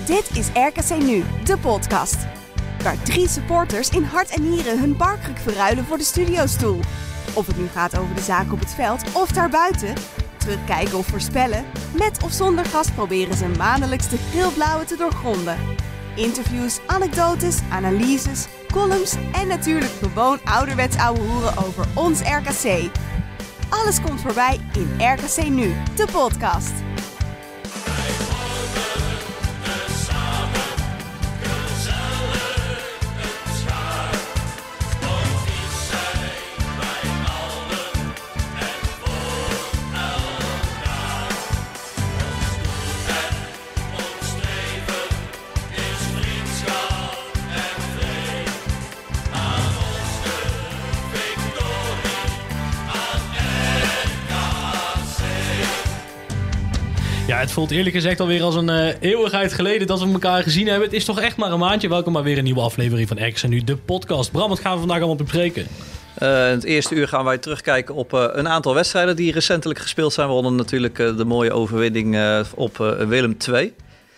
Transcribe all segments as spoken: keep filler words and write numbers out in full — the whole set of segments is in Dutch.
Dit is R K C Nu, de podcast. Waar drie supporters in hart en nieren hun barkruk verruilen voor de studiostoel. Of het nu gaat over de zaak op het veld of daarbuiten. Terugkijken of voorspellen. Met of zonder gast proberen ze maandelijks de geel-blauwe te doorgronden. Interviews, anekdotes, analyses, columns en natuurlijk gewoon ouderwets ouwe hoeren over ons R K C. Alles komt voorbij in R K C Nu, de podcast. Ja, het voelt eerlijk gezegd alweer als een uh, eeuwigheid geleden dat we elkaar gezien hebben. Het is toch echt maar een maandje. Welkom bij weer een nieuwe aflevering van R K C Nu, de podcast. Bram, wat gaan we vandaag allemaal bespreken? Uh, in het eerste uur gaan wij terugkijken op uh, een aantal wedstrijden die recentelijk gespeeld zijn. We hadden natuurlijk uh, de mooie overwinning uh, op uh, Willem twee.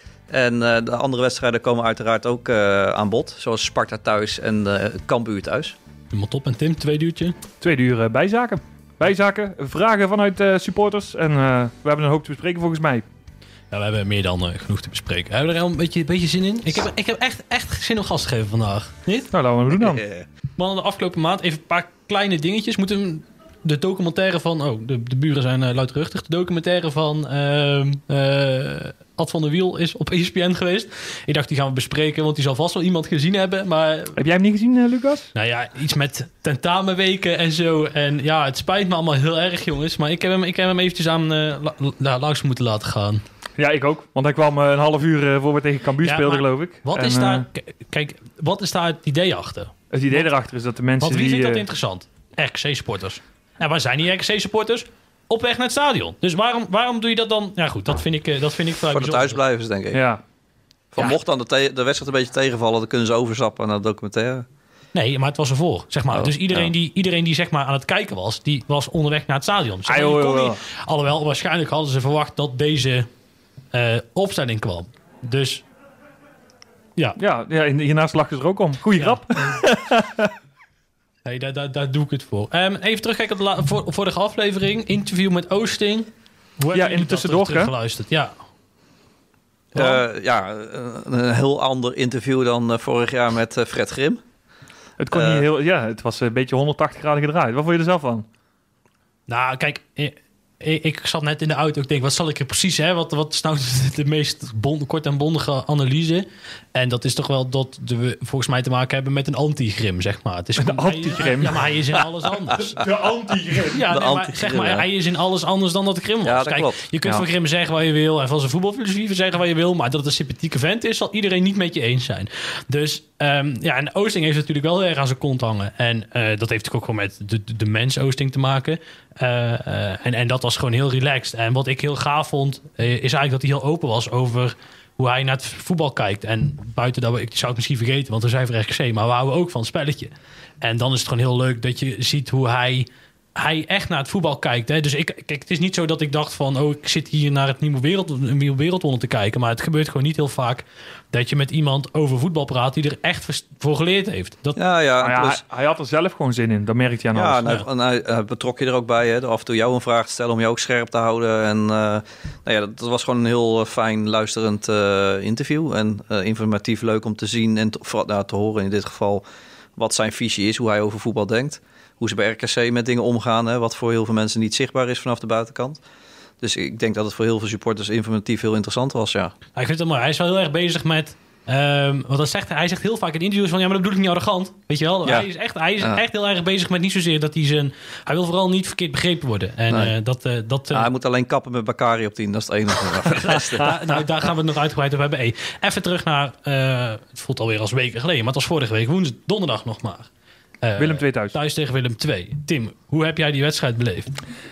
En uh, de andere wedstrijden komen uiteraard ook uh, aan bod. Zoals Sparta thuis en uh, Cambuur thuis. Helemaal top. En Tim, twee duurtje? Twee uur uh, bijzaken. Bijzaken, vragen vanuit uh, supporters. En uh, we hebben een hoop te bespreken volgens mij. Ja, we hebben meer dan uh, genoeg te bespreken. Hebben we er al een beetje, een beetje zin in? Ik heb, ik heb echt, echt zin om gas te geven vandaag. Niet? Nou, laten we het doen dan. Yeah. Maar de afgelopen maand even een paar kleine dingetjes. Moeten de documentaire van... Oh, de, de buren zijn uh, luidruchtig. De documentaire van uh, uh, Ad van der Wiel is op E S P N geweest. Ik dacht, die gaan we bespreken, want die zal vast wel iemand gezien hebben. Maar... Heb jij hem niet gezien, uh, Lucas? Nou ja, iets met tentamenweken en zo. En ja, het spijt me allemaal heel erg, jongens. Maar ik heb hem, ik heb hem eventjes aan uh, la, la, langs moeten laten gaan. Ja, ik ook. Want hij kwam uh, een half uur uh, voor we tegen Cambuur ja, speelden, geloof ik. Wat en, is daar... Uh, k- kijk, wat is daar het idee achter? Het idee want, erachter is dat de mensen want wie die... vindt dat uh, interessant? R K C-supporters. Nou, waar zijn die R K C-supporters? Op weg naar het stadion. Dus waarom, waarom doe je dat dan? Ja goed, dat vind ik, uh, dat vind ik vrij Voor de thuisblijvers, denk ik. Ja. Van ja. mocht dan de, te- de wedstrijd een beetje tegenvallen, dan kunnen ze overstappen naar de documentaire. Nee, maar het was ervoor, zeg maar. Oh, dus iedereen, ja. die, iedereen die zeg maar aan het kijken was, die was onderweg naar het stadion. Zeg maar, Ah, joh, je kon joh, niet, alhoewel, waarschijnlijk hadden ze verwacht dat deze uh, opstelling kwam. Dus, ja. Ja, ja hiernaast lachen ze er ook om. Goeie ja. grap. Nee, daar, daar, daar doe ik het voor. Um, even terugkijken op de la- voor, vorige aflevering. Interview met Oosting. Hoe ja, in de tussendoor, hè? Geluisterd? Ja. Uh, ja, een heel ander interview dan uh, vorig jaar met uh, Fred Grim. Het kon uh, niet heel... Ja, het was een beetje honderdtachtig graden gedraaid. Wat vond je er zelf van? Nou, kijk... Ik, ik zat net in de auto. Ik denk, wat zal ik er precies... Hè? Wat, wat is nou de meest bond, kort en bondige analyse? En dat is toch wel dat we volgens mij te maken hebben met een anti-Grim, zeg maar. Het is een anti-Grim? Ja, maar hij is in alles anders. De anti-Grim. Ja, de nee, maar, anti-Grim, zeg maar, ja. hij is in alles anders dan dat Grim was. Ja, dat Kijk, klopt. je kunt ja. van Grim zeggen wat je wil en van zijn voetbalfilosofie zeggen wat je wil, maar dat het een sympathieke vent is, zal iedereen niet met je eens zijn. Dus um, ja, en Oosting heeft natuurlijk wel heel erg aan zijn kont hangen. En uh, dat heeft natuurlijk ook gewoon met de, de, de mens Oosting te maken. Uh, uh, en, en dat was gewoon heel relaxed. En wat ik heel gaaf vond, uh, is eigenlijk dat hij heel open was over hoe hij naar het voetbal kijkt. En buiten dat, we, ik zou het misschien vergeten, want we zijn voor R K C, maar we houden ook van het spelletje. En dan is het gewoon heel leuk dat je ziet hoe hij, hij echt naar het voetbal kijkt. Hè. Dus ik, kijk, het is niet zo dat ik dacht van, oh, ik zit hier naar het nieuwe, wereld, een nieuwe wereldwonder te kijken. Maar het gebeurt gewoon niet heel vaak dat je met iemand over voetbal praat die er echt voor geleerd heeft. Dat... Ja, ja, Nou ja, plus, hij, hij had er zelf gewoon zin in. Dat merkte je aan ja, alles. en hij, Ja. en hij, hij betrok je er ook bij, hè, door af en toe jou een vraag te stellen om je ook scherp te houden. En uh, nou ja, dat, dat was gewoon een heel uh, fijn luisterend uh, interview. En uh, informatief leuk om te zien en te, nou, te horen in dit geval wat zijn visie is, hoe hij over voetbal denkt. Hoe ze bij R K C met dingen omgaan, hè, wat voor heel veel mensen niet zichtbaar is vanaf de buitenkant. Dus ik denk dat het voor heel veel supporters informatief heel interessant was, ja. Ik vind het mooi. Hij is wel heel erg bezig met... Um, want dat zegt, hij zegt heel vaak in interviews van... ja, maar dat bedoel ik niet arrogant. Weet je wel? Ja. Hij is, echt, hij is ja. echt heel erg bezig met niet zozeer dat hij zijn... Hij wil vooral niet verkeerd begrepen worden. En nee. uh, dat... Uh, dat uh, ah, hij moet alleen kappen met Bakary op tien. Dat is het enige. da, nou, daar gaan we het nog uitgebreid over hebben. Hey, even terug naar... Uh, het voelt alweer als weken geleden. Maar het was vorige week woensdag, donderdag nog maar. Uh, Willem twee thuis. Thuis tegen Willem twee. Tim, hoe heb jij die wedstrijd beleefd?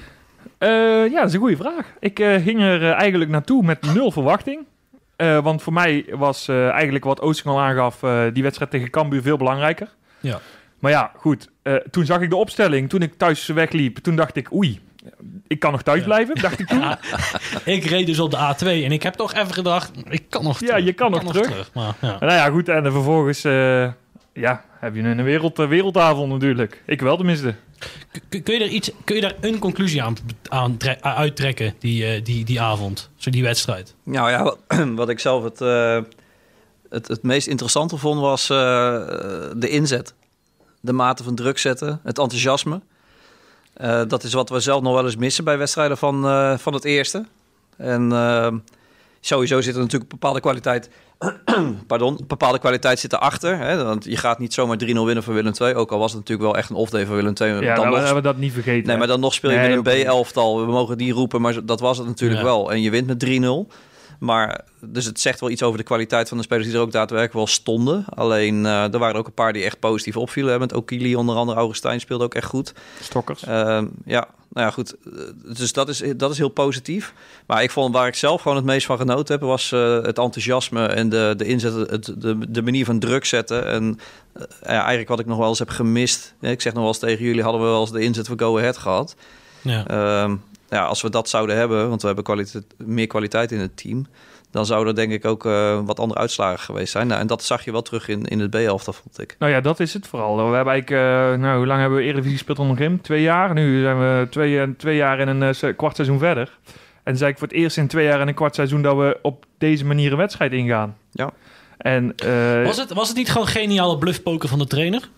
Uh, ja, dat is een goede vraag. Ik uh, ging er uh, eigenlijk naartoe met nul verwachting. Uh, want voor mij was uh, eigenlijk wat Oosting al aangaf... Uh, die wedstrijd tegen Cambuur veel belangrijker. Ja. Maar ja, goed. Uh, toen zag ik de opstelling. Toen ik thuis wegliep, toen dacht ik... oei, Ik kan nog thuis Ja. blijven, dacht ik toen. Ja, ik reed dus op de A twee en ik heb toch even gedacht, ik kan nog Ja, terug. je kan Ik nog terug. Maar, ja. Nou ja, goed. En dan vervolgens uh, ja, heb je een wereld, wereldavond natuurlijk. Ik wel tenminste. Kun, kun, je er iets, kun je daar een conclusie aan, aan tre- uittrekken, die, uh, die, die avond, zo die wedstrijd? Nou ja, wat, wat ik zelf het, uh, het, het meest interessante vond was uh, de inzet. De mate van druk zetten, het enthousiasme. Uh, dat is wat we zelf nog wel eens missen bij wedstrijden van, uh, van het eerste. En uh, sowieso zit er natuurlijk een bepaalde kwaliteit... Pardon, bepaalde kwaliteit zit erachter. Hè? Want je gaat niet zomaar drie nul winnen van Willem twee. Ook al was het natuurlijk wel echt een off-day van Willem twee. Ja, dan we nog... hebben dat niet vergeten. Nee, maar dan nog speel je nee, met een B-elftal. We mogen die roepen, maar dat was het natuurlijk ja. wel. En je wint met drie nul. Maar dus het zegt wel iets over de kwaliteit van de spelers die er ook daadwerkelijk wel stonden. Alleen uh, er waren ook een paar die echt positief opvielen. Hè? Met Okili onder andere, Augustijn speelde ook echt goed. Stokkers. Uh, ja, nou ja, goed. Dus dat is, dat is heel positief. Maar ik vond waar ik zelf gewoon het meest van genoten heb... was uh, het enthousiasme en de, de inzet, het, de, de manier van druk zetten. En uh, ja, eigenlijk wat ik nog wel eens heb gemist... Ik zeg nog wel eens tegen jullie, hadden we wel eens de inzet voor Go Ahead gehad. Ja. Uh, ja, als we dat zouden hebben, want we hebben kwaliteit, meer kwaliteit in het team... dan zouden er denk ik ook uh, wat andere uitslagen geweest zijn. Nou, en dat zag je wel terug in, in het B-elftal, vond ik. Nou ja, dat is het vooral. We hebben eigenlijk, uh, nou, hoe lang hebben we Eredivisie gespeeld onder Grim? Twee jaar. Nu zijn we twee, twee jaar en een uh, kwart seizoen verder. En het is eigenlijk voor het eerst in twee jaar en een kwart seizoen... dat we op deze manier een wedstrijd ingaan. Ja. En, uh, was, het, was het niet gewoon geniale bluffpoker van de trainer?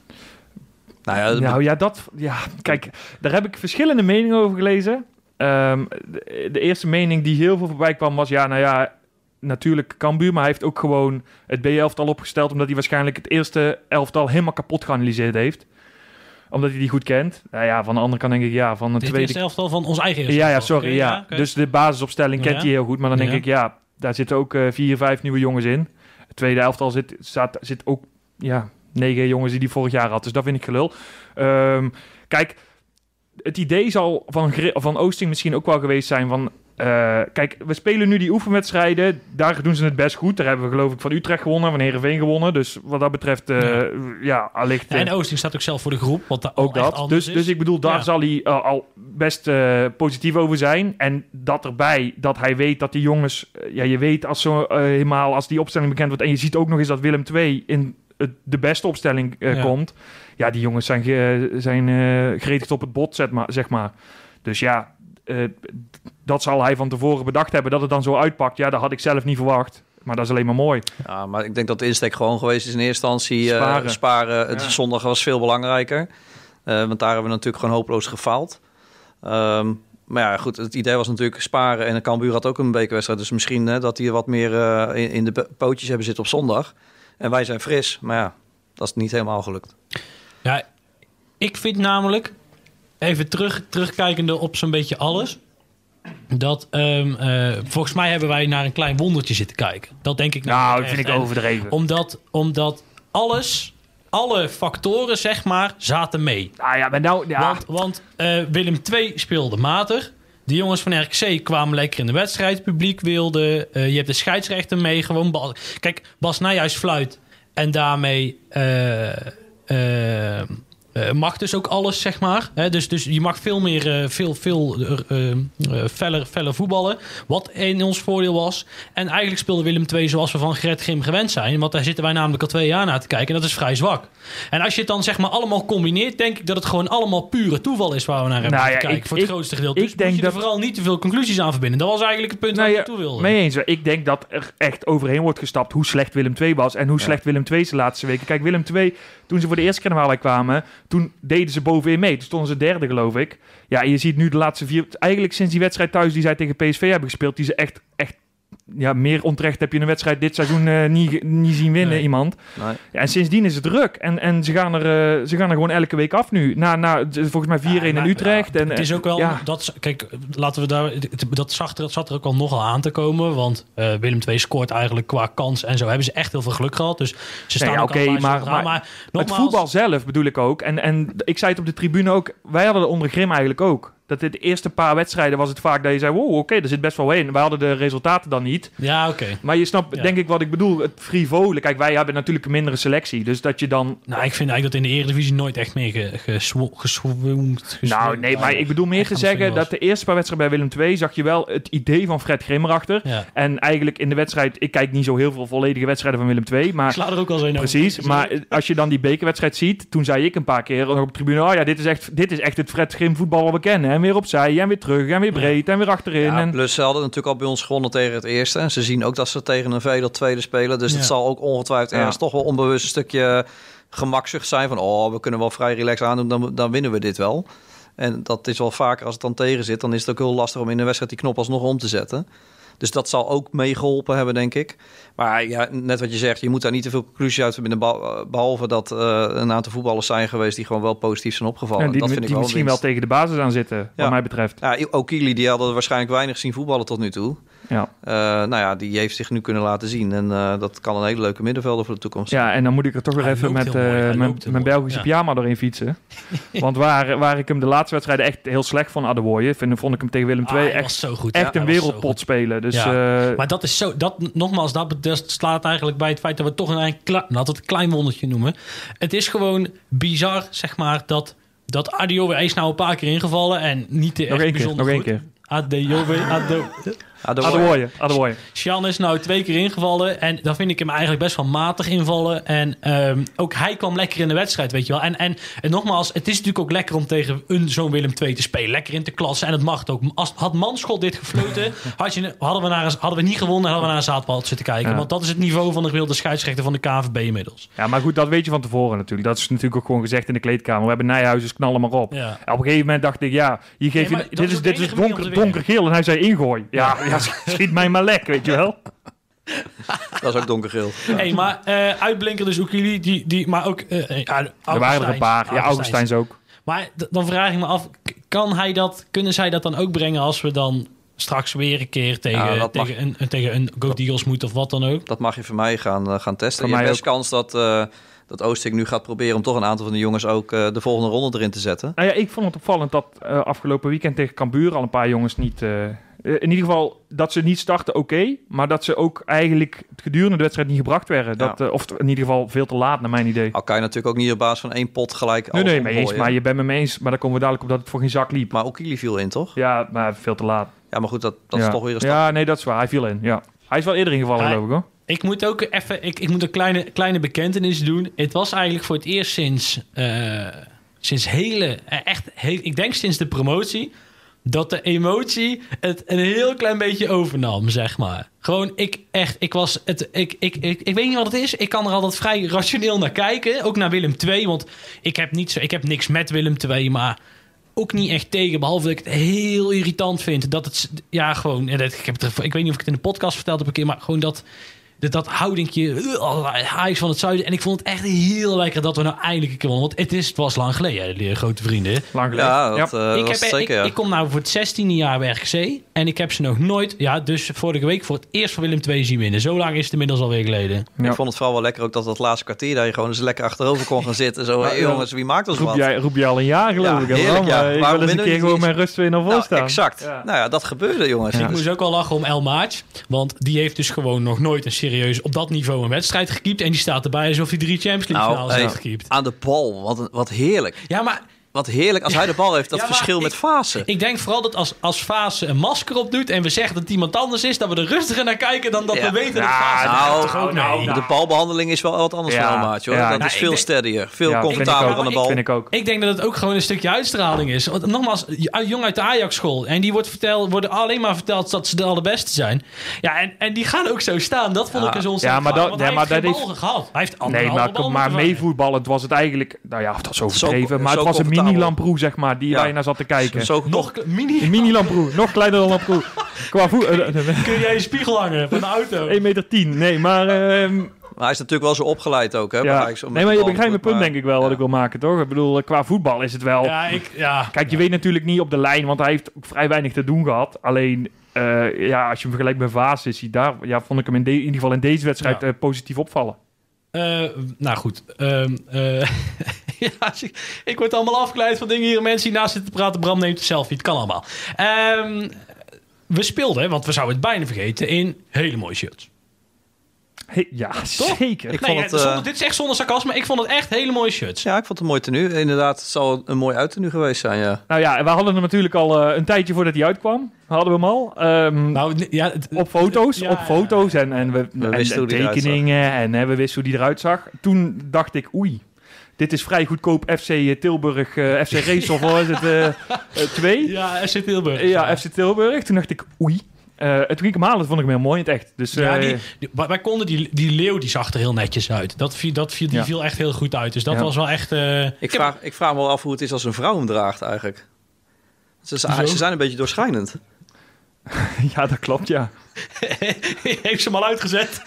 Nou ja, nou ja, dat... Ja, kijk, daar heb ik verschillende meningen over gelezen... Um, de, de eerste mening die heel veel voorbij kwam was... ja, nou ja, natuurlijk Cambuur... maar hij heeft ook gewoon het B-elftal opgesteld... omdat hij waarschijnlijk het eerste elftal helemaal kapot geanalyseerd heeft. Omdat hij die goed kent. Nou ja, van de andere kant denk ik... ja, van het Dit tweede... eerste elftal van ons eigen eerste Ja, ja, elftal. sorry, Okay, ja. ja okay. Dus de basisopstelling kent ja. hij heel goed. Maar dan denk ja. ik, ja, daar zitten ook uh, vier, vijf nieuwe jongens in. Het tweede elftal zit, staat, zit ook... ja, negen jongens die die vorig jaar had. Dus dat vind ik gelul. Um, kijk... Het idee zal van, van Oosting misschien ook wel geweest zijn van... Uh, kijk, we spelen nu die oefenwedstrijden. Daar doen ze het best goed. Daar hebben we geloof ik van Utrecht gewonnen, van Heerenveen gewonnen. Dus wat dat betreft, uh, ja, ja allicht... Uh, ja, en Oosting staat ook zelf voor de groep, wat daar ook dat. Dus, is. dus ik bedoel, daar ja. zal hij uh, al best uh, positief over zijn. En dat erbij, dat hij weet dat die jongens... Uh, ja, je weet als zo uh, helemaal als die opstelling bekend wordt... en je ziet ook nog eens dat Willem twee in het, de beste opstelling uh, ja. komt... Ja, die jongens zijn, ge, zijn uh, gretig op het bot, zeg maar, zeg maar. Dus ja, uh, dat zal hij van tevoren bedacht hebben. Dat het dan zo uitpakt, ja, dat had ik zelf niet verwacht. Maar dat is alleen maar mooi. Ja, maar ik denk dat de insteek gewoon geweest is in eerste instantie uh, sparen. sparen. Het ja. Zondag was veel belangrijker. Uh, want daar hebben we natuurlijk gewoon hopeloos gefaald. Um, maar ja, goed, het idee was natuurlijk sparen. En de Cambuur had ook een bekerwedstrijd. Dus misschien hè, dat die wat meer uh, in, in de pootjes hebben zitten op zondag. En wij zijn fris. Maar ja, dat is niet helemaal gelukt. Ja, ik vind namelijk, even terug, terugkijkende op zo'n beetje alles, dat um, uh, volgens mij hebben wij naar een klein wondertje zitten kijken. Dat denk ik nou. Nou, dat vind ik overdreven. En omdat, omdat alles, alle factoren, zeg maar, zaten mee. Nou ja, maar nou, ja. Want, want uh, Willem twee speelde matig. De jongens van R K C kwamen lekker in de wedstrijd. Het publiek wilde. Uh, je hebt de scheidsrechter mee. Gewoon bal. Kijk, Bas Nijhuis fluit. En daarmee... Uh, Uh, uh, mag dus ook alles, zeg maar. He, dus, dus je mag veel meer, uh, veel, veel uh, uh, feller, feller voetballen. Wat in ons voordeel was. En eigenlijk speelde Willem twee zoals we van Gert Grim gewend zijn. Want daar zitten wij namelijk al twee jaar naar te kijken. En dat is vrij zwak. En als je het dan zeg maar allemaal combineert, denk ik dat het gewoon allemaal pure toeval is waar we naar hebben nou, te ja, kijken. ik, voor het ik, grootste gedeelte. Ik Dus denk moet je dat... er vooral niet te veel conclusies aan verbinden. Dat was eigenlijk het punt nou, waar ik ja, naartoe wilde. Mee eens. Ik denk dat er echt overheen wordt gestapt hoe slecht Willem twee was. En hoe ja. slecht Willem twee de laatste weken. Kijk, Willem twee, toen ze voor de eerste keer naar Waalwijk kwamen, toen deden ze bovenin mee. Toen stonden ze derde, geloof ik. Ja, en je ziet nu de laatste vier... Eigenlijk sinds die wedstrijd thuis die zij tegen P S V hebben gespeeld, die ze echt... echt ja, meer onterecht heb je een wedstrijd dit seizoen uh, niet, niet zien winnen, nee. iemand. Nee. Ja, en sindsdien is het druk. En, en ze, gaan er, uh, ze gaan er gewoon elke week af nu. Na, na volgens mij vier een ja, in Utrecht. Ja, en, het is ook wel... Ja. Dat, kijk, laten we daar... Dat zag er, dat zat er ook al nogal aan te komen. Want uh, Willem twee scoort eigenlijk qua kans en zo. Hebben ze echt heel veel geluk gehad. Dus ze staan nee, ook okay, maar, maar, maar nogmaals, het voetbal zelf bedoel ik ook. En, en ik zei het op de tribune ook. Wij hadden er onder Grim eigenlijk ook. Dat in de eerste paar wedstrijden was het vaak dat je zei... wow, oké, okay, er zit best wel in. We hadden de resultaten dan niet. Ja, oké. Okay. Maar je snapt, ja. denk ik, wat ik bedoel. Het frivolen. Kijk, wij hebben natuurlijk een mindere selectie. Dus dat je dan... Nou, ik vind eigenlijk dat in de Eredivisie nooit echt meer geswoemd... Nou, nee, maar ik bedoel meer te zeggen... dat de eerste paar wedstrijden bij Willem twee... zag je wel het idee van Fred Grim erachter. Ja. En eigenlijk in de wedstrijd... Ik kijk niet zo heel veel volledige wedstrijden van Willem twee. Maar, ik sla er ook al zo in. Precies. Over. Maar als je dan die bekerwedstrijd ziet... Toen zei ik een paar keer op de tribune... Oh ja, dit is echt, dit is echt het Fred Grim voetbal wat we kennen. En weer opzij, en weer terug, en weer breed, en weer achterin. Ja, en... plus ze hadden natuurlijk al bij ons gewonnen tegen het eerste. En ze zien ook dat ze tegen een vele tweede spelen. Dus ja. het zal ook ongetwijfeld ergens ja. toch wel onbewust een stukje gemakzucht zijn. Van, oh, we kunnen wel vrij relaxed aandoen, dan, dan winnen we dit wel. En dat is wel vaker als het dan tegen zit. Dan is het ook heel lastig om in een wedstrijd die knop alsnog om te zetten. Dus dat zal ook meegeholpen hebben, denk ik. Maar ja, net wat je zegt, je moet daar niet te veel conclusies uit verbinden. Behalve dat uh, een aantal voetballers zijn geweest die gewoon wel positief zijn opgevallen. Ja, die dat vind die ik wel misschien winst. wel tegen de basis aan zitten, wat ja. mij betreft. Ja, O'Keelie, die hadden waarschijnlijk weinig zien voetballen tot nu toe. Ja. Uh, nou ja, die heeft zich nu kunnen laten zien. En uh, dat kan een hele leuke middenvelder voor de toekomst. Ja, en dan moet ik er toch weer Hij even met uh, mijn, mijn Belgische ja. pyjama doorheen fietsen. Want waar, waar ik hem de laatste wedstrijden echt heel slecht van Adewooye, vind, vond ik hem tegen Willem twee ah, echt, zo goed, echt ja, een wereldpot spelen. Dus, ja. uh, maar dat is zo, dat, nogmaals, dat, dat slaat eigenlijk bij het feit dat we toch een, laten we het een klein wondertje noemen. Het is gewoon bizar, zeg maar, dat, dat Adewooye is nou een paar keer ingevallen en niet de echt bijzonder nog goed. Nog één keer. Adewooye, Ade... Adewooye, Adewooye. Sjan is nou twee keer ingevallen en dan vind ik hem eigenlijk best wel matig invallen. En um, ook hij kwam lekker in de wedstrijd, weet je wel. En, en, en nogmaals, het is natuurlijk ook lekker om tegen een zo'n Willem twee te spelen. Lekker in te klassen en het mag ook. Als, had Manschot dit gefloten, had je, hadden, we naar, hadden we niet gewonnen en hadden we naar een zaadbal zitten kijken. Ja. Want dat is het niveau van de gewilde scheidsrechter van de K N V B inmiddels. Ja, maar goed, dat weet je van tevoren natuurlijk. Dat is natuurlijk ook gewoon gezegd in de kleedkamer. We hebben Nijhuis, knallen maar op. Ja. Op een gegeven moment dacht ik, ja, hier geef nee, je, dit is, dit is donker, donkergeel en hij zei ingooi. Ja, ja, schiet mij maar lek, weet je wel. Dat is ook donkergeel. Ja. Hey, maar uh, uitblinker dus O'Keelie, die, die, maar ook... Uh, ja, er waren er een paar. Ja, Augustijns ook. Maar d- dan vraag ik me af, kan hij dat, kunnen zij dat dan ook brengen als we dan straks weer een keer tegen, ja, tegen, mag, een, tegen een Go Eagles moeten of wat dan ook? Dat mag je voor mij gaan, uh, gaan testen. Je hebt best kans dat... Uh, dat Oosting nu gaat proberen om toch een aantal van de jongens ook uh, de volgende ronde erin te zetten. Nou ja, ik vond het opvallend dat uh, afgelopen weekend tegen Cambuur al een paar jongens niet... Uh, in ieder geval dat ze niet starten, oké. Okay, maar dat ze ook eigenlijk gedurende de wedstrijd niet gebracht werden. Dat, ja. uh, of in ieder geval veel te laat, naar mijn idee. Al kan je natuurlijk ook niet op basis van één pot gelijk... Nee, nee, mee eens, maar je bent me mee eens. Maar dan komen we dadelijk op dat het voor geen zak liep. Maar O'Keelie viel in, toch? Ja, maar veel te laat. Ja, maar goed, dat, dat ja. is toch weer een stap. Ja, nee, dat is waar. Hij viel in, ja. Hij is wel eerder ingevallen, hij, geloof ik, hoor. Ik moet ook even... Ik, ik moet een kleine, kleine bekentenis doen. Het was eigenlijk voor het eerst sinds... Uh, sinds hele... Echt, heel, ik denk sinds de promotie... dat de emotie het een heel klein beetje overnam, zeg maar. Gewoon, ik echt... Ik was... Het, ik, ik, ik, ik weet niet wat het is. Ik kan er altijd vrij rationeel naar kijken. Ook naar Willem twee. Want ik heb, niet zo, ik heb niks met Willem twee, maar... ook niet echt tegen, behalve dat ik het heel irritant vind. Dat het, ja, gewoon... Ik, heb het, ik weet niet of ik het in de podcast verteld heb een keer, maar gewoon dat... Dat, dat houdingje, Ajax van het zuiden. En ik vond het echt heel lekker dat we nou eindelijk een keer wonnen. Want het, is, het was lang geleden, die grote vrienden. Lang geleden. Ja, dat, ja. Uh, ik, was heb, zeker, ik, ja. ik kom nou voor het zestiende jaar bij R K C. En ik heb ze nog nooit... Ja, dus vorige week voor het eerst van Willem twee zien winnen. Zo lang is het inmiddels alweer geleden. Ja. Ja. Ik vond het vooral wel lekker ook dat dat laatste kwartier... dat je gewoon eens lekker achterover kon gaan zitten. Zo, hey, jongens, wie maakt ons roep wat? Jij, roep je al een jaar, geloof ja, ik. Heerlijk, ja. Ik wil eens een keer gewoon met rust twee nul voor nou, staan. Exact. Ja. Nou ja, dat gebeurde, jongens. Ja. Ja. Ik moest ook wel lachen om El Maatj. Want die heeft dus gewoon nog nooit een serieus... op dat niveau een wedstrijd gekiept. En die staat erbij alsof hij drie Champions League nou, finales hey, heeft gekiept. Aan de bal, wat, wat heerlijk. Ja, maar... Wat heerlijk als hij de bal heeft, dat ja, verschil ik, met Fase. Ik denk vooral dat als, als Fase een masker op doet... en we zeggen dat het iemand anders is... dat we er rustiger naar kijken dan dat ja. we weten dat ja, Fase nou, toch ook nou, nee. De balbehandeling is wel wat anders ja. van een maatje, hoor. Ja. Dat nou, is veel denk, steadier, veel ja, comfortabeler aan de bal. Vind ik ook. Ik denk dat het ook gewoon een stukje uitstraling is. Want nogmaals, jong uit de Ajax-school. En die wordt verteld, worden alleen maar verteld dat ze de allerbeste zijn. Ja, en, en die gaan ook zo staan. Dat vond ja. ik er zo ontzettend ja, maar van. dat, Want ja, hij maar heeft dat geen is... bal gehad. Hij heeft nee, maar, bal maar meevoetballend was het eigenlijk... Nou ja, dat is overdreven. Zo, maar zo het was een mini-Lamproe, zeg maar, die ja. waar je naar zat te kijken. Zo, nog mini... Een mini-Lamproe, nog kleiner dan Lamproe. Qua voet... Kun jij je spiegel hangen van de auto? één meter tien, nee, maar... Uh, Maar hij is natuurlijk wel zo opgeleid ook, hè? Ja. Ajax, nee, maar je begrijpt mijn punt, maar, denk ik wel, ja. wat ik wil maken, toch? Ik bedoel, qua voetbal is het wel... Ja, ik... Ja. Kijk, je ja. weet natuurlijk niet op de lijn, want hij heeft ook vrij weinig te doen gehad. Alleen, uh, ja, als je hem vergelijkt met Vaas, is hij daar... Ja, vond ik hem in, de, in ieder geval in deze wedstrijd ja. uh, positief opvallen. Uh, nou goed, um, uh, Ja, ik, ik word allemaal afgeleid van dingen hier. Mensen die naast zitten praten. Bram neemt een selfie. Het kan allemaal. Um, we speelden, want we zouden het bijna vergeten, in hele mooie shirts. Hey, ja, Toch? zeker. Ik Nee, vond het, ja, zonder, uh, dit is echt zonder sarcasme. Ik vond het echt hele mooie shirts. Ja, ik vond het een mooi tenue. Inderdaad, het zal een mooi uittenue geweest zijn, ja. Nou ja, we hadden hem natuurlijk al uh, een tijdje voordat hij uitkwam. Hadden we hem al. Um, Nou, ja, het, op foto's, ja, op foto's. En, en we, We en, wisten en hoe die eruit tekeningen. En hè, we wisten hoe die eruit zag. Toen dacht ik, oei. Dit is vrij goedkoop F C Tilburg, uh, F C Race of wat is het? Uh, uh, twee. Ja, F C Tilburg. Ja, F C Tilburg. Toen dacht ik, oei. Uh, toen ging ik hem halen, dat vond ik hem heel mooi in het echt. Dus, uh, Ja, die, die, wij konden die, die leeuw die zag er heel netjes uit. Dat viel, dat viel, die Ja. viel echt heel goed uit. Dus dat Ja. was wel echt... Uh, Ik, heb- vraag, ik vraag me wel af hoe het is als een vrouw hem draagt eigenlijk. Ze, Hoezo? ze zijn een beetje doorschijnend. ja, dat klopt, ja. Heeft ze hem al uitgezet?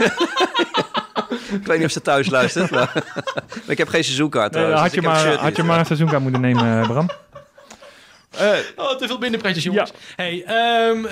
Ik weet niet of ze thuis luistert. Maar maar ik heb geen seizoenkaart. Nee, trouwens, had, dus je ik heb maar, het shirt had je niet. maar een seizoenkaart moeten nemen, uh, Bram. Uh, Oh, te veel binnenpretjes, jongens. Hey, um,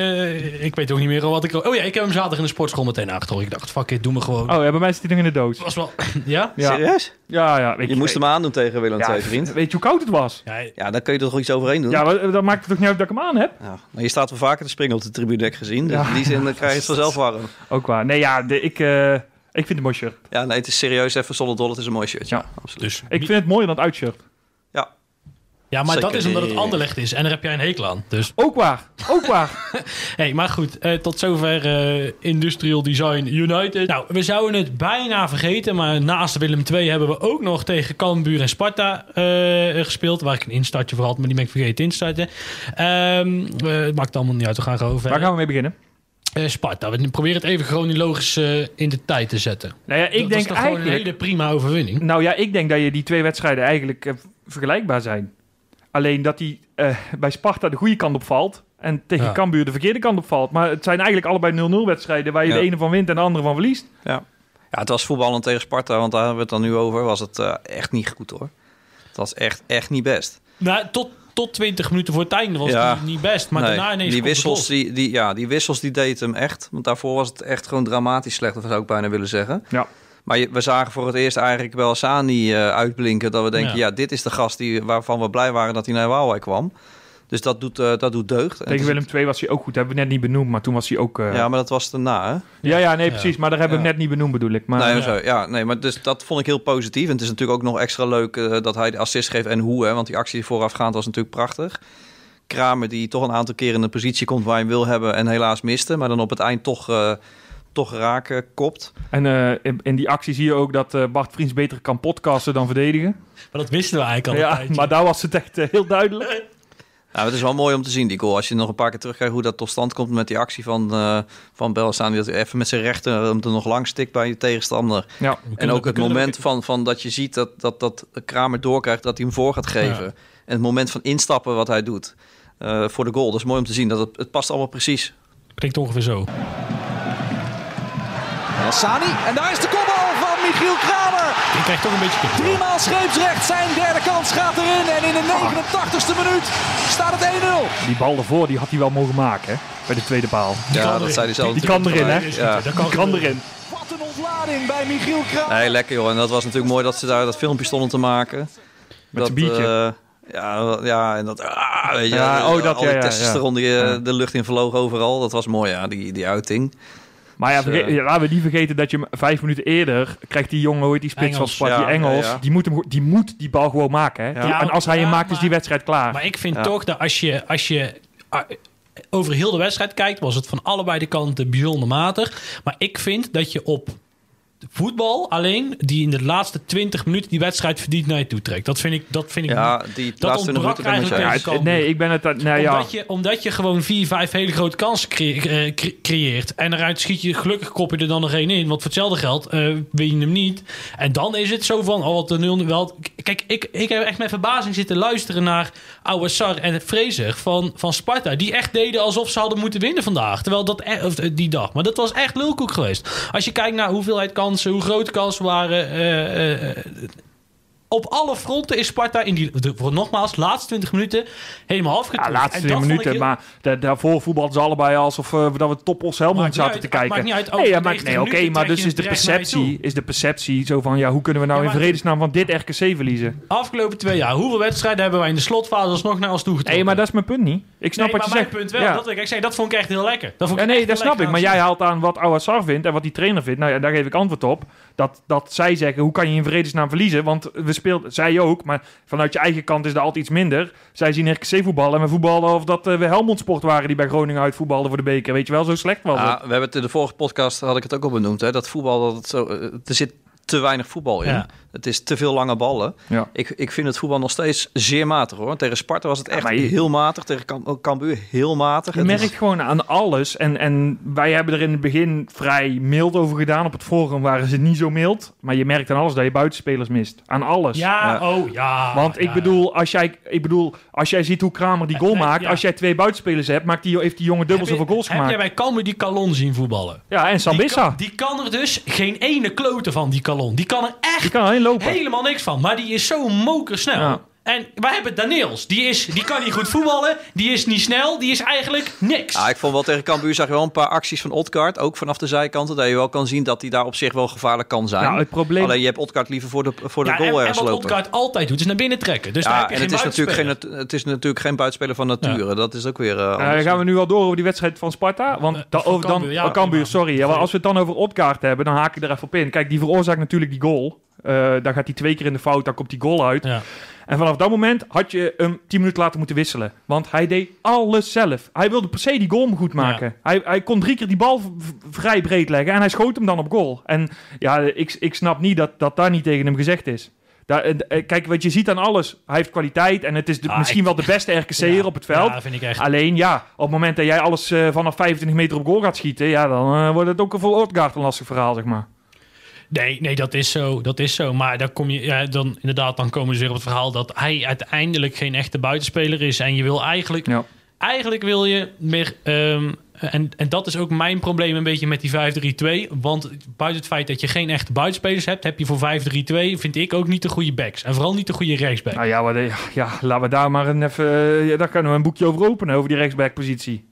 uh, ik weet ook niet meer wat ik... Oh ja, ik heb hem zaterdag in de sportschool meteen aangetrokken. Ik dacht, fuck it, doe me gewoon. oh, ja, bij mij zit hij nog in de doos. Was wel... ja? Ja, Serieus? ja, ja. Weet Je moest hem aandoen tegen Willem ja, twee, vriend. Weet je hoe koud het was? Ja, Ja, dan kun je er toch iets overheen doen? Ja, maar dat maakt het toch niet uit dat ik hem aan heb? Ja, maar je staat wel vaker te springen op de tribune, heb ik gezien. Dus Ja. in die zin dan krijg je het vanzelf warm. Ook waar. Nee, ja, de, ik, uh, ik vind het een mooi shirt. Ja, nee, het is serieus even zonder dolle. Het is een mooi shirt. Ja, Ja. absoluut. dus... Ik vind het mooier dan het uitshirt. Ja, Ja, maar dat Zeker. is omdat het Anderlecht is. En daar heb jij een hekel aan. Dus... Ook waar. Ook waar. Hey, maar goed, uh, tot zover uh, Industrial Design United. Nou, we zouden het bijna vergeten, maar naast Willem twee hebben we ook nog tegen Cambuur en Sparta uh, gespeeld, waar ik een instartje voor had, maar die ben ik vergeten in te starten. Um, uh, het maakt allemaal niet uit, we gaan gewoon verder. Waar gaan we mee beginnen? Uh, Sparta, we proberen het even chronologisch uh, in de tijd te zetten. Nou ja, ik dat denk is toch gewoon een eigenlijk... hele prima overwinning. Nou ja, ik denk dat je die twee wedstrijden eigenlijk uh, vergelijkbaar zijn. Alleen dat die uh, bij Sparta de goede kant op valt en tegen Ja. Cambuur de verkeerde kant op valt. Maar het zijn eigenlijk allebei nul nul wedstrijden waar je Ja. de ene van wint en de andere van verliest. ja. ja, het was voetballen tegen Sparta, want daar hebben we het dan nu over. Was het uh, echt niet goed, hoor. Het was echt, echt niet best. Nou, tot, tot twintig minuten voor het einde was Ja. het niet, niet best, maar Nee, daarna ineens die komt het wissels, los. die, die, ja, die wissels die deed hem echt. Want daarvoor was het echt gewoon dramatisch slecht, dat zou ik bijna willen zeggen. Ja. Maar je, we zagen voor het eerst eigenlijk wel Sani uh, uitblinken. Dat we denken, ja. Ja. ja, dit is de gast die, waarvan we blij waren dat hij naar Waalwijk kwam. Dus dat doet, uh, dat doet deugd. En het Tegen is- Willem twee was hij ook goed. Dat hebben we net niet benoemd, maar toen was hij ook... Uh... Ja, maar dat was daarna, hè? ja, ja, nee, Ja. precies. Maar daar hebben we Ja. hem net niet benoemd, bedoel ik. Maar, nee, ja. Zo, ja, nee, maar dus dat vond ik heel positief. En het is natuurlijk ook nog extra leuk uh, dat hij de assist geeft en hoe. Hè, want die actie voorafgaand was natuurlijk prachtig. Kramer die toch een aantal keer in de positie komt waar hij hem wil hebben en helaas miste. Maar dan op het eind toch, uh, toch raken kopt. En uh, in, in die actie zie je ook dat uh, Bart Vriends beter kan podcasten dan verdedigen. Maar dat wisten we eigenlijk al een Ja, tijdje. maar daar was het echt uh, heel duidelijk. Nou, het is wel mooi om te zien, die goal. Als je nog een paar keer terugkijkt hoe dat tot stand komt met die actie van, uh, van Belhassani. Dat hij even met zijn rechter hem er nog lang stikt bij je tegenstander. Ja. We En kunnen- ook we het kunnen moment ook- van, van dat je ziet dat, dat, dat Kramer doorkrijgt, dat hij hem voor gaat geven. Ja. En het moment van instappen wat hij doet uh, voor de goal. Dat is mooi om te zien. Dat het, het past allemaal precies. Klinkt ongeveer zo. Sani, en daar is de kopbal van Michiel Kramer. Ik krijg toch een beetje kick. Driemaal scheepsrecht, zijn derde kans gaat erin. En in de negenentachtigste minuut staat het één nul. Die bal ervoor, die had hij wel mogen maken, hè? Bij de tweede paal. Ja, kan dat erin. zei hij zelf. Die kan natuurlijk erin, ook hè? Is Ja. goed, dat Die kan gebeuren. erin. Wat een ontlading bij Michiel Kramer. Nee, lekker joh. En dat was natuurlijk mooi dat ze daar dat filmpje stonden te maken. Met zijn biertje. Uh, ja, ja, en dat... Ah, weet je, Ja, al oh, dat, die ja, ja, testosteron die uh, ja. de lucht in vloog overal. Dat was mooi, ja, die, die uiting. Maar ja, Dus, verge- uh, ja, laten we niet vergeten dat je hem vijf minuten eerder krijgt die jongen, hoe heet die spits van Engels, Sparta, die ja, Engels, ja, ja. Die, moet hem, go- die moet die bal gewoon maken. Hè? Ja. Die- en als hij hem Ja, maakt, is maar- die wedstrijd klaar. Maar ik vind Ja. toch dat als je, als je ah, over heel de wedstrijd kijkt, was het van allebei de kanten bijzonder matig. Maar ik vind dat je op voetbal alleen, die in de laatste twintig minuten die wedstrijd verdient naar je toe trekt. Dat vind ik, dat vind ik Ja, die dat laatste ontbrak minuten ben ik met je eigenlijk eens. tegen Ja, het- nee, ik ben het... Nou, ja. Omdat, je, omdat je gewoon vier, vijf hele grote kansen cre- eh, cre- creëert. En daaruit schiet je, gelukkig kop je er dan nog één in. Want voor hetzelfde geld eh win je hem niet. En dan is het zo van, oh wat de nul wel. Kijk, ik, ik heb echt met verbazing zitten luisteren naar oude Sar en Fraser van, van Sparta. Die echt deden alsof ze hadden moeten winnen vandaag. Terwijl dat e- of, die dag. Maar dat was echt lulkoek geweest. Als je kijkt naar hoeveelheid kansen, hoe grote kansen waren. Uh, uh, op alle fronten is Sparta in die, de, voor nogmaals, laatste twintig minuten helemaal Ja, afgetrokken. laatste En twee dat minuten, vond ik heel- maar da- daarvoor voetbalden ze allebei alsof uh, dat we top ons Helmond Maakt niet zaten uit, te kijken. maakt niet uit, over nee, ja, de maar, negentig nee oké, minuten maar trek dus je is de, het recht naar je perceptie, toe. is de perceptie zo van, ja, hoe kunnen we nou Ja, in maar vredesnaam van dit R K C verliezen? Afgelopen twee jaar, hoeveel wedstrijden hebben wij in de slotfase alsnog naar ons toe getrokken? Nee, maar dat is mijn punt niet. Ik snap nee, wat je maar zegt. mijn punt wel. Ja. Dat, ik zei, dat vond ik echt heel lekker. Dat vond Ja, ik nee, echt dat heel snap ik. lekker Maar aan jij het haalt aan wat Ouassar vindt en wat die trainer vindt. Nou ja, daar geef ik antwoord op. Dat, dat zij zeggen, hoe kan je in vredesnaam verliezen? Want we speelden, zij ook, maar vanuit je eigen kant is er altijd iets minder. Zij zien R K C voetballen en we voetballen of dat uh, we Helmond Sport waren die bij Groningen uitvoetbalden voor de beker. Weet je wel, zo slecht was het. Ja, we hebben het in de vorige podcast, had ik het ook al benoemd, hè, dat voetbal, dat het zo, uh, er zit te weinig voetbal in. Ja. Het is te veel lange ballen. Ja. Ik, ik vind het voetbal nog steeds zeer matig, hoor. Tegen Sparta was het echt Ja, maar je- heel matig. Tegen Cam- Cambuur heel matig. Je Het merkt is- gewoon aan alles. En, en wij hebben er in het begin vrij mild over gedaan. Op het forum waren ze niet zo mild. Maar je merkt aan alles dat je buitenspelers mist. Aan alles. Ja, Ja. oh ja. Want ik, ja, bedoel, als jij, ik bedoel, als jij ziet hoe Kramer die goal Nee, maakt. ja. Als jij twee buitenspelers hebt, maakt die, heeft die jongen dubbel Heb je- zoveel goals Heb gemaakt. jij bij Cambuur die Calon zien voetballen? Ja, en Die Sambissa. kan, die kan er dus geen ene klote van, die Calon. Die kan er echt Die kan alleen lopen. helemaal niks van. Maar die is zo mokersnel. Ja. En wij hebben Daniels. Die, is, die kan niet goed voetballen. Die is niet snel. Die is eigenlijk niks. Ja, ik vond wel tegen Cambuur zag je wel een paar acties van Odgaard, ook vanaf de zijkanten, dat je wel kan zien dat hij daar op zich wel gevaarlijk kan zijn. Nou, het probleem... Alleen je hebt Odgaard liever voor de, voor de Ja, goal en, en ergens wat lopen. Odgaard altijd doet, is naar binnen trekken. Dus daar Ja, heb je en geen het is, natuurlijk geen, buitenspeler. het is natuurlijk geen buitenspeler van nature. Dat is ook weer uh, Uh, anders. gaan we nu al door over die wedstrijd van Sparta? Want Uh, da- van over dan, Cambuur, ja, oh, Cambuur, maar- sorry. Ja, maar als we het dan over Odgaard hebben, dan haak ik er even op in. Kijk, die veroorzaakt natuurlijk die goal. Uh, dan gaat hij twee keer in de fout, dan komt die goal uit. Ja. En vanaf dat moment had je hem tien minuten later moeten wisselen. Want hij deed alles zelf. Hij wilde per se die goal goed maken. Hij, hij kon drie keer die bal v- v- vrij breed leggen en hij schoot hem dan op goal. En ja, ik, ik snap niet dat, dat daar niet tegen hem gezegd is. Daar, eh, kijk, wat je ziet aan alles. Hij heeft kwaliteit en het is de, Ah, misschien ik- wel de beste R K C'er Ja. op het veld. Ja, vind ik echt. Alleen ja, op het moment dat jij alles uh, vanaf vijfentwintig meter op goal gaat schieten, ja, dan uh, wordt het ook voor Odgaard een lastig verhaal, zeg maar. Nee, nee, dat is zo. Dat is zo. Maar dan kom je, ja, dan inderdaad, dan komen ze weer op het verhaal dat hij uiteindelijk geen echte buitenspeler is. En je wil eigenlijk, Ja. eigenlijk wil je meer. Um, en, en dat is ook mijn probleem een beetje met die vijf drie twee. Want buiten het feit dat je geen echte buitenspelers hebt, heb je voor vijf drie twee, vind ik ook niet de goede backs. En vooral niet de goede rechtsback. Nou ja, maar de, ja, laten we daar maar een even... Uh, ja, daar kunnen we een boekje over openen, over die rechtsbackpositie.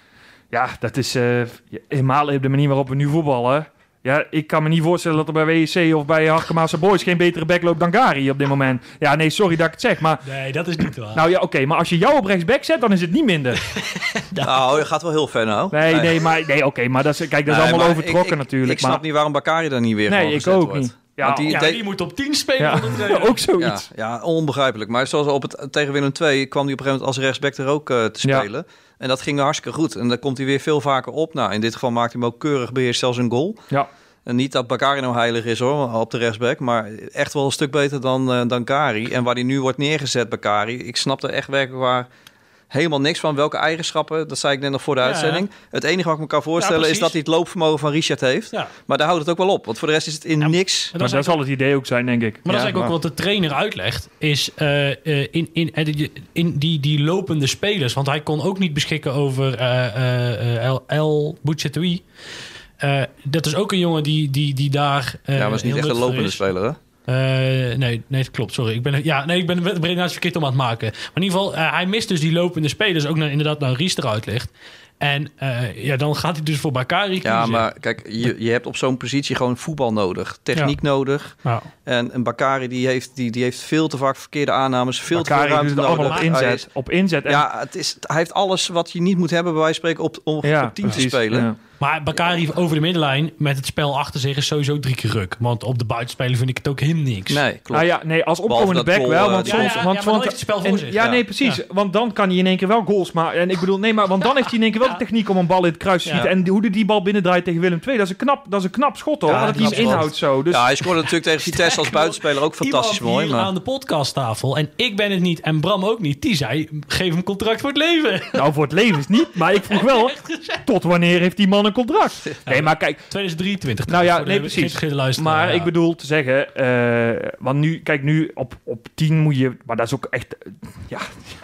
Ja, dat is uh, helemaal op de manier waarop we nu voetballen. Ja, ik kan me niet voorstellen dat er bij W C of bij Harkemaanse Boys geen betere back loopt dan Gary op dit moment. Ja, nee, sorry dat ik het zeg, maar... Nee, dat is niet waar. Nou ja, oké, okay, maar als je jou op rechtsback zet, dan is het niet minder. Nou, je gaat wel heel ver nou. Nee, nee, maar nee, oké, okay, maar dat is, kijk, dat is Nee, allemaal maar overtrokken ik, ik, natuurlijk. Ik snap maar... niet waarom Bakary daar niet weer Nee, gewoon ik gezet ook wordt. niet. Ja, Want die, ja, de- die moet op tien spelen. Ja, van de- ook zoiets. Ja, ja, onbegrijpelijk. Maar zoals op het, tegen Willem twee kwam hij op een gegeven moment als rechtsback er ook uh, te Ja. spelen. En dat ging hartstikke goed. En dan komt hij weer veel vaker op. Nou, in dit geval maakt hij hem ook keurig beheerst zelfs een goal. Ja. En niet dat Bakary nou heilig is hoor, op de rechtsback. Maar echt wel een stuk beter dan, uh, dan Kari. En waar hij nu wordt neergezet, Bakary. Ik snap er echt werkelijk waar helemaal niks van. Welke eigenschappen, dat zei ik net nog voor de Ja. uitzending. Het enige wat ik me kan voorstellen Ja, is dat hij het loopvermogen van Richard heeft. Ja. Maar daar houdt het ook wel op. Want voor de rest is het in Ja, niks. Maar Maar dat dat is zal het idee ook zijn, denk ik. Maar dat is Ja, eigenlijk ook maar- wat de trainer uitlegt. Is uh, uh, in, in, in, in die, die lopende spelers. Want hij kon ook niet beschikken over uh, uh, El, El Bouchetoui. Uh, dat is ook een jongen die, die, die daar. Uh, ja, maar het is niet heel echt een nuttig lopende is. speler hè? Uh, nee, nee, dat klopt. Sorry. Ik ben, ja, nee, ik ben het inderdaad verkeerd om aan het maken. Maar in ieder geval, uh, hij mist dus die lopende spelers. Ook naar, inderdaad naar Ries eruit ligt. En uh, ja, dan gaat hij dus voor Bakary kiezen. Ja, maar kijk, je, je hebt op zo'n positie gewoon voetbal nodig. Techniek nodig. Ja. En, en Bakary die heeft, die, die heeft veel te vaak verkeerde aannames. Veel te veel Bakary ruimte doet het nodig. allemaal op Hij inzet. is- Op inzet. En, ja, het is, hij heeft alles wat je niet moet hebben bij wijze van spreken op, op, ja, op team te precies, spelen. ja. Maar Bakary over de middenlijn met het spel achter zich is sowieso drie keer ruk. Want op de buitenspeler vind ik het ook helemaal niks. Nee, klopt. Nou ja, nee, als Behalve opkomende dat back goal, wel. eh, Want die- soms, Ja, ja, want, ja, maar dan want- heeft hij het spel voor en- zich. Ja, Ja. nee, precies. Ja. Want dan kan hij in één keer wel goals maken. En ik bedoel, nee, maar want dan heeft hij in één keer wel de techniek om een bal in het kruis te Ja. schieten. En die- hoe hij die bal binnendraait tegen Willem twee, dat is een knap, dat is een knap schot hoor. Ja, dat hij hem knap schot. inhoudt zo. Dus Ja, hij scoorde natuurlijk tegen Vitesse als buitenspeler ook fantastisch Iemand mooi. hier Maar... aan de podcasttafel, en ik ben het niet en Bram ook niet, die zei, geef hem contract voor het leven. nou, voor het leven is niet. Maar ik vroeg wel, tot wanneer heeft die man een contract? Nee, maar kijk, tweeduizend drieëntwig. Nou ja, voor de nee, precies. geïnteresseerde luisteraar, maar ja. ik bedoel te zeggen, eh, want nu, kijk, nu op, op tien moet je, maar dat is ook echt, eh, ja,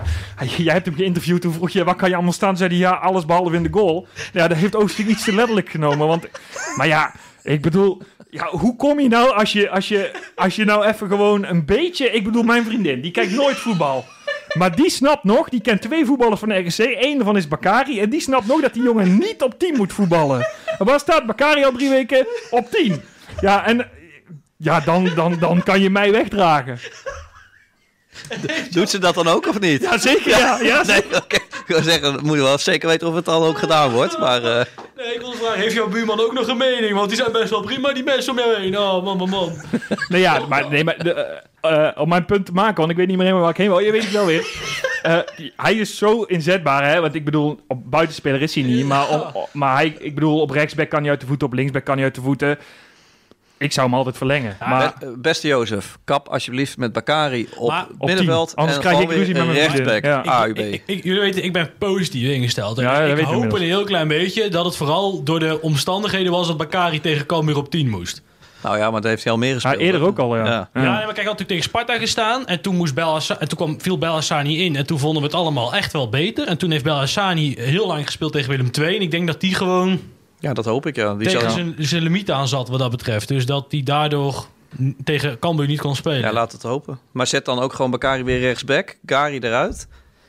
jij hebt hem geïnterviewd, toen vroeg je, wat kan je allemaal staan? Zei hij, ja, alles behalve in de goal. Ja, dat heeft Oosting iets te letterlijk genomen, want, maar ja, ik bedoel, ja, hoe kom je nou als je, als je als je nou even gewoon een beetje... Ik bedoel, mijn vriendin, die kijkt nooit voetbal. Maar die snapt nog, die kent twee voetballers van de R K C. Eén daarvan is Bakary. En die snapt nog dat die jongen niet op tien moet voetballen. En waar staat Bakary al drie weken? Op tien. Ja, en ja, dan, dan, dan kan je mij wegdragen. Doet ze dat dan ook of niet? Ja, zeker. Ja, ja, Nee, okay. Ik wil zeggen, moet je wel zeker weten of het dan ook gedaan wordt. Maar, uh... Nee, ik wil vragen, heeft jouw buurman ook nog een mening? Want die zijn best wel prima, die mensen om jou heen. Oh, man, man, man. Nee, ja, maar, nee, maar de, uh, uh, om mijn punt te maken, want ik weet niet meer helemaal waar ik heen wil. Je weet het wel weer. Uh, hij is zo inzetbaar, hè. Want ik bedoel, op buitenspeler is hij niet. Maar, om, maar hij, ik bedoel, op rechtsback kan hij uit de voeten, op linksback kan hij uit de voeten. Ik zou hem altijd verlengen. Ja, maar, Be- beste Jozef, kap alsjeblieft met Bakary op Maar op middenveld. tien. Anders en krijg ik gewoon ruzie weer met mijn rechtsback, vriendin. Ja. A U B. Ik, ik, ik, jullie weten, ik ben positief ingesteld. Ja, dat ik weet ik hoop inmiddels. een heel klein beetje dat het vooral door de omstandigheden was dat Bakary tegen Cambuur op tien moest. Nou ja, maar dat heeft hij al meer gespeeld. ja, eerder ook al, ja. Ja. ja. Ja, nee, maar kijk, hij had natuurlijk tegen Sparta gestaan en toen, moest Belhassa- en toen kwam, viel Belhassani in en toen vonden we het allemaal echt wel beter. En toen heeft Belhassani heel lang gespeeld tegen Willem twee en ik denk dat die gewoon Ja, dat hoop ik, ja. Die tegen zal... zijn, zijn limiet aan zat wat dat betreft. Dus dat hij daardoor n- tegen Cambuur niet kon spelen. Ja, laat het hopen. Maar zet dan ook gewoon Bakary weer rechtsback, Gary eruit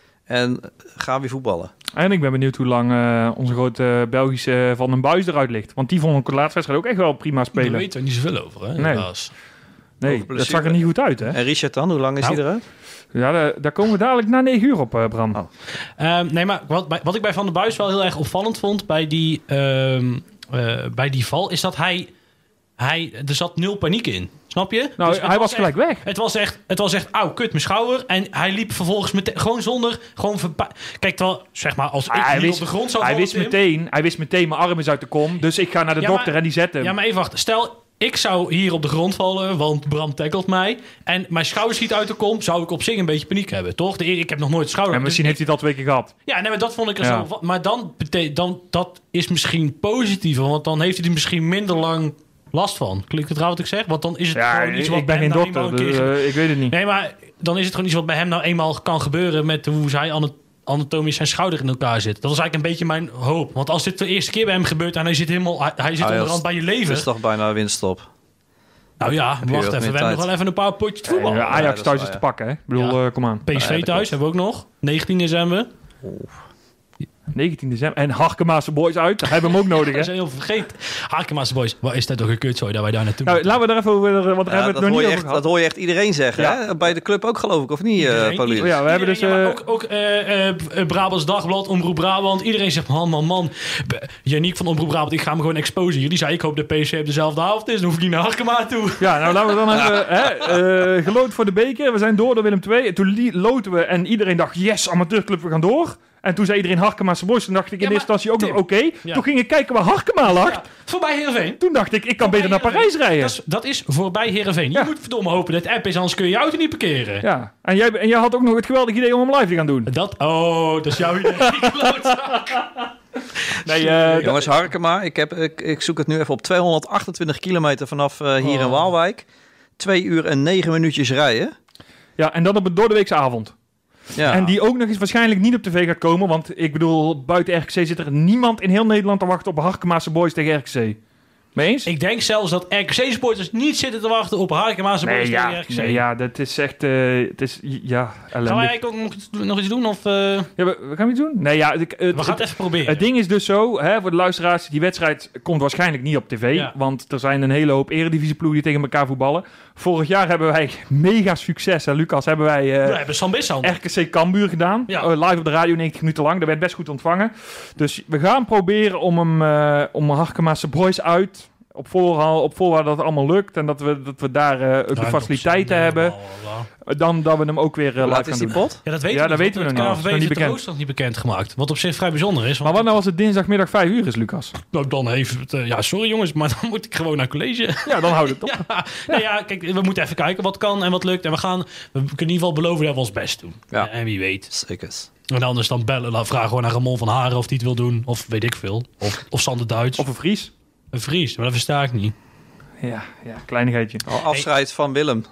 en ga weer voetballen. En ik ben benieuwd hoe lang uh, onze grote Belgische Van den Buis eruit ligt. Want die vond ik de laatste wedstrijd ook echt wel prima Daar spelen. weten we niet zoveel over, hè? Nee. helaas. Nee, Over dat blessure. zag er niet goed uit, hè? En Richard dan, hoe lang is Nou. hij eruit? Ja, daar, daar komen we dadelijk na negen uur op, uh, Bram. Oh. Ehm, nee, maar wat, bij- wat ik bij Van der Buis wel heel erg opvallend vond bij die, ehm, uh, bij die val, is dat hij, hij... Er zat nul paniek in. Snap je? Nou, Dus het hij was echt- gelijk weg. Het was echt, het was echt, auw, kut, mijn schouder. En hij liep vervolgens meteen, gewoon zonder, gewoon verpa- Kijk, terwijl, zeg maar, als ik hij hier wist, op de grond zou hij vallen, wist Tim- meteen, hij wist meteen, mijn arm is uit de kom. Dus ik ga naar de Ja, dokter maar- en die zet hem. Ja, maar even wachten. Stel, ik zou hier op de grond vallen, want Bram tackelt mij. En mijn schouder schiet uit de kom, zou ik op zich een beetje paniek hebben, toch? De, ik heb nog nooit schouder. En misschien heeft hij het al twee keer gehad. Ja, nee, maar dat vond ik er Ja. zo. Maar dan, bete- dan, dat is misschien positiever, want dan heeft hij er misschien minder lang last van. Klinkt het raar wat ik zeg? Want dan is het Ja, gewoon ik, iets wat ik ben bij geen hem nou dokter, eenmaal een dus keer uh, ik weet het niet. Nee, maar dan is het gewoon iets wat bij hem nou eenmaal kan gebeuren met hoe zij ana- anatomisch zijn schouder in elkaar zit. Dat was eigenlijk een beetje mijn hoop. Want als dit de eerste keer bij hem gebeurt en hij zit helemaal, hij, hij zit Ah, ja, onderhand bij je Het leven. is toch bijna winststop. Nou ja, je wacht ook even. meer We hebben tijd. nog wel even een paar potjes voetbal. Uh, Ja, Ajax dat is thuis waar, is te ja. pakken, hè? Ik bedoel, Ja. uh, kom aan. P S V Ja, dat thuis klopt. hebben we ook nog. negentien december. negentien december. En Harkema's Boys uit. Daar hebben we hem ook nodig, We hè? zijn heel vergeten. Hakema's boys. Wat is dat toch een kutzooi dat wij daar naartoe Nou, moeten? laten we daar even over, want daar Ja, hebben we dat, het nog hoor niet je over echt, gehad. dat hoor je echt iedereen zeggen. Ja. Hè? Bij de club ook geloof ik, of niet, uh, Iedereen, Paulien? iedereen. Ja, we hebben Iedereen, dus, ja, eh, maar ook, ook eh, eh, Brabants Dagblad, Omroep Brabant. Iedereen zegt, man, man, man. B- Yannick van Omroep Brabant, ik ga hem gewoon exposen hier. Die zei, ik hoop dat P S V op dezelfde avond is. Dan hoef ik niet naar Harkema toe. Ja, nou laten we dan even... Hè, uh, geloot voor de beker. We zijn door door Willem twee. Toen li- loten we en iedereen dacht, yes, amateurclub, we gaan door. En toen zei iedereen Harkema's Boys. Toen dacht ik in Ja, eerste maar, instantie ook nog Tim, oké. ja. Toen ging ik kijken waar Harkema lag. Ja, voorbij Heerenveen. Toen dacht ik, ik kan beter naar Voorbij Parijs Heerenveen. rijden. Dat is, dat is voorbij Heerenveen. Ja. Je moet verdomme hopen dat het app is, anders kun je je auto niet parkeren. Ja, en jij, en jij had ook nog het geweldige idee om hem live te gaan doen. Dat, oh, dat is jouw idee. Klootzak. Nee, eh, Jongens, Harkema, ik, heb, ik, ik zoek het nu even op. tweehonderdachtentwintig kilometer vanaf uh, hier in Oh. Waalwijk. Twee uur en negen minuutjes rijden. ja, en dan op een doordeweekse avond. Ja. En die ook nog eens waarschijnlijk niet op tv gaat komen. Want ik bedoel, buiten R K C zit er niemand in heel Nederland te wachten op Harkema's Boys tegen R K C. Mee eens? Ik denk zelfs dat R K C-supporters niet zitten te wachten op Harkema's boys Nee, tegen ja, R K C. nee, ja, dat is echt... eh, het is, ja, Gaan wij ellendig. eigenlijk ook nog iets, nog iets doen? Of, eh, Ja, we, we gaan iets doen? Nee, ja, ik, het, we gaan het, het even proberen. het ding is dus zo, hè, voor de luisteraars, die wedstrijd komt waarschijnlijk niet op tv. Ja. Want er zijn een hele hoop eredivisieploegen die tegen elkaar voetballen. Vorig jaar hebben wij mega succes, hè, Lucas, hebben wij... eh, we hebben Sambissa. R K C Cambuur gedaan. Ja. Uh, live op de radio negentig minuten lang. Dat werd best goed ontvangen. Dus we gaan proberen om hem uh, om Harkema's Boys uit. Op voorwaarde, op voorwaarde dat het allemaal lukt. En dat we, dat we daar uh, ook de faciliteiten hebben. Dan dat we hem ook weer uh, Hoe live laat gaan is die doen. pot? Ja, dat weten Ja, we dat niet, weten we want nog het niet. K N V Dat is nog heeft niet het bekend. rooster nog niet bekendgemaakt. Wat op zich vrij bijzonder is. Maar Want wat nou als het dinsdagmiddag vijf uur is, Lucas? nou, dan heeft het... uh, ja, sorry jongens, maar dan moet ik gewoon naar college. Ja, dan houd het op. ja, nou ja, kijk, we moeten even kijken wat kan en wat lukt. En we gaan... We kunnen in ieder geval beloven dat we ons best doen. Ja. En wie weet. Zeker. En anders dan bellen. Dan vragen we naar Ramon van Haren of die het wil doen. Of weet ik veel. Of, of Sander Duits. Of een Fries. een Fries. Maar dat versta ik niet. Ja, ja, kleinigheidje. Oh, afscheid van Willem.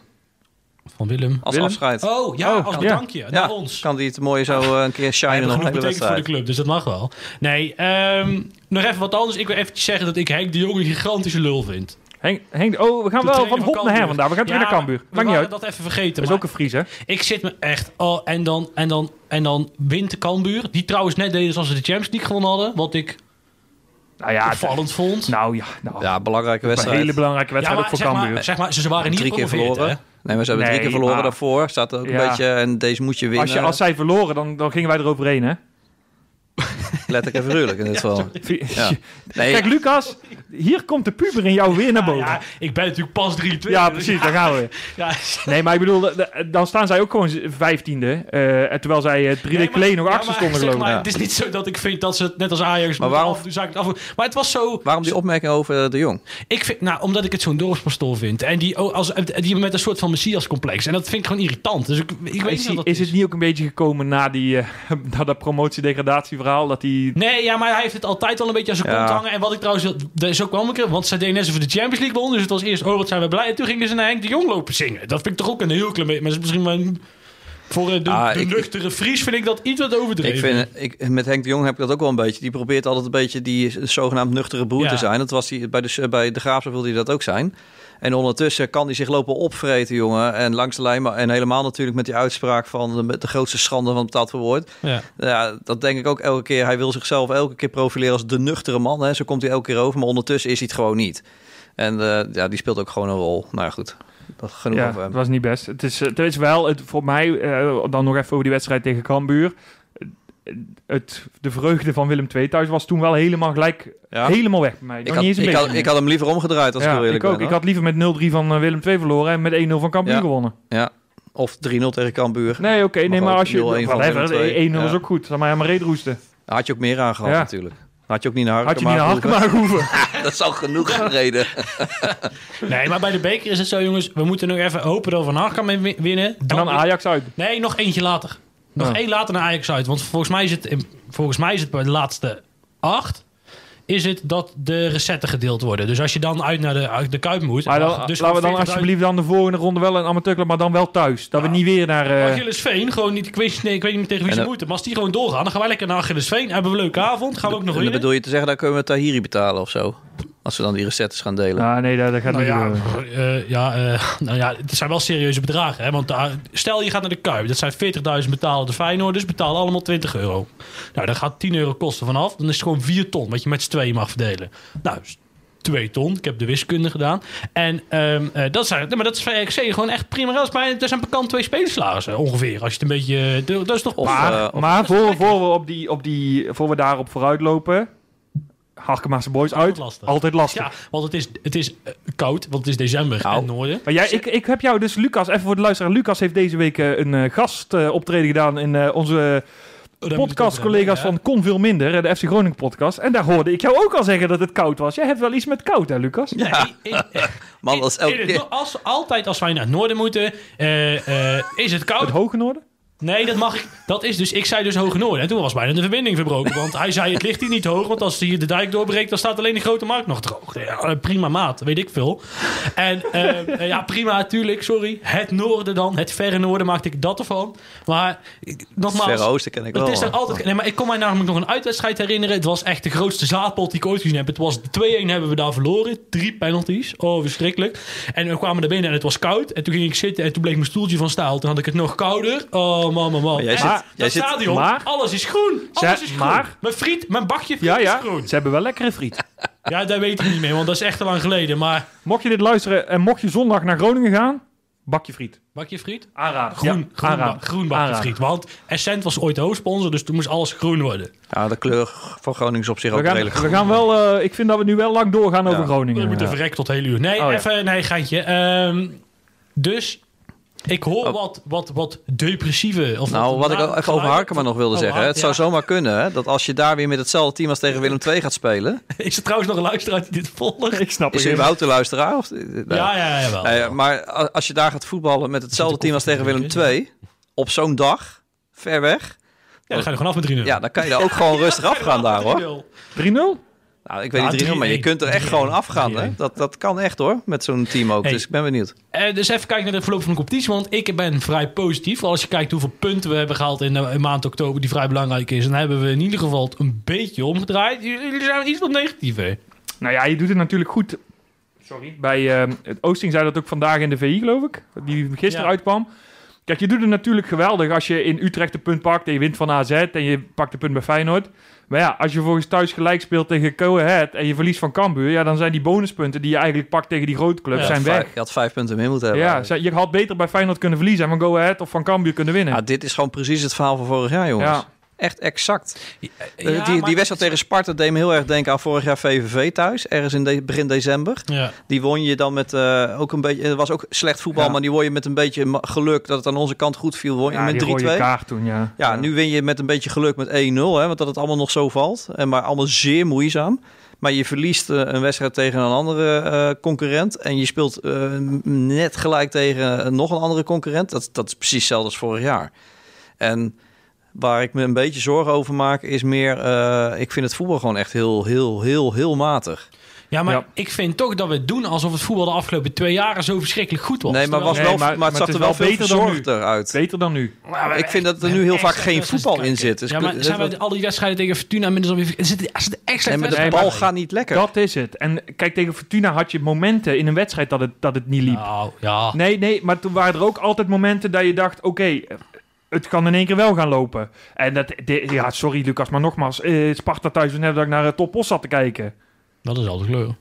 Van Willem. Als Willem? afscheid. Oh, ja, Oh, als ja. bedankje ja, naar ons. kan die het mooi zo uh, een keer Hij shinen heeft op genoeg de betekend voor de wedstrijd. club, dus dat mag wel. Nee, ehm, nog even wat anders. Ik wil eventjes zeggen dat ik Henk de Jong een gigantische lul vind. Henk, Henk, oh, we gaan De wel trainer van van hop naar her Cambuur. vandaag. We gaan terug Ja, naar Cambuur. we Maakt niet waren uit. dat even vergeten. Dat is maar ook een Fries, hè? Ik zit me echt... Oh, en dan, en dan, en dan wint de Cambuur. Die trouwens net deden zoals ze de Champions League gewonnen hadden. Wat ik Nou ja, het- opvallend vond. nou ja, nou, Ja, belangrijke een wedstrijd. hele belangrijke wedstrijd ook voor zeg Cambuur. maar, zeg maar, ze, ze waren niet Drie keer gepromoveerd, verloren. hè? Nee, maar ze hebben Nee, drie keer verloren maar- daarvoor. Staat er ook een Ja. beetje... En deze moet je winnen. Als, je, als zij verloren, dan, dan gingen wij eroverheen, hè? Letterlijk en figuurlijk in dit geval. Ja. Nee, Kijk, Lucas, hier komt de puber in jou weer naar boven. Ja, Ja, ik ben natuurlijk pas drieëntwintig. precies, daar gaan we weer. Ja, Nee, maar ik bedoel, de- de- dan staan zij ook gewoon vijftiende. eh, en terwijl zij eh, drie Nee, weken geleden nog ja, achter maar stonden, zeg geloof ik. maar, Ja. Het is niet zo dat ik vind dat ze het net als Ajax... Maar waarom- Af, af, af, maar het was zo... waarom die opmerking over de Jong? Ik vind, nou, omdat ik het zo'n dorpspastoor vind. En die, oh, als, die met een soort van messiascomplex. En dat vind ik gewoon irritant. Dus ik, ik weet Is, niet die- wat is dat het niet ook een beetje gekomen na, die, eh, na dat promotie-degradatieverhaal? Dat die... Nee, ja, maar hij heeft het altijd al een beetje aan zijn Ja. kont hangen. En wat ik trouwens... Dat is ook wel een keer... Want zij deden net over de Champions League won. Dus het was eerst... Oh, wat zijn we blij. En toen gingen ze naar Henk de Jong lopen zingen. Dat vind ik toch ook een heel klein beetje... Maar dat is misschien mijn... Voor eh, de, Ah, de ik- nuchtere Fries vind ik dat iets wat overdreven. Ik vind, ik, met Henk de Jong heb ik dat ook wel een beetje. Die probeert altijd een beetje die zogenaamd nuchtere broer Ja. te zijn. Dat was die, bij, de, bij de Graafschap wilde hij dat ook zijn. En ondertussen kan hij zich lopen opvreten, jongen. En langs de lijn, maar- en helemaal natuurlijk met die uitspraak van de, de grootste schande van het betaald verwoord. Ja. Ja, dat denk ik ook elke keer. Hij wil zichzelf elke keer profileren als de nuchtere man. Hè. Zo komt hij elke keer over, maar ondertussen is hij het gewoon niet. En uh, ja, die speelt ook gewoon een rol. Nou ja, goed. Dat genoeg Ja, over hem. het was niet best. Het is, het is wel, het, voor mij, uh, dan nog even over die wedstrijd tegen Cambuur. Het, de vreugde van Willem twee thuis was toen wel helemaal gelijk, Ja. helemaal weg bij mij. Ik Nog had, niet eens een ik, beetje had, meer. ik had hem liever omgedraaid als ja, ik heel eerlijk ik ook. ben. Ik hoor. had liever met nul drie van uh, Willem twee verloren en met één nul van Cambuur Ja. gewonnen. Ja. Of drie nul tegen Cambuur. Nee, oké. Okay, nee, Mag maar ook als je... nul een van whatever, Willem twee. één nul Ja. is ook goed. Dan maar helemaal reet roesten. Daar had je ook meer aan gehad Ja. natuurlijk. Had je ook niet naar Had je niet Harkema naar gehoeven. Harkema hoeven. Dat is al genoeg gereden. Nee, maar bij de beker is het zo, jongens. We moeten nog even hopen dat we Van Harkema mee winnen. En dan Ajax uit. Nee, nog eentje later. Nog Ja. één later naar Ajax uit. Want volgens mij is het, in- volgens mij is het bij de laatste acht... is het dat de recetten gedeeld worden. Dus als je dan uit naar de, uit de Kuip moet... Maar dan, dus laten we gewoon dan veertigduizend alsjeblieft dan de volgende ronde wel een amateurclub, maar dan wel thuis. Dat we niet weer naar... eh, Achillesveen, gewoon niet, ik weet, nee, ik weet niet meer tegen wie En ze dan- moeten. Maar als die gewoon doorgaan, dan gaan wij lekker naar Achillesveen. Hebben we een leuke avond. Gaan we ook nog En dan winnen. bedoel je te zeggen, dan kunnen we Tahiri betalen of zo. Als we dan die recettes gaan delen. Ah, nee, dat, dat gaat Nou niet ja, gebeuren. eh, ja, eh, nou ja, het zijn wel serieuze bedragen. Hè? Want daar- stel je gaat naar de Kuip. Dat zijn veertigduizend betalen de Feyenoorders. Betalen allemaal twintig euro. Nou, daar gaat tien euro kosten vanaf. Dan is het gewoon vier ton. Wat je met z'n tweeën mag verdelen. Nou, dus twee ton. Ik heb de wiskunde gedaan. En ehm, eh, dat, zijn, nee, maar dat is bij R K C gewoon echt prima. Dat is bij, dat zijn per kant twee spelerslagers ongeveer. Als je het een beetje... eh, Dat is toch... Of, Maar, eh, of- maar voor, voor, we op die, op die, voor we daarop vooruit lopen... Harkema's Boys Altijd uit. lastig. Altijd lastig. Ja, want het is, het is eh, koud. Want het is december Nou. in het noorden. Maar jij, ik, ik heb jou dus, Lucas, even voor de luisteraar. Lucas heeft deze week eh, een uh, gastoptreden gedaan in uh, onze podcastcollega's van Kon Veel Minder, de F C Groningen podcast. En daar hoorde ik jou ook al zeggen dat het koud was. Jij hebt wel iets met koud, hè, Lucas? Ja. In- in- Man, dat is in elke het keer. no- als, altijd als wij naar het noorden moeten, eh, eh, is het koud. Het hoge noorden? Nee, dat mag ik. Dat is dus. Ik zei dus hoge noorden. En toen was bijna de verbinding verbroken. Want hij zei: het ligt hier niet hoog. Want als hier de dijk doorbreekt, dan staat alleen de grote markt nog droog. Ja, eh, prima maat, weet ik veel. En eh, eh, ja, prima, natuurlijk. Sorry. Het noorden dan. Het verre noorden maakte ik dat ervan. Maar ik- nogmaals. Verre Oosten ken ik wel. Het is er hoor. altijd. Nee, maar ik kon mij namelijk nog een uitwedstrijd herinneren. Het was echt de grootste zaadpot die ik ooit gezien heb. Het was twee-een hebben we daar verloren. Drie penalties. Oh, verschrikkelijk. En we kwamen er binnen en het was koud. En toen ging ik zitten en toen bleek mijn stoeltje van staal. Toen had ik het nog kouder. Oh, man, man, man. Maar jij En zit- dat jij zit- stadion, maar- alles is groen. Alles Zij- is groen. maar- Mijn friet, mijn bakje friet Ja, ja. is groen. Ze hebben wel lekkere friet. Ja, dat weet ik niet meer, want dat is echt te lang geleden. Maar Mocht je dit luisteren en mocht je zondag naar Groningen gaan, bakje friet. bakje friet? Aanraden. Groen, Ja, groen, aanraden. ba- groen bakje Aanraden. friet. Want Essent was ooit de hoofdsponsor, dus toen moest alles groen worden. Ja, de kleur van Groningen is op zich ook We gaan, redelijk we goed. gaan wel, uh, ik vind dat we nu wel lang doorgaan over Ja. Groningen. We moeten Ja. verrekken tot heel uur. Nee, Oh, ja. even, nee, geintje. Ehm, dus, ik hoor Oh. wat, wat, wat depressieve... Of Nou, wat ik ook even over Harkema nog wilde Oh, zeggen. Har- Het zou ja. zomaar kunnen hè, dat als je daar weer met hetzelfde team als tegen Willem twee gaat spelen. Is er trouwens nog een luisteraar die dit volgt? Ik snap Is het. er überhaupt de luisteraar? Of, Ja, ja, ja, wel. Nee, maar a- als je daar gaat voetballen met hetzelfde team als tegen Willem twee. Op zo'n dag, ver weg. Ja, dan ga je er gewoon af met drie nul. Ja, dan kan je daar ook gewoon rustig afgaan daar hoor. drie nul? Nou, ik weet Ja, niet drie nul, maar je drie-een. kunt er echt gewoon afgaan. Hè? drie-een. Dat, dat kan echt hoor, met zo'n team ook. Hey. Dus ik ben benieuwd. Eh, dus even kijken naar de verloop van de competitie. Want ik ben vrij positief. Vooral als je kijkt hoeveel punten we hebben gehaald in de in maand oktober. Die vrij belangrijk is. Dan hebben we in ieder geval het een beetje omgedraaid. Jullie zijn iets wat negatiever. Nou ja, je doet het natuurlijk goed Sorry. Bij uh, het Oosting zei dat ook vandaag in de V I, geloof ik. Die gisteren ja. uitkwam. Kijk, je doet het natuurlijk geweldig als je in Utrecht een punt pakt en je wint van A Z en je pakt een punt bij Feyenoord. Maar ja, als je volgens thuis gelijk speelt tegen Go Ahead en je verliest van Cambuur, ja, dan zijn die bonuspunten die je eigenlijk pakt tegen die grote clubs, ja, zijn weg. Vijf, je had vijf punten meer moeten hebben. Ja, je had beter bij Feyenoord kunnen verliezen en van Go Ahead of van Cambuur kunnen winnen. Ja, dit is gewoon precies het verhaal van vorig jaar, jongens. Ja. Echt exact. Ja, uh, die die wedstrijd tegen Sparta deed me heel erg denken aan vorig jaar V V V thuis. Ergens in de, begin december. Ja. Die won je dan met uh, ook een beetje... Het was ook slecht voetbal, ja. maar die won je met een beetje geluk dat het aan onze kant goed viel. Won je ja, met drie twee. Kaart toen, ja. Ja, ja, nu win je met een beetje geluk met één nul. Hè, want dat het allemaal nog zo valt. En maar allemaal zeer moeizaam. Maar je verliest uh, een wedstrijd tegen een andere uh, concurrent. En je speelt uh, net gelijk tegen uh, nog een andere concurrent. Dat, dat is precies hetzelfde als vorig jaar. En... Waar ik me een beetje zorgen over maak, is meer... Uh, ik vind het voetbal gewoon echt heel, heel, heel, heel matig. Ja, maar ja. ik vind toch dat we het doen alsof het voetbal de afgelopen twee jaren zo verschrikkelijk goed was. Nee, maar, was nee, wel, maar, maar het zag er wel veel verzorgder uit. Beter dan nu. Maar ik vind dat er nu heel vaak geen voetbal in zit. Dus ja, maar zijn we al die wedstrijden tegen Fortuna inmiddels alweer... Er zit echt slecht nee, maar de bal gaat niet lekker. Dat is het. En kijk, tegen Fortuna had je momenten in een wedstrijd dat het, dat het niet liep. Nou, ja. Nee, nee, maar toen waren er ook altijd momenten dat je dacht... Oké, okay, het kan in één keer wel gaan lopen. En dat, de, ja, sorry Lucas, maar nogmaals, eh, Sparta thuis was net dat ik naar het Top Os zat te kijken. Dat is altijd kleur.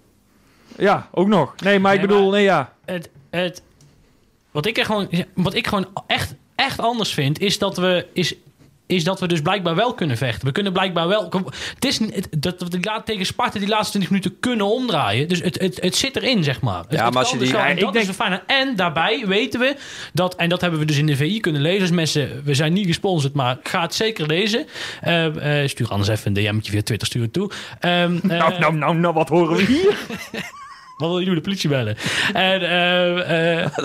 Ja, ook nog. Nee, maar nee, ik bedoel, maar nee, ja. Het, het, wat ik er gewoon, wat ik gewoon echt, echt anders vind, is dat we, is, is dat we dus blijkbaar wel kunnen vechten. We kunnen blijkbaar wel... Het is het, dat we tegen Sparta die laatste twintig minuten kunnen omdraaien. Dus het, het, het zit erin, zeg maar. Het, ja, het maar als je die... wel, Ja, en dat denk... is fijn. En daarbij weten we dat... En dat hebben we dus in de V I kunnen lezen. Dus mensen, we zijn niet gesponsord, maar ga het zeker lezen. Uh, uh, stuur anders even een D M'tje via Twitter, stuur het toe. Um, uh, nou, nou, nou, nou, wat horen we hier? Wat wil je doen? De politie bellen. En, uh, uh,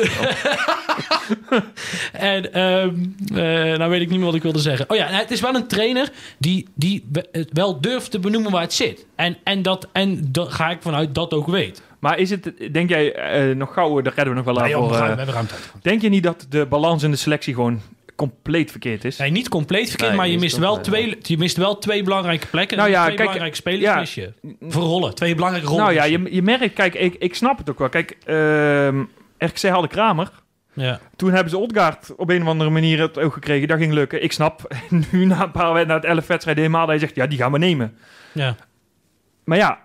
en uh, uh, nou weet ik niet meer wat ik wilde zeggen. Oh ja, het is wel een trainer die, die wel durft te benoemen waar het zit. En, en, dat, en dat ga ik vanuit dat ook weet. Maar is het, denk jij, uh, nog gauw, daar redden we nog wel aan nee, voor. Joh, we uh, hebben ruimte. Denk je niet dat de balans in de selectie gewoon compleet verkeerd is? Nee, niet compleet verkeerd, nee, maar je mist, wel twee, je mist wel twee belangrijke plekken. Nou ja, twee kijk, belangrijke spelers ja, mis je. Voor rollen. Twee belangrijke rollen. Nou ja, je, je merkt, kijk, ik, ik snap het ook wel. Kijk, uh, R K C haalde Kramer. Ja. Toen hebben ze Odgaard op een of andere manier het oog gekregen. Dat ging lukken. Ik snap nu na een paar wedstrijden, na het elf wedstrijden helemaal, dat je zegt, ja, die gaan we nemen. Ja. Maar ja,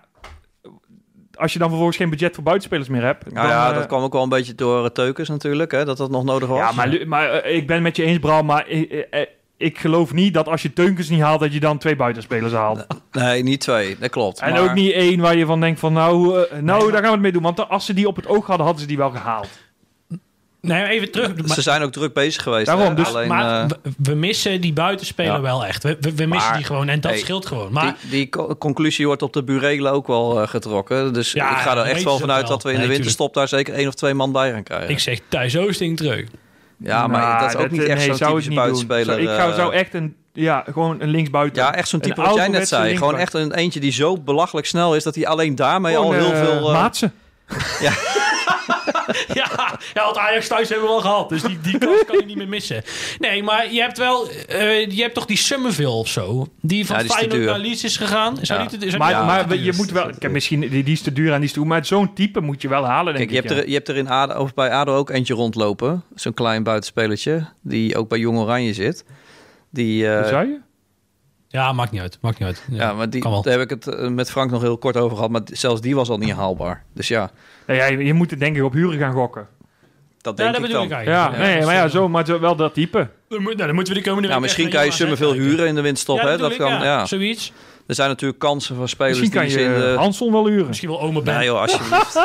als je dan vervolgens geen budget voor buitenspelers meer hebt... Nou dan, ja, uh, dat kwam ook wel een beetje door uh, Teukens natuurlijk, hè, dat dat nog nodig was. Ja, maar, ja. maar uh, ik ben met je eens, Bram, maar uh, uh, uh, ik geloof niet dat als je Teukens niet haalt, dat je dan twee buitenspelers haalt. Nee, niet twee, dat klopt. En maar... ook niet één waar je van denkt van, nou, uh, nou nee, maar... daar gaan we het mee doen. Want als ze die op het oog hadden, hadden ze die wel gehaald. Nee, even terug. Maar, ze zijn ook druk bezig geweest. Daarom, dus, Alleen, maar uh, we, we missen die buitenspeler ja. wel echt. We, we, we missen maar, die gewoon en dat hey, scheelt gewoon. Maar die, die co- conclusie wordt op de burelen ook wel uh, getrokken. Dus ja, ik ga er echt wel vanuit wel. dat we in nee, de winterstop daar zeker één of twee man bij gaan krijgen. Ik zeg Thijs Oosting terug. Ja, maar nou, dat is ook dat, niet echt nee, zo'n typische buitenspeler. Zo, ik ga, zou echt een, ja, gewoon een linksbuiten. Ja, echt zo'n type wat jij net zei. Gewoon echt een eentje die zo belachelijk snel is dat hij alleen daarmee gewoon, al heel uh, veel... Uh, Maatsen. Ja. ja, ja, want Ajax thuis hebben we wel gehad. Dus die, die kans kan je niet meer missen. Nee, maar je hebt wel... Uh, je hebt toch die Summerville of zo? Die van ja, Feyenoord naar Leeds is gegaan. Is ja. niet, is maar ja, maar je moet wel... Kijk, misschien die, die is te duur en die is te Maar zo'n type moet je wel halen, denk Kijk, ik. Je hebt, ja. er, je hebt er in ADO, of bij ADO ook eentje rondlopen. Zo'n klein buitenspelertje. Die ook bij Jong Oranje zit. Die... Uh, zou je? Ja, maakt niet uit. Maakt niet uit. Ja, ja maar die, daar heb ik het met Frank nog heel kort over gehad. Maar zelfs die was al niet haalbaar. Dus ja. Nou ja, je moet het denk ik op huren gaan gokken. Dat denk ja, dat ik dan. Ik ja, ja, nee, maar ja, zo, maar wel dat type. Dan, moet, nou, dan moeten we de komende nou, misschien kan je Summerville huren in de winterstop. Ja, hè? Dat dat kan, ja, ja. Zoiets. Er zijn natuurlijk kansen voor spelers misschien die kan je in de... Hansson wel huren. Misschien wel oma Ben. Nee joh, alsjeblieft.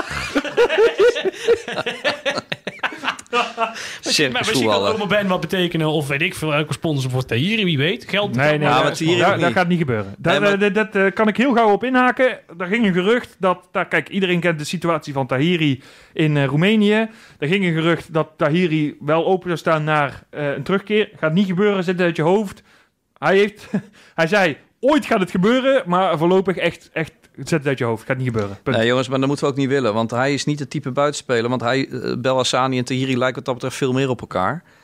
Misschien, maar misschien kan oma Ben wat betekenen. Of weet ik veel, elke sponsor voor Tahiri, wie weet. Geld nee, nee, ja, dat, dat, dat gaat niet gebeuren. Daar, nee, maar... dat, dat uh, kan ik heel gauw op inhaken. Er ging een gerucht dat... Daar, kijk, iedereen kent de situatie van Tahiri in uh, Roemenië. Er ging een gerucht dat Tahiri wel open zou staan naar uh, een terugkeer. Gaat niet gebeuren, zit uit je hoofd. Hij heeft... hij zei, ooit gaat het gebeuren, maar voorlopig echt... echt zet het uit je hoofd. Gaat niet gebeuren. Punt. Nee jongens, maar dat moeten we ook niet willen. Want hij is niet het type buitenspeler. Want hij, uh, Belhassani en Tahiri lijken wat dat betreft veel meer op elkaar.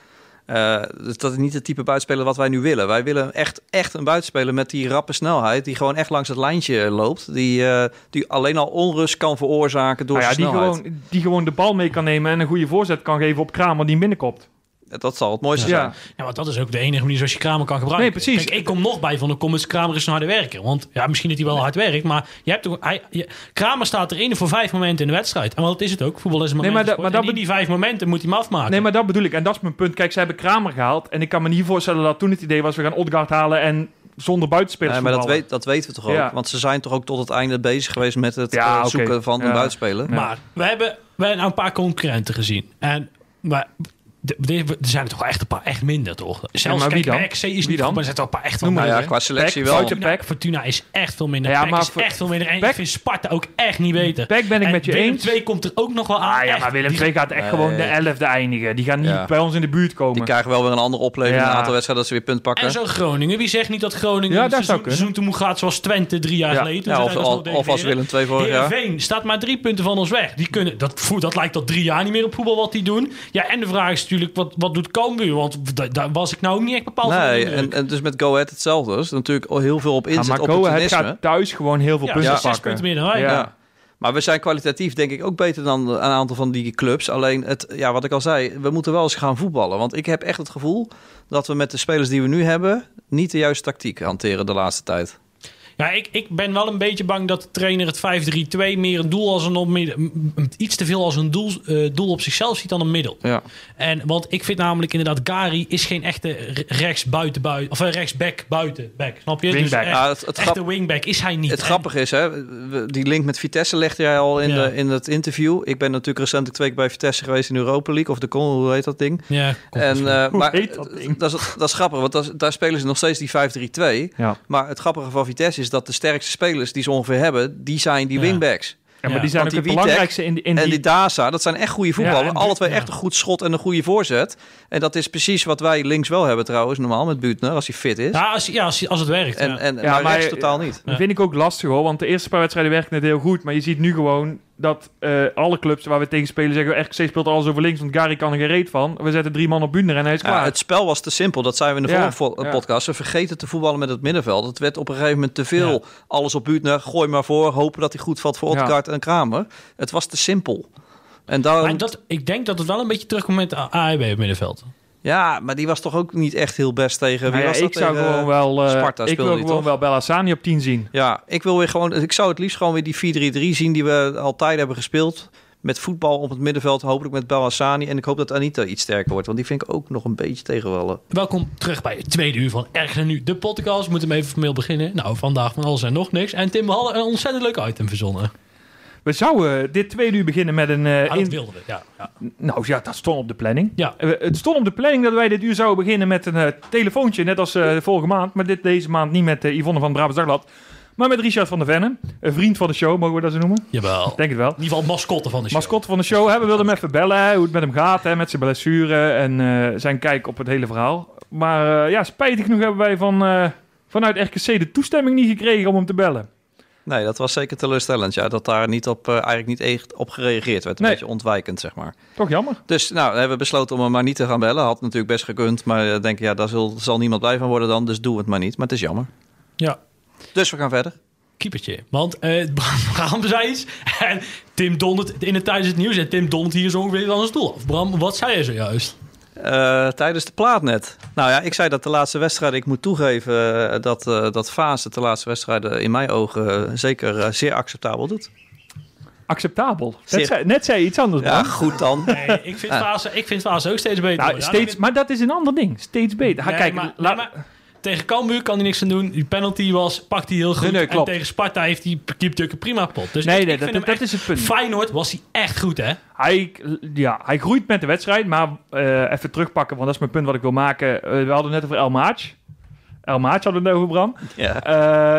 Uh, dus dat is niet het type buitenspeler wat wij nu willen. Wij willen echt, echt een buitenspeler met die rappe snelheid, die gewoon echt langs het lijntje loopt, die, uh, die alleen al onrust kan veroorzaken door nou ja, zijn die snelheid. gewoon, die gewoon de bal mee kan nemen en een goede voorzet kan geven op Kramer die hem binnenkopt. Dat zal het mooiste Ja. zijn. Ja, want dat is ook de enige manier zoals je Kramer kan gebruiken. Nee, precies. Kijk, ik kom nog bij van, dan komt Kramer eens een harde werker. Want ja, misschien dat hij wel hard werkt, maar je hebt toch, hij, je, Kramer staat erin voor vijf momenten in de wedstrijd. En wat is het ook? Voetbal is een moment. Nee, maar da- maar dat in die vijf momenten moet hij hem afmaken. Nee, maar dat bedoel ik. En dat is mijn punt. Kijk, ze hebben Kramer gehaald. En ik kan me niet voorstellen dat toen het idee was, we gaan Odgaard halen en zonder buitenspelers Nee, maar dat, voetballen. weet, dat weten we toch ook? Ja. Want ze zijn toch ook tot het einde bezig geweest met het Ja, uh, oké. zoeken van Ja. een buitenspeler. Ja. Maar we hebben, we hebben nou een paar concurrenten gezien. En maar, de, de, er zijn er toch wel echt een paar echt minder, toch? Zelfs, maar wie kijk, dan? R K C is Wie niet dan? goed, maar er zitten wel een paar echt wel Noem maar Nou minder. ja, qua selectie Peck, wel. Fortuna- Fortuna, Peck. Fortuna is echt veel minder. Ja, Peck maar is voor- echt veel minder. En Peck- ik vind Sparta ook echt niet beter. Peck ben ik En met je Willem eens. twee komt er ook nog wel aan. Ah ja, Echt. maar Willem Die- twee gaat echt Nee. gewoon de elfde eindigen. Die gaan niet Ja. bij ons in de buurt komen. Die krijgen wel weer een andere opleving. Ja. Een aantal wedstrijden dat ze weer punt pakken. En zo Groningen. Wie zegt niet dat Groningen Ja, een dat zou seizoen, kunnen. seizoen tegemoet gaat zoals Twente drie jaar Ja. geleden? Toen Ja, ze of, uiteindelijk of, nog of als degraderen. Willem twee vorig jaar. Heerenveen staat maar drie punten van ons weg. Die kunnen, dat, voelt- dat lijkt al drie jaar niet meer op voetbal wat die doen. Ja, en de vraag is natuurlijk, wat, wat doet Cambuur? Want da- daar was ik nou ook niet echt bepaald van Nee, de indruk. en, en dus met Go Ahead hetzelfde. Dus natuurlijk al heel veel op Ja, inzet, maar Go Ahead opportunisme. gaat thuis gewoon heel veel ja, punten zes pakken. punten meer dan wij. Ja. Ja. Maar we zijn kwalitatief denk ik ook beter dan een aantal van die clubs. Alleen, het, ja, wat ik al zei, we moeten wel eens gaan voetballen. Want ik heb echt het gevoel dat we met de spelers die we nu hebben niet de juiste tactiek hanteren de laatste tijd. Ja, ik, ik ben wel een beetje bang dat de trainer het vijf drie twee meer een doel als een op midden, m- m- iets te veel als een doel, eh, doel op zichzelf ziet dan een middel. Ja. En want ik vind namelijk inderdaad, Gary is geen echte re- rechts buiten buiten of eh, rechtsback buiten back, snap je? Wingback. Dus echt, Ja, het- het echte grap- wingback is hij niet. Het En- grappige is, hè, we- die link met Vitesse legde jij al in, Ja. de, in het interview. Ik ben natuurlijk recentelijk twee keer bij Vitesse geweest in de Europa League. Of de Con, hoe heet dat ding? Ja, En, uh, Hoe maar heet dat ding? dat, is, dat is grappig, want dat is- daar spelen ze nog steeds die vijf drie twee. Ja. Maar het grappige van Vitesse is dat de sterkste spelers die ze ongeveer hebben, die zijn die Ja. wingbacks. Ja, maar Ja. die zijn Want ook die het Witek belangrijkste in, in En die... die Daza, dat zijn echt goede voetballers. Ja, en Alle twee ja. echt een goed schot en een goede voorzet. En dat is precies wat wij links wel hebben trouwens, normaal met Buutner, als hij fit is. ja, als, ja als, als het werkt. En, ja. en Ja, maar maar- rechts totaal niet. Dat vind ik ook lastig hoor, want de eerste paar wedstrijden werkte het heel goed. Maar je ziet nu gewoon dat eh, alle clubs waar we tegen spelen zeggen... R K C speelt alles over links, want Gary kan er geen reet van. We zetten drie man op Buutner en hij is Ja, klaar. het spel was te simpel. Dat zijn we in de Ja, vorige vo- ja. podcast. We vergeten te voetballen met het middenveld. Het werd op een gegeven moment te veel. Ja. Alles op Buutner, gooi maar voor. Hopen dat hij goed valt voor Ja. Odgaard en Kramer. Het was te simpel. En daarom, Maar dat, ik denk dat het wel een beetje terugkomt met de A E B op middenveld. ja, maar die was toch ook niet echt heel best tegen... Nou Wie ja, was dat? ik zou Tegen, gewoon wel, eh, Sparta ik speelde wil die, gewoon toch? wel Bellassani op tien zien. Ja, ik wil weer gewoon... Ik zou het liefst gewoon weer die vier drie drie zien die we altijd hebben gespeeld. Met voetbal op het middenveld, hopelijk met Belhassani. En ik hoop dat Anita iets sterker wordt, want die vind ik ook nog een beetje tegenvallen. Welkom terug bij het tweede uur van Ergens Nu, de podcast. We moeten hem even formeel beginnen. Nou, vandaag van alles en nog niks. En Tim, we hadden een ontzettend leuk item verzonnen. We zouden dit tweede uur beginnen met een... eh, Ja, dat in- wilden we, ja. ja. Nou ja, dat stond op de planning. Ja. Eh, het stond op de planning dat wij dit uur zouden beginnen met een eh, telefoontje, net als eh, de vorige maand. Maar dit, deze maand niet met eh, Yvonne van Brabants Dagblad, maar met Richard van der Vennen. Een vriend van de show, mogen we dat zo noemen? Jawel. Denk het wel. In ieder geval mascotte van de show. Mascotte van de show. Hè? We wilden hem even bellen, hè, hoe het met hem gaat, hè, met zijn blessure en eh, zijn kijk op het hele verhaal. Maar eh, ja, spijtig genoeg hebben wij van, eh, vanuit R K C de toestemming niet gekregen om hem te bellen. Nee, dat was zeker teleurstellend. Ja, dat daar niet op, uh, eigenlijk niet echt op gereageerd werd. Een Nee. beetje ontwijkend, zeg maar. Toch jammer. Dus nou, hebben we besloten om hem maar niet te gaan bellen. Had natuurlijk best gekund, maar uh, denk ja, daar zal, zal niemand blij van worden dan. Dus doe het maar niet. Maar het is jammer. Ja. Dus we gaan verder. Keepertje. Want uh, Bram zei iets en Tim dondert in het tijdens het nieuws en Tim dondert hier zo ongeveer van een stoel af. Bram, wat zei je zojuist? Uh, tijdens de plaat net. Nou ja, ik zei dat de laatste wedstrijden, ik moet toegeven uh, dat, uh, dat Fase de laatste wedstrijden in mijn ogen uh, zeker uh, zeer acceptabel doet. Acceptabel. Zeer. Net zei, net zei je iets anders, Ja, man. goed dan. Nee, ik vind Fase, ik vind Fase ook steeds beter. Nou, worden. Ja, steeds, dat maar dat is een ander ding. Steeds beter. Ha, Nee, kijk, maar, laat- nee, maar tegen Cambuur kan hij niks aan doen. Die penalty was, pakt hij heel goed. Nee, nee, en klopt. tegen Sparta heeft hij keept een prima pot. Dus nee, ik, nee, ik dat, vind dat, hem dat echt, is het punt. Feyenoord was hij echt goed, hè? Hij, ja, hij groeit met de wedstrijd, maar uh, even terugpakken, want dat is mijn punt wat ik wil maken. Uh, we hadden net over El Maatj. El Maatj hadden we het over, Bram. Ja. Uh,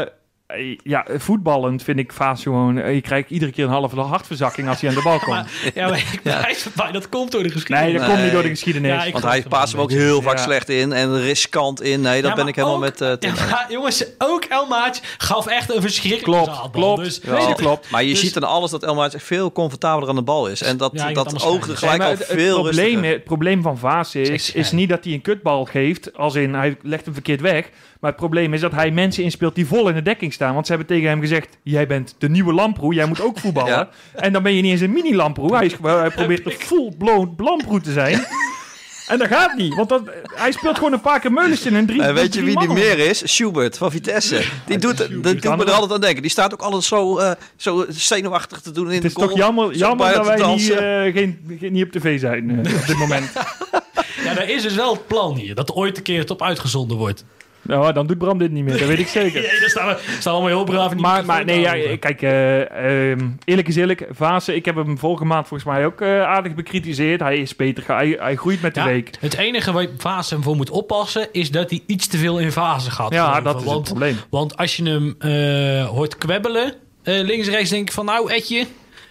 ja, voetballend vind ik Vaas gewoon... Je krijgt iedere keer een halve hartverzakking als hij aan de bal komt. Maar, ja, maar ik blijf erbij. Dat komt door de geschiedenis. Nee, dat Nee. komt niet door de geschiedenis. Ja, ik Want hij paast hem ook beetje. heel vaak Ja. slecht in en riskant in. Nee, dat Ja, ben maar ik helemaal ook- met uh, Tim. Ja, maar jongens, ook Elmaat gaf echt een verschrikkelijke Klopt, zaadbal. klopt. Dus, Ja. Nee, dat klopt. Maar je Dus- ziet aan alles dat Elmaat echt veel comfortabeler aan de bal is. En dat, Ja, je dat moet allemaal oogde schijnen. gelijk Nee, al maar het, veel het, probleem, rustiger. het probleem van Vaas is, Seks is niet dat hij een kutbal geeft, als in hij legt hem verkeerd weg. Maar het probleem is dat hij mensen inspeelt die vol in de dekking staan. Want ze hebben tegen hem gezegd, jij bent de nieuwe Lamproe, jij moet ook voetballen. Ja. En dan ben je niet eens een mini-Lamproe. Hij, is gewoon- hij probeert een full-blown Lamproe te zijn. En dat gaat niet, want dat, hij speelt gewoon een paar keer Meulensteen en drie En weet je drie wie die mannen. meer is? Schubert van Vitesse. Die doet, dat doet me er andere- altijd aan denken. Die staat ook altijd zo, uh, zo zenuwachtig te doen in Het de is goal. toch jammer, Zo jammer dat buiten wij niet, dansen. uh, geen, geen, niet op tv zijn uh, op dit moment. ja, daar is dus wel het plan hier. Dat er ooit een keer het op uitgezonden wordt. Nou, dan doet Bram dit niet meer, dat weet ik zeker. Ja, daar staan we staan allemaal heel braaf in die Maar, maar nee, ja, microfoon te kijk, eh, ehm, eerlijk is eerlijk. Vaassen, ik heb hem vorige maand volgens mij ook eh, aardig bekritiseerd. Hij is beter, ge- hij, hij groeit met de Ja, week. Het enige waar Vaas hem voor moet oppassen... is dat hij iets te veel in fase gaat. Ja, geloven. dat is want, het probleem. Want als je hem eh, hoort kwebbelen... eh, links en rechts denk ik van... nou, Etje...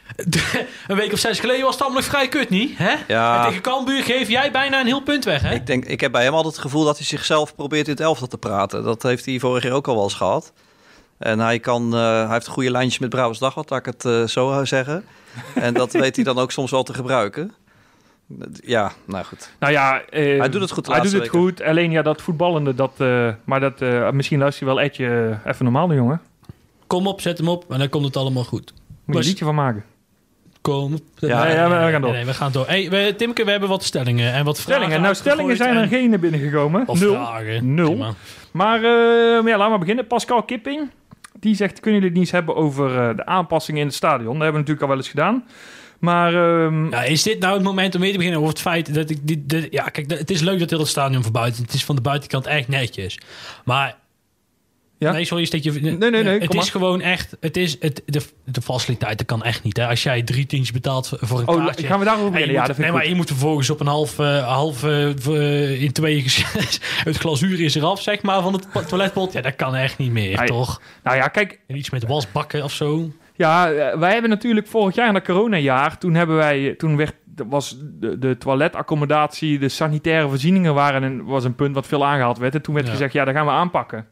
een week of zes geleden was het allemaal nog vrij kut, niet? Hè? Ja. En tegen Cambuur geef jij bijna een heel punt weg, hè? Ik, denk, ik heb bij hem altijd het gevoel dat hij zichzelf probeert in het elftal te praten. Dat heeft hij vorig jaar ook al wel eens gehad. En hij, kan, uh, hij heeft goede lijntjes met Brabants Dagblad, laat ik het uh, zo zou zeggen. En dat weet hij dan ook soms wel te gebruiken. Ja, nou goed. Nou ja, eh, Hij doet het goed de Hij doet laatste het weken. goed. Alleen ja, dat voetballende, dat, uh, maar dat, uh, misschien luister je wel Etje uh, even normaal, jongen. Kom op, zet hem op en dan komt het allemaal goed. Moet je Was- een liedje van maken. Kom op. Ja, ja, we gaan door. Nee, nee, we gaan door. Hey, we, Timke, we hebben wat stellingen en wat Stellingen. vragen Nou, stellingen zijn er uitgegooid geen binnengekomen. en- Of Nul. vragen. Nul. Prima. Maar uh, ja, laten we beginnen. Pascal Kipping, die zegt, kunnen jullie het niet eens hebben over uh, de aanpassingen in het stadion? Dat hebben we natuurlijk al wel eens gedaan. Maar um, Ja, is dit nou het moment om mee te beginnen over het feit dat ik... Dit, dit- ja, kijk, het is leuk dat heel het stadion van buiten... Het is van de buitenkant echt netjes. Maar... Ja? Nee, sorry, is dat je... Nee, nee, nee, Het kom is maar. gewoon echt... Het is, het, de, de faciliteiten kan echt niet. Hè? Als jij drie tientjes betaalt voor een oh, kaartje... gaan we daarover en je beginnen? Ja, moet- dat vind nee, ik maar goed. je moet vervolgens op een half... Uh, half uh, uh, in tweeën... ges- het glazuur is eraf, zeg maar, van het pa- toiletpot. Ja, dat kan echt niet meer, Nee. toch? Nou ja, kijk, En iets met wasbakken of zo. ja, uh, wij hebben natuurlijk vorig jaar in dat coronajaar, toen hebben wij, toen werd, was de, de toiletaccommodatie, de sanitaire voorzieningen waren een, was een punt wat veel aangehaald werd. En toen werd Ja. gezegd, ja, dat gaan we aanpakken.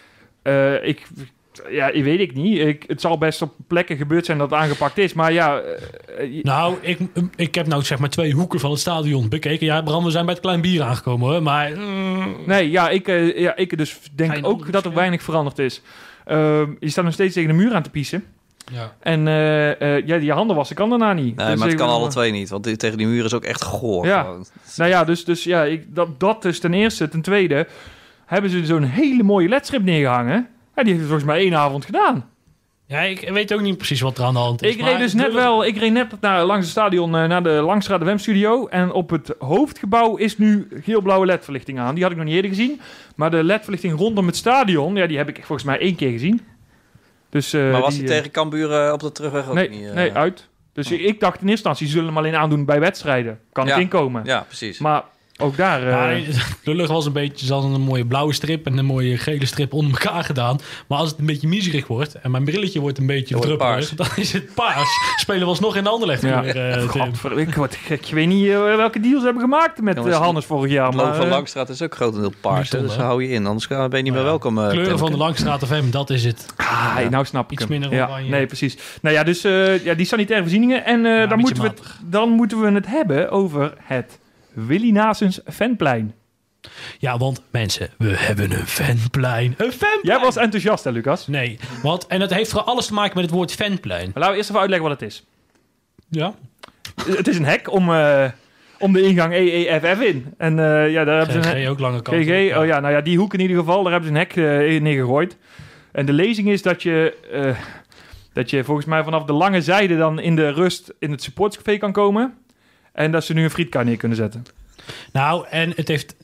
Uh, ik, ja, ik weet ik niet. Ik, het zal best op plekken gebeurd zijn dat het aangepakt is, maar ja... Uh, uh, Nou, ik, ik heb nou zeg maar twee hoeken van het stadion bekeken. Ja, Bram, we zijn bij het klein bier aangekomen, hoor. Maar... mm, Nee, ja, ik, uh, ja, ik dus Ga denk je een ook andere dat er spelen? weinig veranderd is. Uh, je staat nog steeds tegen de muur aan te piezen. ja. En uh, uh, ja, die handen wassen kan daarna niet. Nee, Dus maar het ik- kan alle twee niet. Want die- tegen die muur is ook echt goor. Ja. gewoon. Nou ja, dus, dus ja, ik, dat, dat is ten eerste. Ten tweede hebben ze zo'n hele mooie ledstrip neergehangen. Ja, die heeft het volgens mij één avond gedaan. ja, ik weet ook niet precies wat er aan de hand is. Ik maar reed dus net de- wel, ik reed net naar, langs het stadion uh, naar de Langstraat de Wem Studio. En op het hoofdgebouw is nu geel-blauwe ledverlichting aan. Die had ik nog niet eerder gezien. Maar de ledverlichting rondom het stadion, ja, die heb ik volgens mij één keer gezien. Dus, uh, Maar was die, hij uh, tegen Cambuur uh, op de terugweg ook Nee, niet? uh, nee, uit. Dus ik, ik dacht in eerste instantie, ze zullen hem alleen aandoen bij wedstrijden. Kan Ja. ik inkomen. Ja, precies. Maar ook daar... Uh, Ja, de lucht was een beetje... Ze hadden een mooie blauwe strip en een mooie gele strip onder elkaar gedaan. Maar als het een beetje miserig wordt en mijn brilletje wordt een beetje Dan wordt het druppelig, dan is het paars. Spelen we alsnog in de Anderlecht Ja. weer, uh, Tim. Gadver, ik, word gek. Ik weet niet uh, welke deals ze hebben gemaakt met Jongens, uh, Hannes vorig jaar. Het logo Maar, van uh, Langstraat is ook grotendeel paars. Niet hè, Dus dom, hè? hou je in, anders ben je niet meer Nou ja, welkom. uh, Kleuren Timke. van de Langstraat F M, dat is het. ah, nou snap ik Iets hem. minder ja, oranje. Nee, precies. Nou ja, dus uh, ja, die sanitaire voorzieningen. En uh, Ja, dan, een moeten we beetje het, dan moeten we het hebben over het Willy Nasens fanplein. Ja, want mensen, we hebben een fanplein. Een fanplein! Jij was enthousiast, hè, Lucas? Nee, want, en dat heeft vooral alles te maken met het woord fanplein. Maar laten we eerst even uitleggen wat het is. Ja? Het is een hek om, uh, om de ingang E E F F in. En uh, ja, daar hebben ze een G G ook lange kant. G G, oh ja, nou ja, die hoek in ieder geval, daar hebben ze een hek uh, neergegooid. En de lezing is dat je, uh, dat je volgens mij vanaf de lange zijde dan in de rust in het supporterscafé kan komen. En dat ze nu een frietkar neer kunnen zetten. Nou, en het heeft... nou,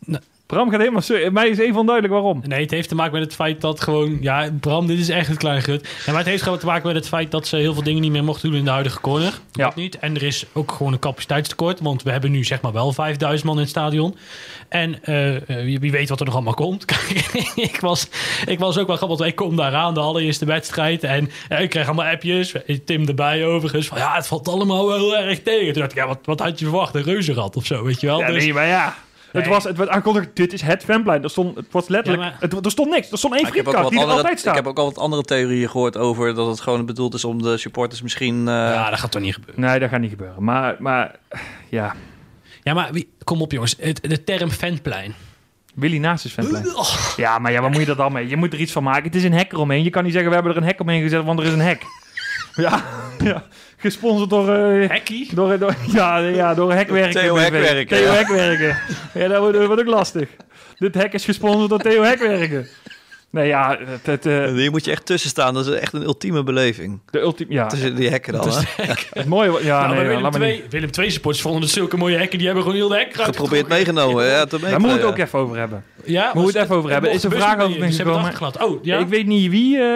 Bram gaat helemaal... Su- mij is even onduidelijk waarom. Nee, het heeft te maken met het feit dat gewoon... Ja, Bram, dit is echt een klein gut. Ja, maar het heeft gewoon te maken met het feit dat ze heel veel dingen niet meer mochten doen in de huidige corner. Ja. Dat niet. En er is ook gewoon een capaciteitstekort. Want we hebben nu zeg maar wel vijfduizend man in het stadion. En uh, wie, wie weet wat er nog allemaal komt. Kijk, ik, was, ik was ook wel grappig. Ik kom daar aan, de allereerste wedstrijd. En uh, ik kreeg allemaal appjes. Tim erbij overigens. Van, ja, het valt allemaal wel heel erg tegen. Toen dacht ik, ja, wat, wat had je verwacht? Een reuzenrad of zo, weet je wel? Ja, dus, nee, maar ja... Het, Nee. was, het werd aangekondigd, dit is het fanplein. Er stond, het was letterlijk... Ja, maar- het, er stond niks. Er stond één Maar ik, heb ook frietkaart wat die er andere, altijd staat. ik heb ook al wat andere theorieën gehoord over dat het gewoon bedoeld is om de supporters misschien... Uh, ja, dat gaat toch niet gebeuren. Nee, dat gaat niet gebeuren. Maar, maar ja... Ja, maar wie, kom op jongens. Het, de term fanplein. Willy naast is fanplein. Oh. Ja, maar ja, wat moet je er dan mee? Je moet er iets van maken. Het is een hek eromheen. Je kan niet zeggen, we hebben er een hek omheen gezet, want er is een hek. Ja, ja. Gesponsord door... Uh, Hekkie? door, door, ja, ja, door Hekwerken. Theo B V. Hekwerken, Theo ja. Hekwerken. Ja, dat wordt, dat wordt ook lastig. Dit hek is gesponsord door Theo Hekwerken. Nee, ja, het, het, uh, hier moet je echt tussen staan. Dat is echt een ultieme beleving. de ultieme... Ja, Tussen die hekken dan. Dus- hè? het mooie... wa- Ja, Nou, nee, maar ja, Willem, laat maar niet. twee, Willem twee supporters vonden het zulke mooie hekken. Die hebben gewoon heel de hek eruit Geprobeerd getrokken. meegenomen. Ja, te Daar moeten we het ook ja. even over hebben. Ja, Moeten we het even over hebben. Is een vraag over binnengekomen. binnengekomen. Oh, ja. Ik weet niet wie... uh,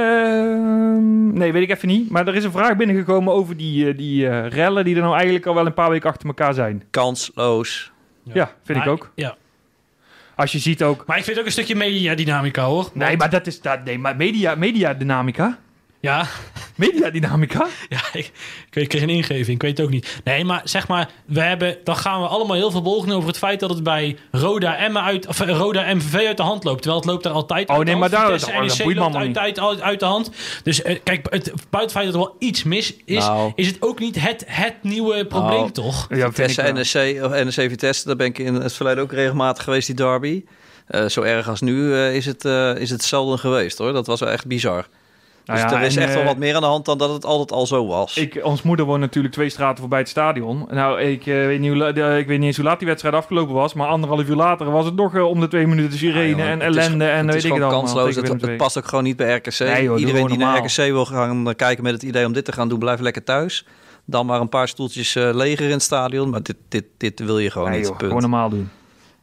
nee, weet ik even niet. Maar er is een vraag binnengekomen over die, uh, die uh, rellen... die er nou eigenlijk al wel een paar weken achter elkaar zijn. Kansloos. Ja, vind ik Maar- ook. Ja. Als je ziet ook... Maar ik vind ook een stukje mediadynamica, hoor. Nee, maar dat is... Dat, nee, maar media, mediadynamica... Ja, Mediadynamica? ja ik, ik kreeg een ingeving. Ik weet het ook niet. Nee, maar zeg maar, we hebben, dan gaan we allemaal heel verbolgen over het feit dat het bij Roda Emmen uit, of eh, Roda M V V uit de hand loopt. Terwijl het loopt daar altijd Oh, uit nee, de maar hand. daar- Vitesse, oh, dat N E C boeit me loopt allemaal uit, uit, uit de hand. Dus eh, kijk, het, buiten het feit dat er wel iets mis is, Nou. is het ook niet het, het nieuwe probleem, Nou. toch? Ja, vind ik Vitesse, wel. N E C, of N E C Vitesse, daar ben ik in het verleden ook regelmatig geweest, die derby. Uh, zo erg als nu uh, is, het, uh, is het zelden geweest, hoor. Dat was wel echt bizar. Nou Dus ja, er is en, echt wel eh, wat meer aan de hand dan dat het altijd al zo was. Ik, ons moeder woont natuurlijk twee straten voorbij het stadion. Nou, ik, uh, weet niet hoe, la- de- ik weet niet eens hoe laat die wedstrijd afgelopen was. Maar anderhalf uur later was het nog uh, om de twee minuten sirene Ja, joh, en het is- ellende en het weet is ik het gewoon allemaal. kansloos. tegen Het, Willem het twee. past ook gewoon niet bij R K C. Nee, joh, doe Iedereen gewoon die naar normaal. R K C wil gaan uh, kijken met het idee om dit te gaan doen, blijf lekker thuis. Dan maar een paar stoeltjes uh, leger in het stadion. Maar dit, dit, dit wil je gewoon Nee, niet. joh, Punt. gewoon normaal doen.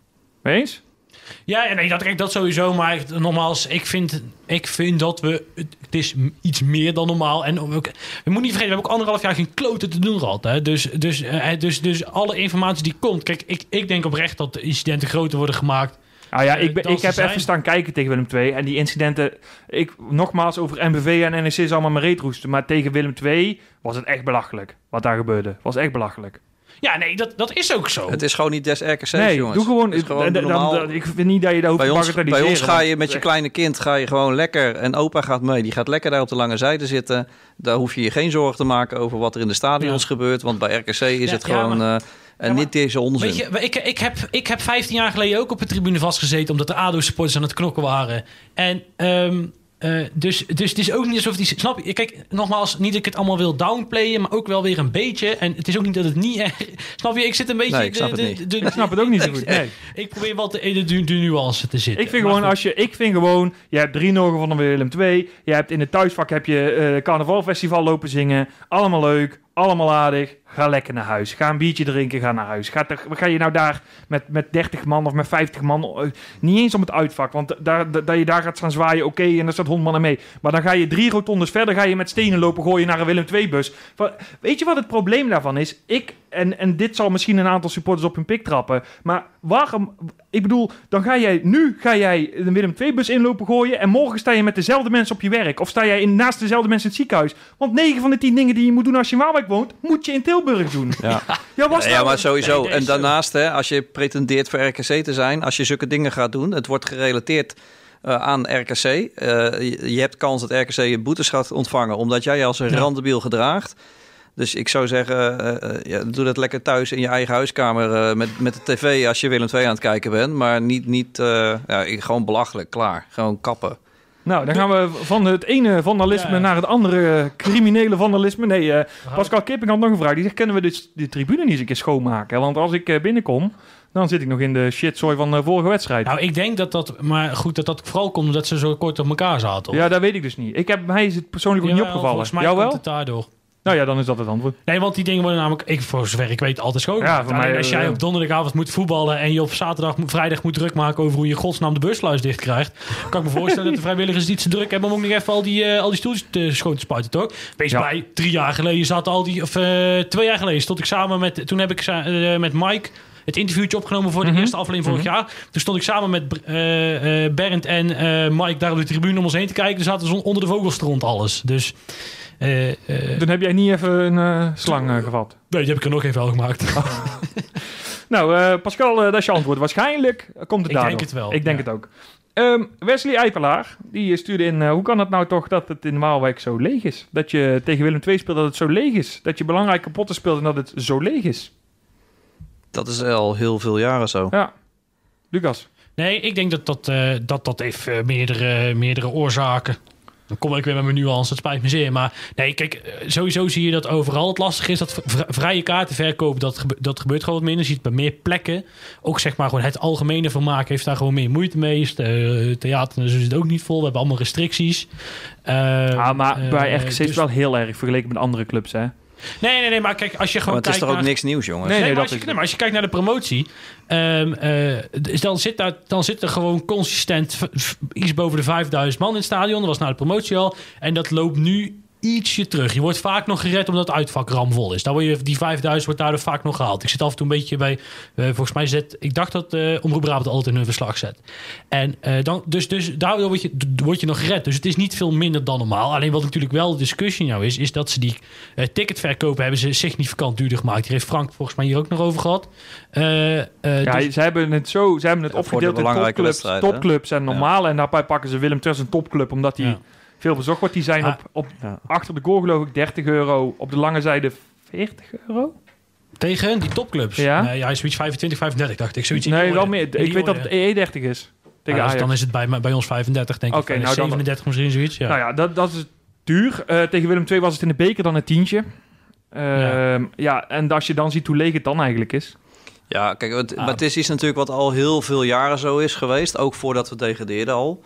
Mee eens? Ja, ja, nee, dat, kijk, dat sowieso. Maar ik- nogmaals, ik vind, ik vind dat we... Het is m- iets meer dan normaal. En ook, we moeten niet vergeten, we hebben ook anderhalf jaar geen kloten te doen gehad. Hè? Dus, dus, eh, dus, dus alle informatie die komt... Kijk, ik, ik denk oprecht dat de incidenten groter worden gemaakt. Nou ja, Eh, ik, ben, dan ik ze heb zijn. even staan kijken tegen Willem twee. En die incidenten... Ik, nogmaals, over M B V en N E C is allemaal mijn reet roesten. Maar tegen Willem twee was het echt belachelijk. Wat daar gebeurde. Was echt belachelijk. Ja, nee, dat, dat is ook zo. Het is gewoon niet des R K C's, nee, jongens. doe gewoon... Het is gewoon dan- dan- normaal. dan- ik vind niet dat je daar hoeft Bij te ons, bij bagatelliseren. ons ga je want- met je kleine kind ga je gewoon lekker. En opa gaat mee. Die gaat lekker daar op de lange zijde zitten. Daar hoef je je geen zorgen te maken over wat er in de stadions Ja. gebeurt. Want bij R K C is Ja, het ja, gewoon... maar- uh, en Ja, maar- niet deze onzin. Weet je, ik, ik, heb, ik heb vijftien jaar geleden ook op de tribune vastgezeten... omdat de A D O-supporters aan het knokken waren. En ehm, uh, dus, dus het is ook niet alsof die... Snap je? Kijk, nogmaals, niet dat ik het allemaal wil downplayen... maar ook wel weer een beetje. En het is ook niet dat het niet echt... Snap je? Ik zit een beetje... Nee, ik snap de, het de, niet. de, Ik snap het ook niet zo goed. Nee. Ik probeer wel de, de, de, de nuance te zitten. Ik vind Maar gewoon, goed. als je, ik vind gewoon, je hebt drie nul van de Willem twee. Je hebt in het thuisvak heb je uh, carnavalfestival lopen zingen. Allemaal leuk, allemaal aardig. Ga lekker naar huis. Ga een biertje drinken, ga naar huis. Ga, ter, ga je nou daar met, met dertig man of met vijftig man... Uh, niet eens om het uitvak, want daar, dat je daar gaat staan zwaaien, oké, okay, en daar staat honderd mannen mee. Maar dan ga je drie rotondes verder, ga je met stenen lopen gooien naar een Willem twee-bus. Weet je wat het probleem daarvan is? Ik, en, en dit zal misschien een aantal supporters op hun pik trappen, maar waarom... Ik bedoel, dan ga jij nu ga jij een Willem twee-bus inlopen gooien en morgen sta je met dezelfde mensen op je werk. Of sta jij in, naast dezelfde mensen in het ziekenhuis. Want negen van de tien dingen die je moet doen als je in Waalwijk woont, moet je in Tilburg doen. Ja, ja, was ja nou- maar sowieso. Nee, en deze- daarnaast, hè, als je pretendeert voor R K C te zijn... als je zulke dingen gaat doen... het wordt gerelateerd uh, aan R K C. Uh, je, je hebt kans dat R K C je boetes gaat ontvangen... omdat jij je als een Ja. randebiel gedraagt. Dus ik zou zeggen, uh, uh, ja, doe dat lekker thuis in je eigen huiskamer... Uh, met, met de tv als je Willem twee aan het kijken bent. Maar niet, niet uh, ja, gewoon belachelijk, klaar. Gewoon kappen. Nou, dan gaan we van het ene vandalisme Ja. naar het andere criminele vandalisme. Nee, uh, Pascal Kipping had nog een vraag. Die zegt, kunnen we dit, die tribune niet eens een keer schoonmaken? Want als ik uh, binnenkom, dan zit ik nog in de shitzooi van de vorige wedstrijd. Nou, ik denk dat dat... Maar goed, dat dat vooral komt omdat ze zo kort op elkaar zaten. ja, dat weet ik dus niet. Ik heb, mij is het persoonlijk ook niet Jawel, opgevallen. volgens mij Jou komt wel? het daardoor. Nou ja, dan is dat het antwoord. Nee, want die dingen worden namelijk, ik, voor zover ik weet, altijd Ja, schoongemaakt. voor Alleen mij, als jij uh, op donderdagavond moet voetballen en je op zaterdag, vrijdag moet druk maken over hoe je godsnaam de busluis dicht krijgt, kan ik me voorstellen dat de vrijwilligers niet zo druk hebben om ook nog even al die, uh, al die stoeltjes te, schoon te spuiten, toch? Wees Ja. bij, drie jaar geleden zat al die, of uh, twee jaar geleden stond ik samen met, toen heb ik uh, met Mike het interviewtje opgenomen voor de Mm-hmm. eerste aflevering vorig Mm-hmm. jaar. Toen stond ik samen met uh, uh, Bernd en uh, Mike daar op de tribune om ons heen te kijken. Er zaten ze onder de vogels rond alles. Dus Uh, uh, Dan heb jij niet even een uh, slang uh, gevat. Nee, die heb ik er nog even wel gemaakt. Nou, uh, Pascal, uh, dat is je antwoord. Waarschijnlijk komt het Ik daar. denk het wel. Ik denk ja. het ook. Um, Wesley Eipelaar, die stuurde in... Uh, hoe kan het nou toch dat het in Waalwijk zo leeg is? Dat je tegen Willem twee speelt dat het zo leeg is. Dat je belangrijke potten speelt en dat het zo leeg is. Dat is al heel veel jaren zo. Ja. Lucas? Nee, ik denk dat dat, uh, dat, dat heeft uh, meerdere, meerdere oorzaken. Dan kom ik weer met mijn nuance, dat spijt me zeer. Maar nee, kijk, sowieso zie je dat overal. Het lastige is dat v- vrije kaarten verkopen, dat, gebe- dat gebeurt gewoon wat minder. Je ziet bij meer plekken. Ook zeg maar gewoon het algemene vermaak heeft daar gewoon meer moeite mee. Uh, theater is het ook niet vol. We hebben allemaal restricties. Uh, ah, maar uh, bij R K C is dus... het wel heel erg vergeleken met andere clubs, hè? Nee, nee, nee, maar kijk, als je gewoon maar het is kijkt toch ook naar... niks nieuws, jongens? Nee, nee, nee, maar, dat als je, is... nee maar als je kijkt naar de promotie... Um, uh, dan, zit daar, dan zit er gewoon consistent v- v- iets boven de vijfduizend man in het stadion. Dat was na de promotie al. En dat loopt nu ietsje terug. Je wordt vaak nog gered omdat het uitvak ramvol is. Dan word je, die vijfduizend wordt daardoor vaak nog gehaald. Ik zit af en toe een beetje bij... Uh, volgens mij zet... Ik dacht dat uh, Omroep Brabant altijd in hun verslag zet. En uh, dan, dus, dus daardoor word je, d- word je nog gered. Dus het is niet veel minder dan normaal. Alleen wat natuurlijk wel de discussie nou is... is dat ze die uh, ticketverkopen hebben ze significant duurder gemaakt. Hier heeft Frank volgens mij hier ook nog over gehad. Uh, uh, ja, dus... ze hebben het zo... Ze hebben het ja, opgedeeld in topclubs, topclubs en normale. Ja. En daarbij pakken ze Willem twee als een topclub, omdat die... Ja. veel bezocht wordt. Die zijn ah, op, op ja. achter de goal geloof ik dertig euro. Op de lange zijde veertig euro. Tegen die topclubs? Ja. Nee, ja, zoiets vijfentwintig, vijfendertig dacht ik. Zoiets nee, wel meer. Ik weet dat het E E dertig is. Tegen ah, dus dan is het bij, bij ons vijfendertig denk ik. Okay, nou zevenendertig dan, misschien zoiets. Ja. Nou ja, dat, dat is duur. Uh, tegen Willem twee was het in de beker dan een tientje. Uh, ja. ja, en als je dan ziet hoe leeg het dan eigenlijk is. Ja, kijk, het, ah. maar het is iets natuurlijk wat al heel veel jaren zo is geweest. Ook voordat we degradeerden al.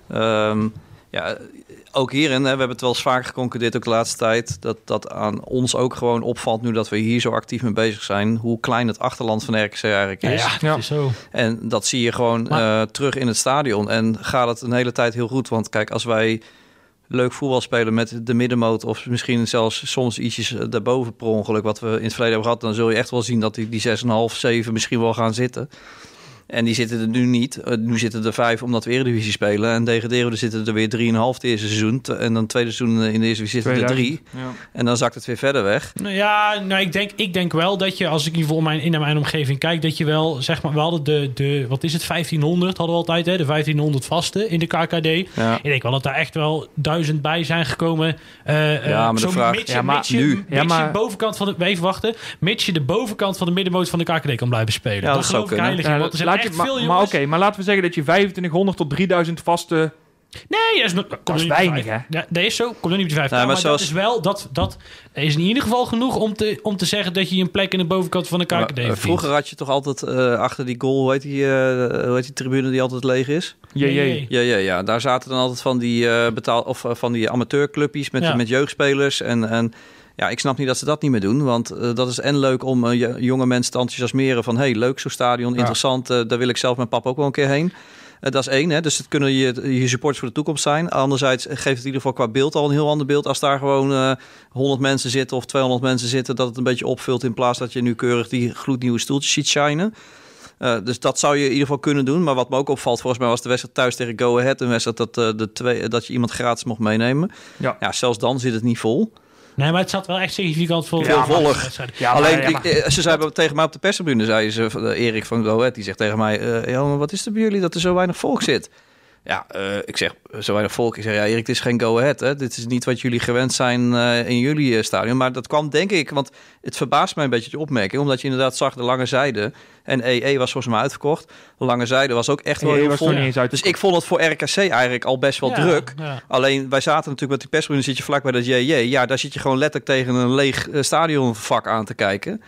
Um, Ja, ook hierin, hè, we hebben het wel eens vaak geconcludeerd ook de laatste tijd... Dat, dat aan ons ook gewoon opvalt nu dat we hier zo actief mee bezig zijn... hoe klein het achterland van R K C eigenlijk is. Ja, ja, het is zo. En dat zie je gewoon maar... uh, terug in het stadion. En gaat het een hele tijd heel goed. Want kijk, als wij leuk voetbal spelen met de middenmoot... of misschien zelfs soms ietsjes daarboven per ongeluk... wat we in het verleden hebben gehad... dan zul je echt wel zien dat die, die zes komma vijf, zeven misschien wel gaan zitten... En die zitten er nu niet. Uh, nu zitten er vijf omdat we Eredivisie spelen. En degraderen we, zitten er weer drieënhalf het eerste seizoen. T- en dan het tweede seizoen in de eerste divisie zitten er drie. Ja. En dan zakt het weer verder weg. Nou ja, nou ik denk, ik denk wel dat je, als ik hier voor mijn, in mijn omgeving kijk... dat je wel, zeg maar, we hadden de, de wat is het, vijftienhonderd hadden we altijd, hè? De vijftienhonderd vaste in de K K D. Ja. Ik denk wel dat daar echt wel duizend bij zijn gekomen. Uh, ja, maar zo de vraag... Mits je, ja, maar mits je, nu... Mits ja, maar... je bovenkant van de... Even wachten. Mits je de bovenkant van de middenmoot van de K K D kan blijven spelen. Ja, dat, dat geloof ik heilig in. Want er zijn echt je, veel maar, jongens... Maar oké, okay, maar laten we zeggen dat je vijfentwintighonderd tot drieduizend vaste... Nee, dat is, nog, dat is weinig, hè? Ja, dat is zo. Komt er niet op de vijf. Nee, maar maar zoals... dat is wel... Dat, dat is in ieder geval genoeg om te, om te zeggen... dat je een plek in de bovenkant van de K K D vindt. Vroeger had je toch altijd uh, achter die goal... Hoe heet die, uh, hoe heet die tribune die altijd leeg is? Ja, ja, ja, ja, ja. Daar zaten dan altijd van die, uh, betaal, of, uh, van die amateurclubjes... met, ja. met jeugdspelers en... en ja, ik snap niet dat ze dat niet meer doen. Want uh, dat is en leuk om uh, jonge mensen te enthousiasmeren... van hey, leuk zo'n stadion, ja. interessant. Uh, daar wil ik zelf met papa ook wel een keer heen. Uh, dat is één, hè? Dus het kunnen je, je supporters voor de toekomst zijn. Anderzijds geeft het in ieder geval qua beeld al een heel ander beeld... als daar gewoon uh, honderd mensen zitten of tweehonderd mensen zitten... dat het een beetje opvult in plaats dat je nu keurig... die gloednieuwe stoeltjes ziet shinen. Uh, dus dat zou je in ieder geval kunnen doen. Maar wat me ook opvalt, volgens mij was de wedstrijd thuis tegen Go Ahead... een wedstrijd dat, uh, de twee, dat je iemand gratis mocht meenemen. Ja. Ja, zelfs dan zit het niet vol. Nee, maar het zat wel echt significant vol. Veel voller. Ja, Alleen, ja, maar... ik, ze zei tegen mij op de perstribune, zei ze, uh, Erik van Go Ahead, die zegt tegen mij... Uh, ja, maar wat is er bij jullie dat er zo weinig volk zit? Ja, uh, ik zeg, zo weinig volk. Ik zeg, ja, Erik, dit is geen Go Ahead. Hè? Dit is niet wat jullie gewend zijn uh, in jullie uh, stadion. Maar dat kwam, denk ik, want het verbaast mij een beetje de opmerking. Omdat je inderdaad zag de lange zijde. En E E was volgens mij uitverkocht. De lange zijde was ook echt wel heel vol. Dus ik vond het voor R K C eigenlijk al best wel ja, druk. Ja. Alleen, wij zaten natuurlijk met die perstribune, zit je vlak bij dat J J. Ja, daar zit je gewoon letterlijk tegen een leeg uh, stadionvak aan te kijken.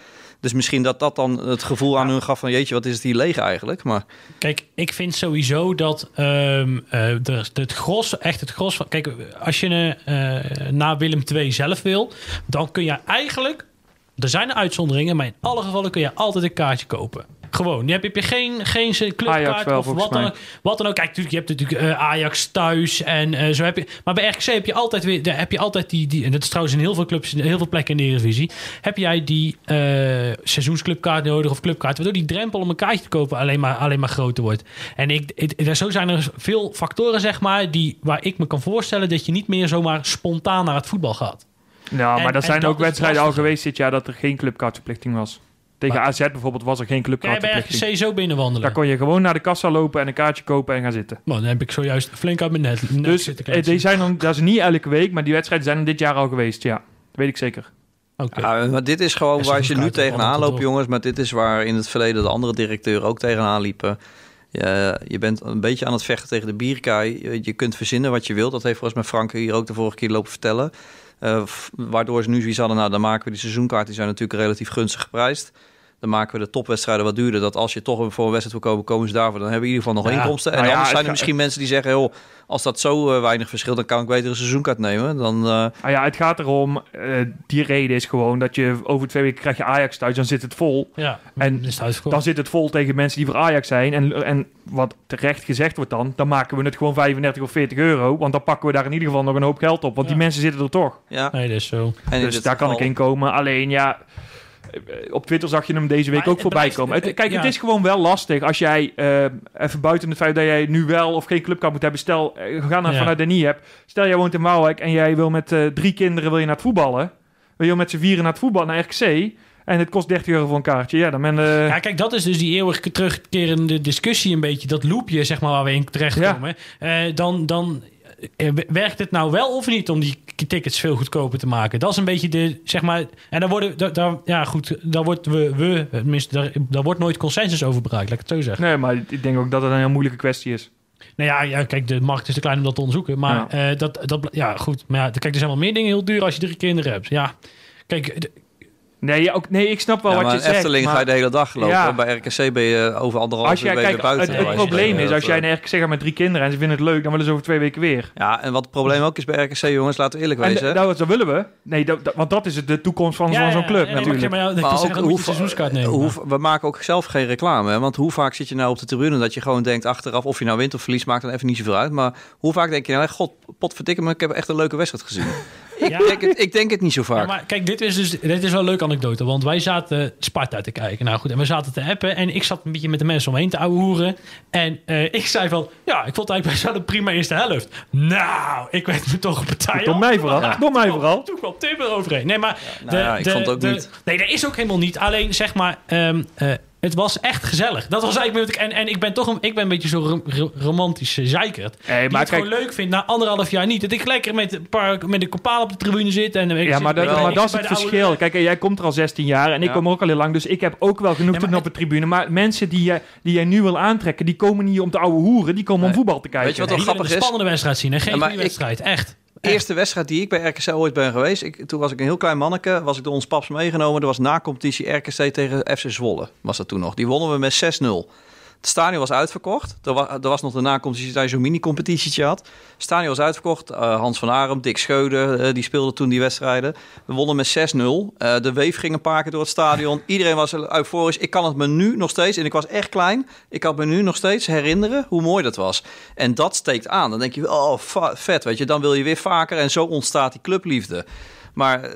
Dus misschien dat dat dan het gevoel aan hun gaf van... jeetje, wat is het hier leeg eigenlijk? Maar... Kijk, ik vind sowieso dat um, uh, de, het gros, echt het gros van... Kijk, als je uh, naar Willem twee zelf wil... dan kun je eigenlijk... Er zijn uitzonderingen, maar in alle gevallen kun je altijd een kaartje kopen. Gewoon. Dan heb je, heb je geen, geen clubkaart wel, of wat dan, ook, wat dan ook. Kijk, natuurlijk, je hebt natuurlijk uh, Ajax thuis en uh, zo heb je. Maar bij R K C heb je altijd weer, daar heb je altijd die, die. En dat is trouwens in heel veel clubs, in heel veel plekken in de Eredivisie. Heb jij die uh, seizoensclubkaart nodig of clubkaart, waardoor die drempel om een kaartje te kopen alleen maar, alleen maar groter wordt. En ik, ik, zo zijn er veel factoren, zeg maar, die waar ik me kan voorstellen dat je niet meer zomaar spontaan naar het voetbal gaat. Nou, en, maar er zijn ook wedstrijden al geweest zijn. dit jaar dat er geen clubkaartverplichting was. Tegen maar, A Z bijvoorbeeld was er geen clubkaartverplichting. Bij R K C zo binnenwandelen. Daar kon je gewoon naar de kassa lopen en een kaartje kopen en gaan zitten. Nou, dan heb ik zojuist flink uit mijn net, net dus zitten kletsen. die zijn dan, dat is niet elke week, maar die wedstrijden zijn er dit jaar al geweest. Ja, dat weet ik zeker. Okay. Ja, maar dit is gewoon waar je nu tegenaan loopt, jongens. Maar dit is waar in het verleden de andere directeuren ook tegenaan liepen. Je, je bent een beetje aan het vechten tegen de bierkaai. Je, je kunt verzinnen wat je wilt. Dat heeft volgens mij Frank hier ook de vorige keer lopen vertellen. Uh, waardoor ze nu zoiets hadden, nou dan maken we die seizoenkaart, die zijn natuurlijk relatief gunstig geprijsd. Dan maken we de topwedstrijden wat duurder. Dat als je toch voor een wedstrijd wil komen, komen ze daarvoor. Dan hebben we in ieder geval nog ja. inkomsten. En nou ja, anders zijn er misschien mensen die zeggen, joh, als dat zo uh, weinig verschilt, dan kan ik beter een seizoenkaart nemen. Dan, uh... nou ja, het gaat erom, uh, die reden is gewoon dat je over twee weken krijg je Ajax thuis, dan zit het vol. Ja, en het dan zit het vol tegen mensen die voor Ajax zijn. En, en wat terecht gezegd wordt dan, dan maken we het gewoon vijfendertig of veertig euro. Want dan pakken we daar in ieder geval nog een hoop geld op. Want ja. die mensen zitten er toch. Ja. Nee, dat is zo. En dus daar geval... kan ik in komen. Alleen ja... Op Twitter zag je hem deze week maar ook voorbij blijft, komen. Het, kijk, ja. het is gewoon wel lastig als jij, uh, even buiten het feit dat jij nu wel of geen clubkaart moet hebben. Stel, uh, ga naar ja. vanuit de N I hebt. Stel, jij woont in Waalwijk en jij wil met uh, drie kinderen wil je naar het voetballen. Wil je met z'n vieren naar het voetballen, naar R K C. En het kost dertig euro voor een kaartje. Ja, dan ben uh... ja, kijk, dat is dus die eeuwig terugkerende discussie een beetje. Dat loopje, zeg maar, waar we in terechtkomen. Ja. Uh, dan... dan werkt het nou wel of niet om die tickets veel goedkoper te maken? Dat is een beetje de, zeg maar... En daar worden... Daar, daar, ja, goed, daar wordt we... we tenminste, daar, daar wordt nooit consensus over bereikt, laat ik het zo zeggen. Nee, maar ik denk ook dat het een heel moeilijke kwestie is. Nou ja, ja kijk, de markt is te klein om dat te onderzoeken. Maar ja, uh, dat, dat... Ja, goed. Maar ja, kijk, er zijn wel meer dingen heel duur als je drie kinderen hebt. Ja, kijk... De, Nee, ook, nee, ik snap wel ja, wat je zegt. Efteling maar... ga je de hele dag lopen. Ja. Bij R K C ben je over anderhalf uur buiten. Het, het probleem is, als jij uh, naar R K C gaat met drie kinderen en ze vinden het leuk, dan willen ze over twee weken weer. Ja, en wat het probleem ook is bij R K C, jongens, laten we eerlijk en wezen. En nou, dat willen we. Nee, dat, dat, want dat is de toekomst van, ja, van zo'n club ja, natuurlijk. Ja, maar, ja, maar, maar ook, hoe, seizoenskaart nemen. Hoe, we maken ook zelf geen reclame. Hè? Want hoe vaak zit je nou op de tribune dat je gewoon denkt achteraf of je nou wint of verlies, maakt dan even niet zoveel uit. Maar hoe vaak denk je nou, god, potverdikke me, ik heb echt een leuke wedstrijd gezien. Ik, ja. denk het, ik denk het niet zo vaak. Ja, maar kijk, dit is dus dit is wel een leuke anekdote. Want wij zaten Sparta te kijken. Nou goed, en we zaten te appen. En ik zat een beetje met de mensen omheen te ouwehoeren. En uh, ik zei van... Ja, ik vond het eigenlijk best wel een prima eerste helft. Nou, ik werd me toch een partij. Door mij vooral. Ja. Door mij vooral. Toen kwam Tim eroverheen. Nee, maar... Ja, nou de, ja, ik de, vond het ook de, niet. Nee, dat is ook helemaal niet. Alleen, zeg maar... Um, uh, het was echt gezellig. Dat was eigenlijk... En, en ik ben toch een, ik ben een beetje zo'n ro- romantische zeikert. Hey, die maar het kijk, gewoon leuk vindt na anderhalf jaar niet. Dat ik lekker met een paar met de kopaal op de tribune zit. En ik ja, maar, dat, maar dat is het verschil. Oude... Kijk, jij komt er al zestien jaar en ik ja. kom er ook al heel lang. Dus ik heb ook wel genoeg ja, te doen op de tribune. Maar mensen die jij, die jij nu wil aantrekken, die komen niet om te ouwe hoeren. Die komen nee. om voetbal te kijken. Weet je wat wel grappig is? Een spannende wedstrijd zien. En geen ja, goede wedstrijd. Echt. De eerste wedstrijd die ik bij R K C ooit ben geweest... Ik, toen was ik een heel klein manneke, was ik door ons paps meegenomen. Er was na competitie R K C tegen F C Zwolle, was dat toen nog. Die wonnen we met zes nul. Het stadion was uitverkocht. Er was, er was nog de na-competitie dat je zo'n mini-competitietje had. Het stadion was uitverkocht. Uh, Hans van Arem, Dick Scheuder, uh, die speelden toen die wedstrijden. We wonnen met zes nul. Uh, de weef ging een paar keer door het stadion. Iedereen was euforisch. Ik kan het me nu nog steeds, en ik was echt klein... ik kan me nu nog steeds herinneren hoe mooi dat was. En dat steekt aan. Dan denk je, oh, vet, weet je. Dan wil je weer vaker en zo ontstaat die clubliefde. Maar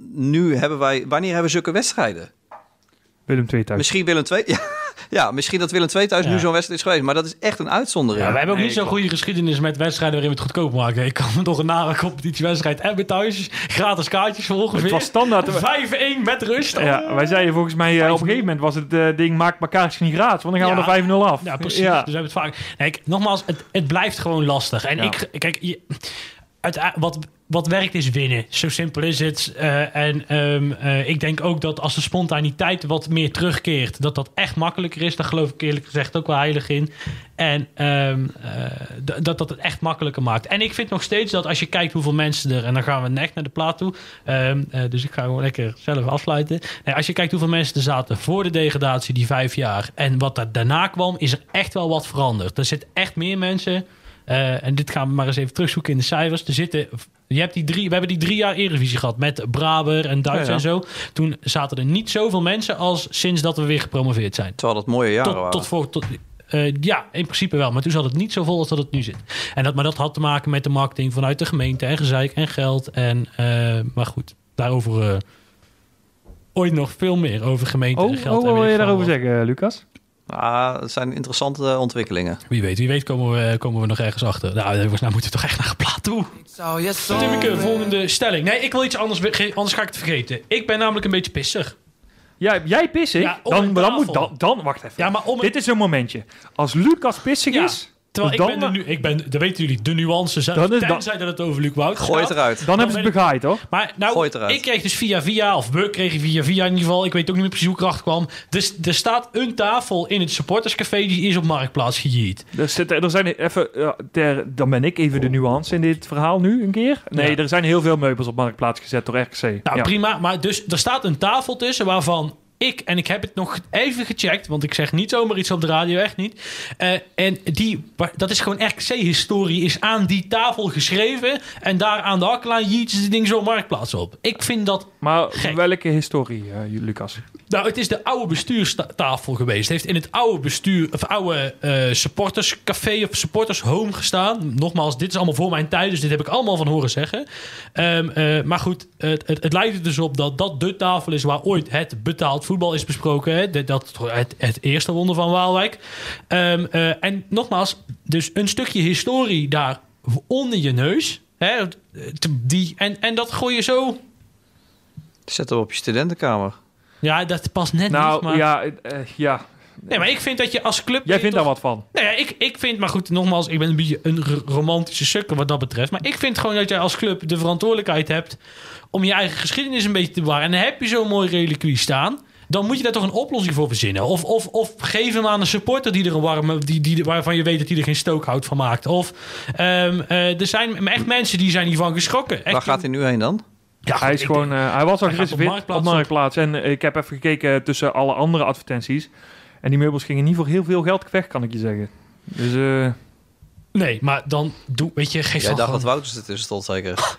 nu hebben wij... Wanneer hebben we zulke wedstrijden? Willem twee thuis. Misschien Willem twee... Ja. Ja, misschien dat Willem twee thuis ja. nu zo'n wedstrijd is geweest. Maar dat is echt een uitzondering. Ja, wij hebben ook nee, niet zo'n goede geschiedenis met wedstrijden waarin we het goedkoop maken. Ik kan me nog een nare competitiewedstrijd hebben thuis. Gratis kaartjes voor ongeveer. Het was standaard. vijf-een met rust. Ja, wij zeiden volgens mij uh, op een gegeven moment was het uh, ding maak maar kaartjes niet gratis. Want dan gaan ja. we er vijf nul af. Ja, precies. Ja. Dus we hebben het vaak... Nee, nogmaals, het, het blijft gewoon lastig. En ja. ik... Kijk... Je, uit, wat, wat werkt is winnen. Zo simpel is het. Uh, en um, uh, ik denk ook dat als de spontaniteit wat meer terugkeert, dat dat echt makkelijker is. Daar geloof ik eerlijk gezegd ook wel heilig in. En um, uh, d- dat dat het echt makkelijker maakt. En ik vind nog steeds dat als je kijkt hoeveel mensen er... en dan gaan we echt naar de plaat toe. Um, uh, dus ik ga gewoon lekker zelf afsluiten. Nee, als je kijkt hoeveel mensen er zaten voor de degradatie, die vijf jaar... en wat er daarna kwam, is er echt wel wat veranderd. Er zitten echt meer mensen... Uh, en dit gaan we maar eens even terugzoeken in de cijfers. Er zitten, je hebt die drie, we hebben die drie jaar Eredivisie gehad met Braber en Duits ja, ja. en zo. Toen zaten er niet zoveel mensen als sinds dat we weer gepromoveerd zijn. Terwijl dat mooie jaren tot, waren. Tot voor, tot, uh, ja, in principe wel. Maar toen zat het niet zo vol als dat het nu zit. En dat, maar dat had te maken met de marketing vanuit de gemeente en gezeik en geld. En, uh, maar goed, daarover uh, ooit nog veel meer over gemeente oh, en geld. Oh, wat wil je daarover wat. zeggen, Lucas? Ah, het zijn interessante ontwikkelingen. Wie weet, wie weet komen we, komen we nog ergens achter. Nou, nou moeten we toch echt naar geplaat toe. Timmeke, volgende stelling. Nee, ik wil iets anders, anders ga ik het vergeten. Ik ben namelijk een beetje pissig. Ja, jij pissig? Ja, dan, dan moet dan, dan, wacht even. Ja, maar om Dit is een momentje. Als Lucas pissig ja. is... Terwijl dus ik ben, de nu, ik ben, dat weten jullie, de nuances zijn. Dan is tenzij dat het over Luc Wout Gooi het eruit. Dan, dan hebben ze het begaaid, hoor. Maar nou, ik kreeg dus via via, of we kregen via via in ieder geval, ik weet ook niet meer precies hoe ik erachter kwam. Dus er staat een tafel in het supporterscafé die is op Marktplaats gejiet. Er, zit, er zijn even, uh, ter, dan ben ik even de nuance in dit verhaal nu een keer. Nee, ja. Er zijn heel veel meubels op Marktplaats gezet door R K C. Nou, ja. Prima, maar dus er staat een tafel tussen waarvan... Ik, en ik heb het nog even gecheckt, want ik zeg niet zomaar iets op de radio, echt niet. Uh, en die, dat is gewoon R K C-historie, is aan die tafel geschreven. En daar aan de hakkelijn jiet ze die ding zo Marktplaats op. Ik vind dat Maar gek. Welke historie, uh, Lucas? Nou, het is de oude bestuurstafel geweest. Het heeft in het oude bestuur, of oude uh, supporterscafé of supportershome gestaan. Nogmaals, dit is allemaal voor mijn tijd, dus dit heb ik allemaal van horen zeggen. Um, uh, maar goed, het, het, het lijkt er dus op dat dat de tafel is waar ooit het betaald voetbal is besproken. Hè? Dat, dat het, het eerste wonder van Waalwijk. Um, uh, en nogmaals, dus een stukje historie daar onder je neus. Hè? Die, en, en dat gooi je zo... Zet hem op je studentenkamer. Ja, dat past net nou, niet. Maar... Ja, uh, ja. Nee, maar ik vind dat je als club... Jij vindt toch... daar wat van? Nou ja, ik, ik vind... Maar goed, nogmaals, ik ben een beetje een romantische sukker wat dat betreft. Maar ik vind gewoon dat jij als club de verantwoordelijkheid hebt... om je eigen geschiedenis een beetje te bewaren. En dan heb je zo'n mooi reliquie staan... dan moet je daar toch een oplossing voor verzinnen. Of, of, of geef hem aan een supporter die er een warme... Die, die, waarvan je weet dat hij er geen stookhout van maakt. Of um, uh, er zijn echt mensen die zijn hiervan geschrokken. Echt, waar gaat hij nu heen dan? Ja, hij, is gewoon, uh, hij was al gereserveerd op Marktplaats. Op Marktplaats. En uh, ik heb even gekeken tussen alle andere advertenties. En die meubels gingen niet voor heel veel geld weg, kan ik je zeggen. Dus... Uh... Nee, maar dan doe... Weet je, geef Jij dacht gewoon... dat Wouters ertussen stond, zeker?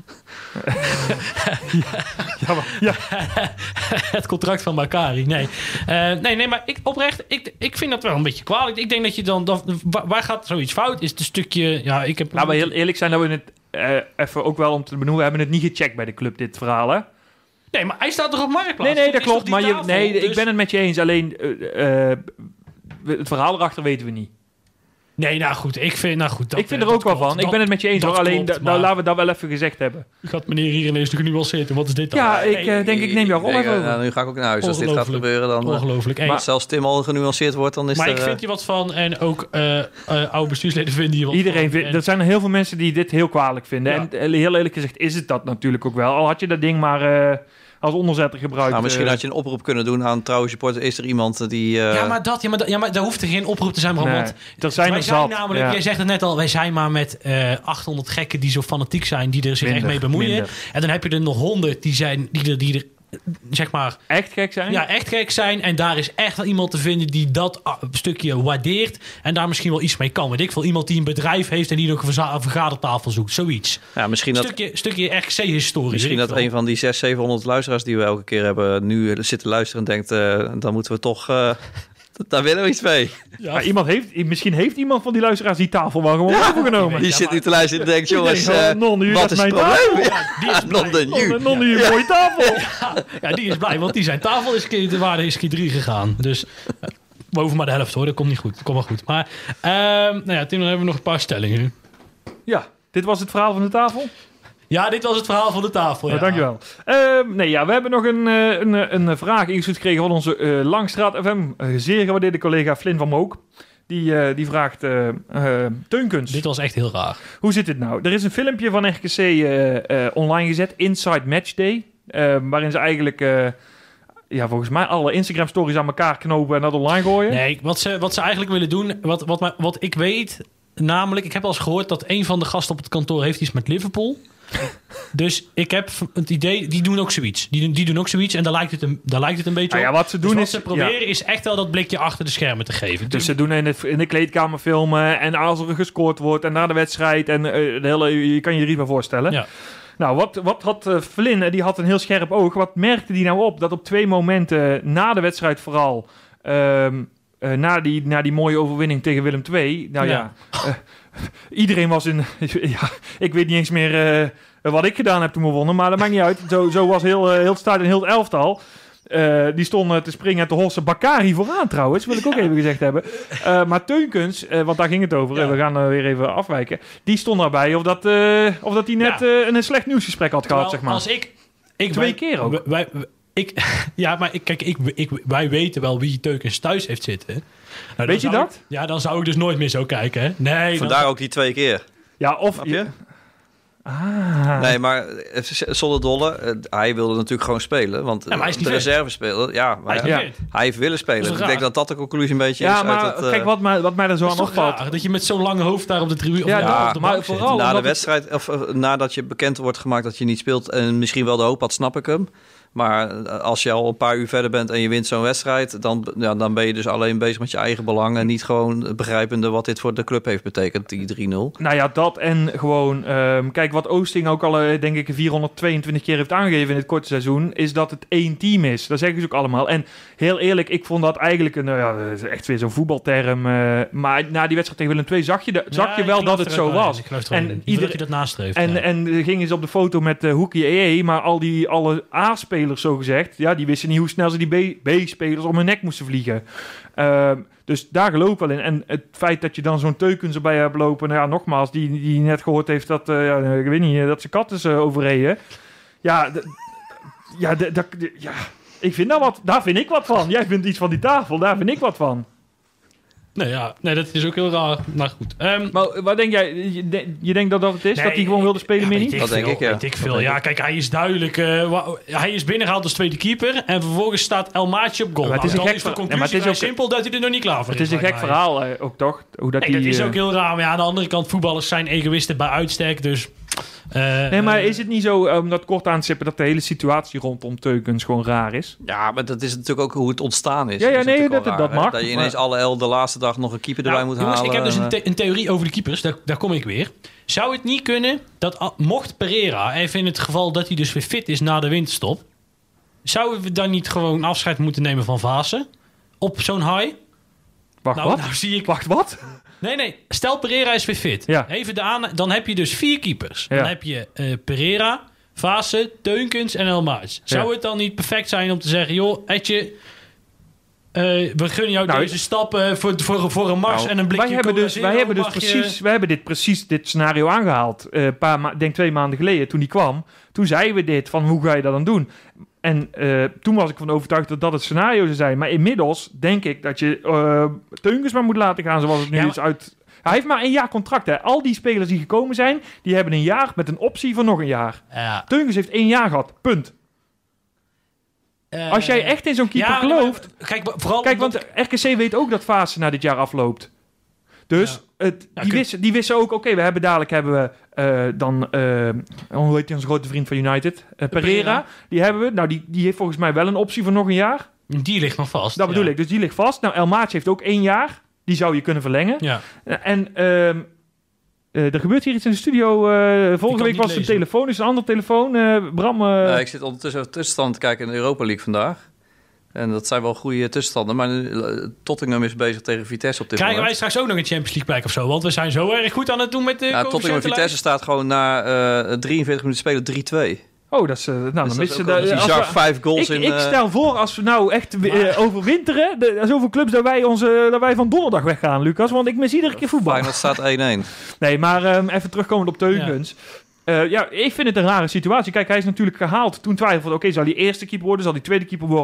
ja, maar, ja. Het contract van Bakary. Nee, uh, nee, nee, maar ik, oprecht, ik, ik vind dat wel een beetje kwalijk. Ik denk dat je dan, dan waar gaat zoiets fout? Is het een stukje, ja, ik heb. Nou, maar heel eerlijk zijn dat we het uh, even ook wel om te benoemen. We hebben het niet gecheckt bij de club dit verhaal, hè? Nee, maar hij staat toch op Marktplaats? Nee, nee, dat klopt. Maar je, tafel, nee, dus... ik ben het met je eens. Alleen uh, uh, het verhaal erachter weten we niet. Nee, nou goed, ik vind, nou goed, dat, ik vind er ook wel van. Dat, ik ben het met je eens hoor. Alleen, klopt, nou, laten we dat wel even gezegd hebben. Gaat meneer hier ineens de genuanceerd? Wat is dit dan? Ja, ik nee, uh, denk ik neem jouw rol even over. Nou, nu ga ik ook naar huis. Als dit gaat gebeuren, dan... Ongelooflijk. Uh, maar zelfs Tim al genuanceerd wordt, dan is maar er... Maar ik vind hier wat van. En ook uh, uh, oude bestuursleden vinden hier wat Iedereen van. Vindt, en... er zijn heel veel mensen die dit heel kwalijk vinden. Ja. En heel eerlijk gezegd is het dat natuurlijk ook wel. Al had je dat ding maar... Uh, als onderzetter gebruikt. Nou, misschien had je een oproep kunnen doen aan trouwe supporter. Is er iemand die... Uh... Ja, maar dat, ja, maar, dat, ja, maar daar hoeft er geen oproep te zijn. Maar, nee, want er zijn wij er zijn zat, namelijk, ja. jij zegt het net al, wij zijn maar met uh, achthonderd gekken die zo fanatiek zijn, die er zich minder, echt mee bemoeien. Minder. En dan heb je er nog honderd die zijn, die er, die er zeg maar... Echt gek zijn? Ja, echt gek zijn. En daar is echt wel iemand te vinden die dat stukje waardeert. En daar misschien wel iets mee kan. Weet ik veel. Iemand die een bedrijf heeft en die nog een vergadertafel zoekt. Zoiets. Ja, misschien dat... Stukje, stukje R K C-historie. Misschien dat een van die zeshonderd, zevenhonderd luisteraars die we elke keer hebben nu zitten luisteren en denkt, uh, dan moeten we toch... Uh, daar willen we iets mee. Ja. Maar iemand heeft, misschien heeft iemand van die luisteraars die tafel wel gewoon ja, overgenomen. Die ja, zit maar... nu te luisteren en denkt, jongens, uh, oh, non, nu wat is het probleem? Ja, die is non, non, non, non, nu een mooie tafel. Ja, ja, die is blij, want die zijn tafel is de waarde is keer drie gegaan. Dus uh, boven maar de helft hoor, dat komt niet goed. Dat komt wel goed. Maar, uh, nou ja, Tim, dan hebben we nog een paar stellingen. Ja, dit was het verhaal van de tafel. Ja, dit was het verhaal van de tafel. Ja. Oh, dankjewel. Uh, nee, ja, we hebben nog een, uh, een, een vraag ingestuurd gekregen van onze uh, Langstraat F M. Uh, zeer gewaardeerde collega Flynn van Mook. die, uh, die vraagt... Uh, uh, Teunkunst. Dit was echt heel raar. Hoe zit het nou? Er is een filmpje van R K C uh, uh, online gezet. Inside Matchday. Uh, waarin ze eigenlijk... Uh, ja, volgens mij alle Instagram-stories aan elkaar knopen en dat online gooien. Nee, wat ze, wat ze eigenlijk willen doen... Wat, wat, wat, wat ik weet... Namelijk, ik heb al eens gehoord dat een van de gasten op het kantoor heeft iets met Liverpool. Dus ik heb het idee, die doen ook zoiets. Die, die doen ook zoiets en daar lijkt het een, daar lijkt het een beetje nou ja, op. wat ze doen dus wat is, ze proberen ja. is echt wel dat blikje achter de schermen te geven. Dus ze doen in de, in de kleedkamer filmen en als er gescoord wordt en na de wedstrijd en uh, de hele, je kan je er iets bij voorstellen. Ja. Nou, wat, wat had uh, Flynn, die had een heel scherp oog. Wat merkte die nou op? Dat op twee momenten na de wedstrijd vooral... Um, Uh, na, die, na die mooie overwinning tegen Willem twee. Nou ja, ja uh, iedereen was in... ja, ik weet niet eens meer uh, wat ik gedaan heb toen we wonnen. Maar dat maakt niet uit. Zo, zo was heel, uh, heel het stadion, heel het elftal. Uh, die stonden te springen en te hossen. Bakary vooraan trouwens, wil ik ook even gezegd hebben. Uh, maar Teunkunst, uh, want daar ging het over. Ja. We gaan uh, weer even afwijken. Die stond daarbij of dat hij uh, of dat net ja. uh, een slecht nieuwsgesprek had gehad, zeg maar. Als ik, ik Twee wij, keer ook. Wij, wij, Ik, ja, maar ik, kijk, ik, ik, wij weten wel wie Teukens thuis heeft zitten. Nou, weet je dat? Ik, ja, dan zou ik dus nooit meer zo kijken. Hè? Nee, Vandaar dan... ook die twee keer. Ja, of... Snap je? Ah. Nee, maar zonder dolle, hij wilde natuurlijk gewoon spelen. Want ja, de reserve speler, ja, maar hij, ja, ja. hij heeft willen spelen. Ik denk dat dat de conclusie een beetje ja, is. Maar uit het, kijk, wat mij, wat mij er zo aan opvalt. Raar, dat je met zo'n lang hoofd daar op de tribune ja, of ja, op de maar bank vooral zit. na de wedstrijd, of uh, nadat je bekend wordt gemaakt dat je niet speelt en misschien wel de hoop had, snap ik hem. Maar als je al een paar uur verder bent en je wint zo'n wedstrijd, dan, ja, dan ben je dus alleen bezig met je eigen belang en niet gewoon begrijpende wat dit voor de club heeft betekend, die drie nul. Nou ja, dat en gewoon, um, kijk, wat Oosting ook al, uh, denk ik, vierhonderdtweeëntwintig keer heeft aangegeven in het korte seizoen, is dat het één team is. Dat zeggen ze ook allemaal. En heel eerlijk, ik vond dat eigenlijk een, uh, ja, echt weer zo'n voetbalterm. Uh, maar na die wedstrijd tegen Willem twee zag je, de, zag ja, je wel dat het zo wel was. Ik geloof en ieder, ieder, dat je dat nastreeft. En, ja. en gingen ze op de foto met uh, Hoekie E E, maar al die alle A-spelers zo gezegd, ja, die wisten niet hoe snel ze die B, B-spelers om hun nek moesten vliegen. Uh, dus daar geloof ik wel in. En het feit dat je dan zo'n Teukens erbij hebt lopen, nou ja, nogmaals, die, die net gehoord heeft dat, uh, ja, ik weet niet, dat ze katten uh, overreden. Ja, d- ja, d- d- d- ja, ik vind daar wat, daar vind ik wat van. Jij vindt iets van die tafel, daar vind ik wat van. Nee, ja, nee, dat is ook heel raar. Maar goed. Um, maar wat denk jij? Je, de, je denkt dat dat het is? Nee, dat hij gewoon wilde spelen, ja, Mini? Dat denk ik, ja. Weet ik veel. Ja, kijk, hij is duidelijk... Uh, hij is binnengehaald als tweede keeper. En vervolgens staat El Maatje op goal. Ja, maar het is nou, een dan gek is de conclusie ja, het is vrij ook, simpel dat hij er nog niet klaar voor het is. Het is een gek verhaal uh, ook, toch? Hoe dat, nee, die, dat is uh, ook heel raar. Maar ja, aan de andere kant, voetballers zijn egoïsten bij uitstek. Dus... Uh, nee, maar is het niet zo, om um, dat kort aan te stippen, dat de hele situatie rondom Teukens gewoon raar is? Ja, maar dat is natuurlijk ook hoe het ontstaan is. Ja, ja is nee, dat, raar, dat mag. Dat je ineens alle el de laatste dag nog een keeper erbij nou, moet jongens, halen. Ik heb dus en, een, the- een theorie over de keepers. Daar, daar kom ik weer. Zou het niet kunnen dat, mocht Pereira, even in het geval dat hij dus weer fit is na de winterstop, zouden we dan niet gewoon afscheid moeten nemen van Vaassen op zo'n high? Wacht, nou, wat? Nou zie ik... Wacht, wat? Nee, nee. Stel Pereira is weer fit. Ja. Even de aan... Dan heb je dus vier keepers. Ja. Dan heb je uh, Pereira, Vaassen, Teunkens en El Maatje. Zou Ja. het dan niet perfect zijn om te zeggen, joh, Etje, uh, we gunnen jou nou, deze stappen voor, voor, voor een mars nou, en een blikje wij hebben dus, Cola wij Zero, hebben dus mag precies, je... wij hebben dit precies dit scenario aangehaald. Een uh, paar ma- denk twee maanden geleden toen die kwam. Toen zeiden we dit van hoe ga je dat dan doen? En uh, toen was ik van overtuigd dat dat het scenario zou zijn. Maar inmiddels denk ik dat je uh, Teunkens maar moet laten gaan zoals het nu Ja, is uit. Hij heeft maar een jaar contract. Hè. Al die spelers die gekomen zijn, die hebben een jaar met een optie van nog een jaar. Ja. Teunkens heeft één jaar gehad. Punt. Uh, Als jij echt in zo'n keeper ja, gelooft... Maar, kijk, vooral Kijk, want dat... R K C weet ook dat Vaassen na dit jaar afloopt. Dus Ja. het, Ja, die, kun- wisten, die wisten ook... Oké, okay, we hebben dadelijk hebben we uh, dan... Uh, hoe heet die onze grote vriend van United? Uh, Pereira. Pereira. Die hebben we. Nou, die, die heeft volgens mij wel een optie voor nog een jaar. Die ligt nog vast. Dat bedoel ja. ik. Dus die ligt vast. Nou, El Maatje heeft ook één jaar. Die zou je kunnen verlengen. Ja. En... Uh, Uh, er gebeurt hier iets in de studio. Uh, volgende week was het een lezen. telefoon. Is een andere telefoon. Uh, Bram... Uh... Uh, ik zit ondertussen even tussenstand te kijken in de Europa League vandaag. En dat zijn wel goede tussenstanden. Maar uh, Tottenham is bezig tegen Vitesse op dit Krijgen wij moment. straks ook nog een Champions League plek of zo? Want we zijn zo erg goed aan het doen met de Ja, Tottenham en Vitesse staat gewoon na uh, drieënveertig minuten spelen drie twee. Oh, dat is... Uh, nou, Dus dan dat is missen ook de... wel als bizar, we- vijf goals Ik, in... ik uh, stel voor, als we nou echt uh, Maar- overwinteren, de, zoveel clubs dat wij, onze, dat wij van donderdag weggaan, Lucas. Want ik mis iedere keer voetbal. Feyenoord staat één één. Nee, maar um, even terugkomend op Teunkens. Ja. Uh, ja, ik vind het een rare situatie. Kijk, hij is natuurlijk gehaald. Toen twijfelde, oké, okay, zal hij eerste keeper worden? Zal hij tweede keeper worden?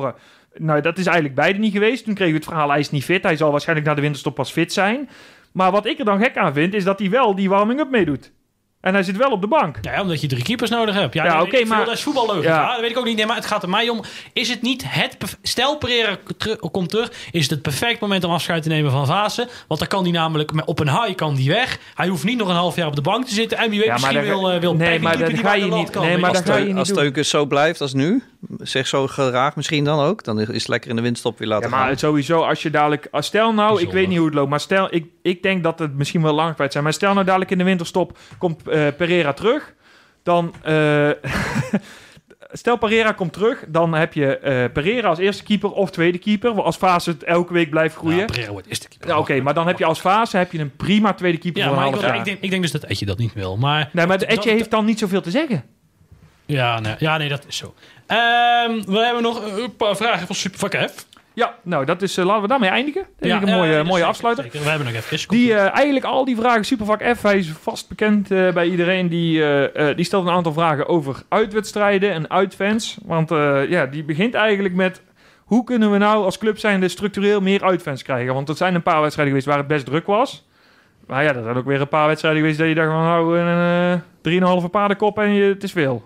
Nou, dat is eigenlijk beide niet geweest. Toen kregen we het verhaal, hij is niet fit. Hij zal waarschijnlijk na de winterstop pas fit zijn. Maar wat ik er dan gek aan vind, is dat hij wel die warming-up meedoet. En hij zit wel op de bank. Ja, omdat je drie keepers nodig hebt. Ja, Ja, ja oké, okay, maar- dat is voetballogica. Ja. Ja, dat weet ik ook niet. Nee, maar het gaat er mij om. Is het niet het... perf- Stel Pereira teru- komt terug. Is het het perfect moment om afscheid te nemen van Vaassen? Want dan kan hij namelijk... met- Op een high kan die weg. Hij hoeft niet nog een half jaar op de bank te zitten. En wie weet Ja, maar misschien daar- wil, uh, wil nee, Peppi maar keeper dat die ga bij je de lat niet- kan. nee, weet maar je. Als, dat ga je Teun, niet als doen. Teunkus zo blijft als nu, zeg zo geraakt misschien dan ook, dan is het lekker in de winterstop weer laten Ja, maar gaan. sowieso, als je dadelijk... Als stel nou, ik Bijzonder. weet niet hoe het loopt, maar stel... Ik, ik denk dat het misschien wel lang kwijt zijn. Maar stel nou dadelijk in de winterstop komt uh, Pereira terug. Dan... Uh, stel Pereira komt terug, dan heb je uh, Pereira als eerste keeper of tweede keeper. Als Fase het elke week blijft groeien. Ja, Pereira wordt eerste keeper. Ja, Oké, okay, maar dan heb je als Fase heb je een prima tweede keeper Ja, voor een maar ik, half wil- jaar. ik, denk, ik denk dus dat Etje dat niet wil. Maar, Nee, maar de Etje dat- heeft dan niet zoveel te zeggen. Ja, nee, ja, nee, dat is zo. Um, we hebben nog een paar vragen van Supervak F. Ja, nou, dat is, uh, laten we daarmee eindigen. Dat is een mooie, ja, mooie zeker, afsluiter. zeker. We hebben nog even. Die, uh, eigenlijk al die vragen, Supervak F, hij is vast bekend uh, bij iedereen. Die, uh, uh, die stelt een aantal vragen over uitwedstrijden en uitfans. Want uh, ja, die begint eigenlijk met... Hoe kunnen we nou als club zijnde structureel meer uitfans krijgen? Want er zijn een paar wedstrijden geweest waar het best druk was. Maar ja, er zijn ook weer een paar wedstrijden geweest dat je dacht van... Nou, een uh, drieënhalve paardenkop en je, het is veel.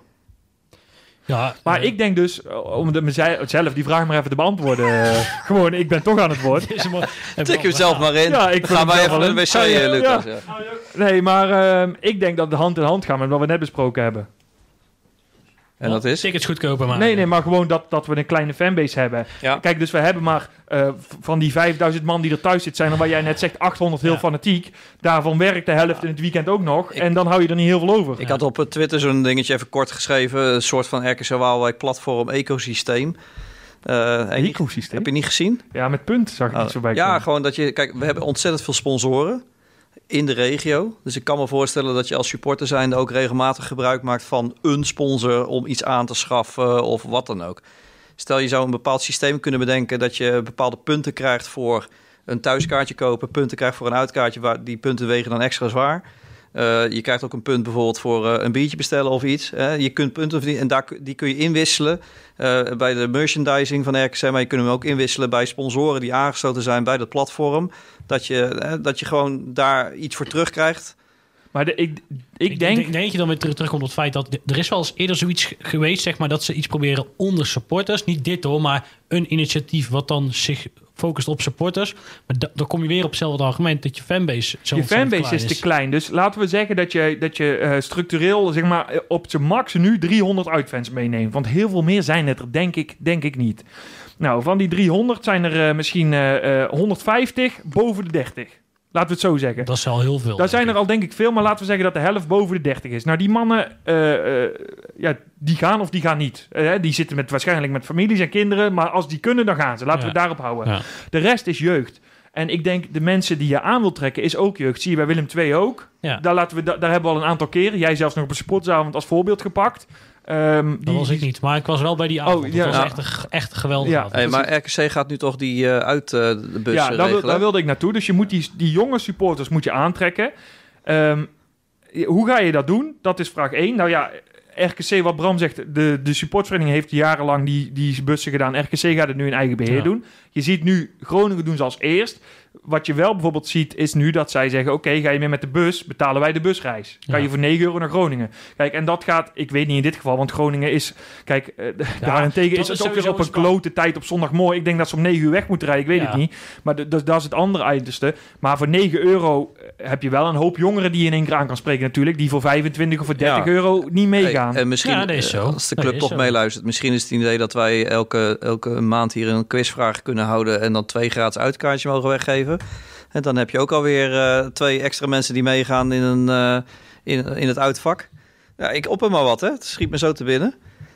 Ja, Maar uh, ik denk dus, om de, mezelf die vraag maar even te beantwoorden... Uh, gewoon, ik ben toch aan het woord. Tik je zelf maar in. Ja, ik Dan gaan wij hem even wel naar de in. wc, Ah, ja, Lucas. ja. Ja. Nee, maar uh, ik denk dat het hand in hand gaat met wat we net besproken hebben. En dat is? Tickets goedkoper maken. Nee, nee, maar gewoon dat, dat we een kleine fanbase hebben. Ja. Kijk, dus we hebben maar uh, van die vijfduizend man die er thuis zit, zijn er, waar jij net zegt, achthonderd heel Ja. fanatiek. Daarvan werkt de helft in het weekend ook nog. Ik- en dan hou je er niet heel veel over. Ik had op Twitter zo'n dingetje even kort geschreven. Een soort van R K C Waalwijk platform ecosysteem. Uh, Een ecosysteem? Heb je niet gezien? Ja, met punt zag ik Oh, niet zo bij ja, komen. gewoon dat je... Kijk, we hebben ontzettend veel sponsoren in de regio. Dus ik kan me voorstellen dat je als supporter zijnde ook regelmatig gebruik maakt van een sponsor om iets aan te schaffen of wat dan ook. Stel, je zou een bepaald systeem kunnen bedenken dat je bepaalde punten krijgt voor een thuiskaartje kopen, punten krijgt voor een uitkaartje, waar die punten wegen dan extra zwaar. Uh, je krijgt ook een punt bijvoorbeeld voor uh, een biertje bestellen of iets. Hè. Je kunt punten verdienen en daar, die kun je inwisselen uh, bij de merchandising van R K C. Maar je kunt hem ook inwisselen bij sponsoren die aangesloten zijn bij dat platform. Dat je, hè, dat je gewoon daar iets voor terugkrijgt. Maar de, ik, ik, Ik denk... denk, denk je dan weer terug, terugkomt op het feit dat... Er is wel eens eerder zoiets geweest, zeg maar, dat ze iets proberen onder supporters. Niet dit hoor, maar een initiatief wat dan zich focust op supporters. Maar da, dan kom je weer op hetzelfde argument dat je fanbase zo Je fanbase is te klein. Dus laten we zeggen dat je, dat je uh, structureel, zeg maar, op zijn max nu driehonderd uitfans meeneemt. Want heel veel meer zijn het er, denk ik, denk ik niet. Nou, van die driehonderd zijn er uh, misschien uh, uh, honderdvijftig boven de dertig. Laten we het zo zeggen. Dat is al heel veel. Daar zijn er ik. al denk ik veel, maar laten we zeggen dat de helft boven de dertig is. Nou, die mannen, uh, uh, ja, die gaan of die gaan niet. Uh, die zitten met, waarschijnlijk met families en kinderen, maar als die kunnen, dan gaan ze. Laten Ja. we het daarop houden. Ja. De rest is jeugd. En ik denk, de mensen die je aan wilt trekken, is ook jeugd. Zie je bij Willem twee ook. Ja. Daar, laten we, da- daar hebben we al een aantal keren. Jij zelfs nog op een supportersavond als voorbeeld gepakt. Um, Dat die, was ik niet, maar ik was wel bij die avond. Oh, ja. Dat was Ja. echt een, echt een geweldige Ja. avond. Hey, maar R K C gaat nu toch die uh, uit uh, de bus Ja, uh, daar, wil, regelen? daar wilde ik naartoe. Dus je moet die, die jonge supporters moet je aantrekken. Um, hoe ga je dat doen? Dat is vraag één. Nou ja, R K C, wat Bram zegt, de, de supportvereniging heeft jarenlang die, die bussen gedaan. R K C gaat het nu in eigen beheer Ja. doen. Je ziet nu, Groningen doen ze als eerst. Wat je wel bijvoorbeeld ziet, is nu dat zij zeggen... oké, ga je mee met de bus, betalen wij de busreis. Kan Ja. je voor negen euro naar Groningen. Kijk, en dat gaat... Ik weet niet in dit geval, want Groningen is... Kijk, uh, daarentegen dat is is het ook weer sowieso op een een spa- klote tijd op zondagmorgen. Ik denk dat ze om negen uur weg moeten rijden, ik weet Ja. het niet. Maar d- dus dat is het andere uiterste. Maar voor negen euro heb je wel een hoop jongeren... die je in één keer aan kan spreken natuurlijk... die voor vijfentwintig of voor dertig Ja. euro niet meegaan. Hey, en misschien, Ja, dat is zo. uh, als de Dat club is toch zo. meeluistert, misschien is het idee dat wij elke, elke maand hier een quizvraag kunnen houden en dan twee gratis uitkaartjes mogen weggeven. En dan heb je ook alweer uh, twee extra mensen die meegaan in, een, uh, in, in het uitvak. Ja, ik opper maar wat, hè. Het schiet me zo te binnen.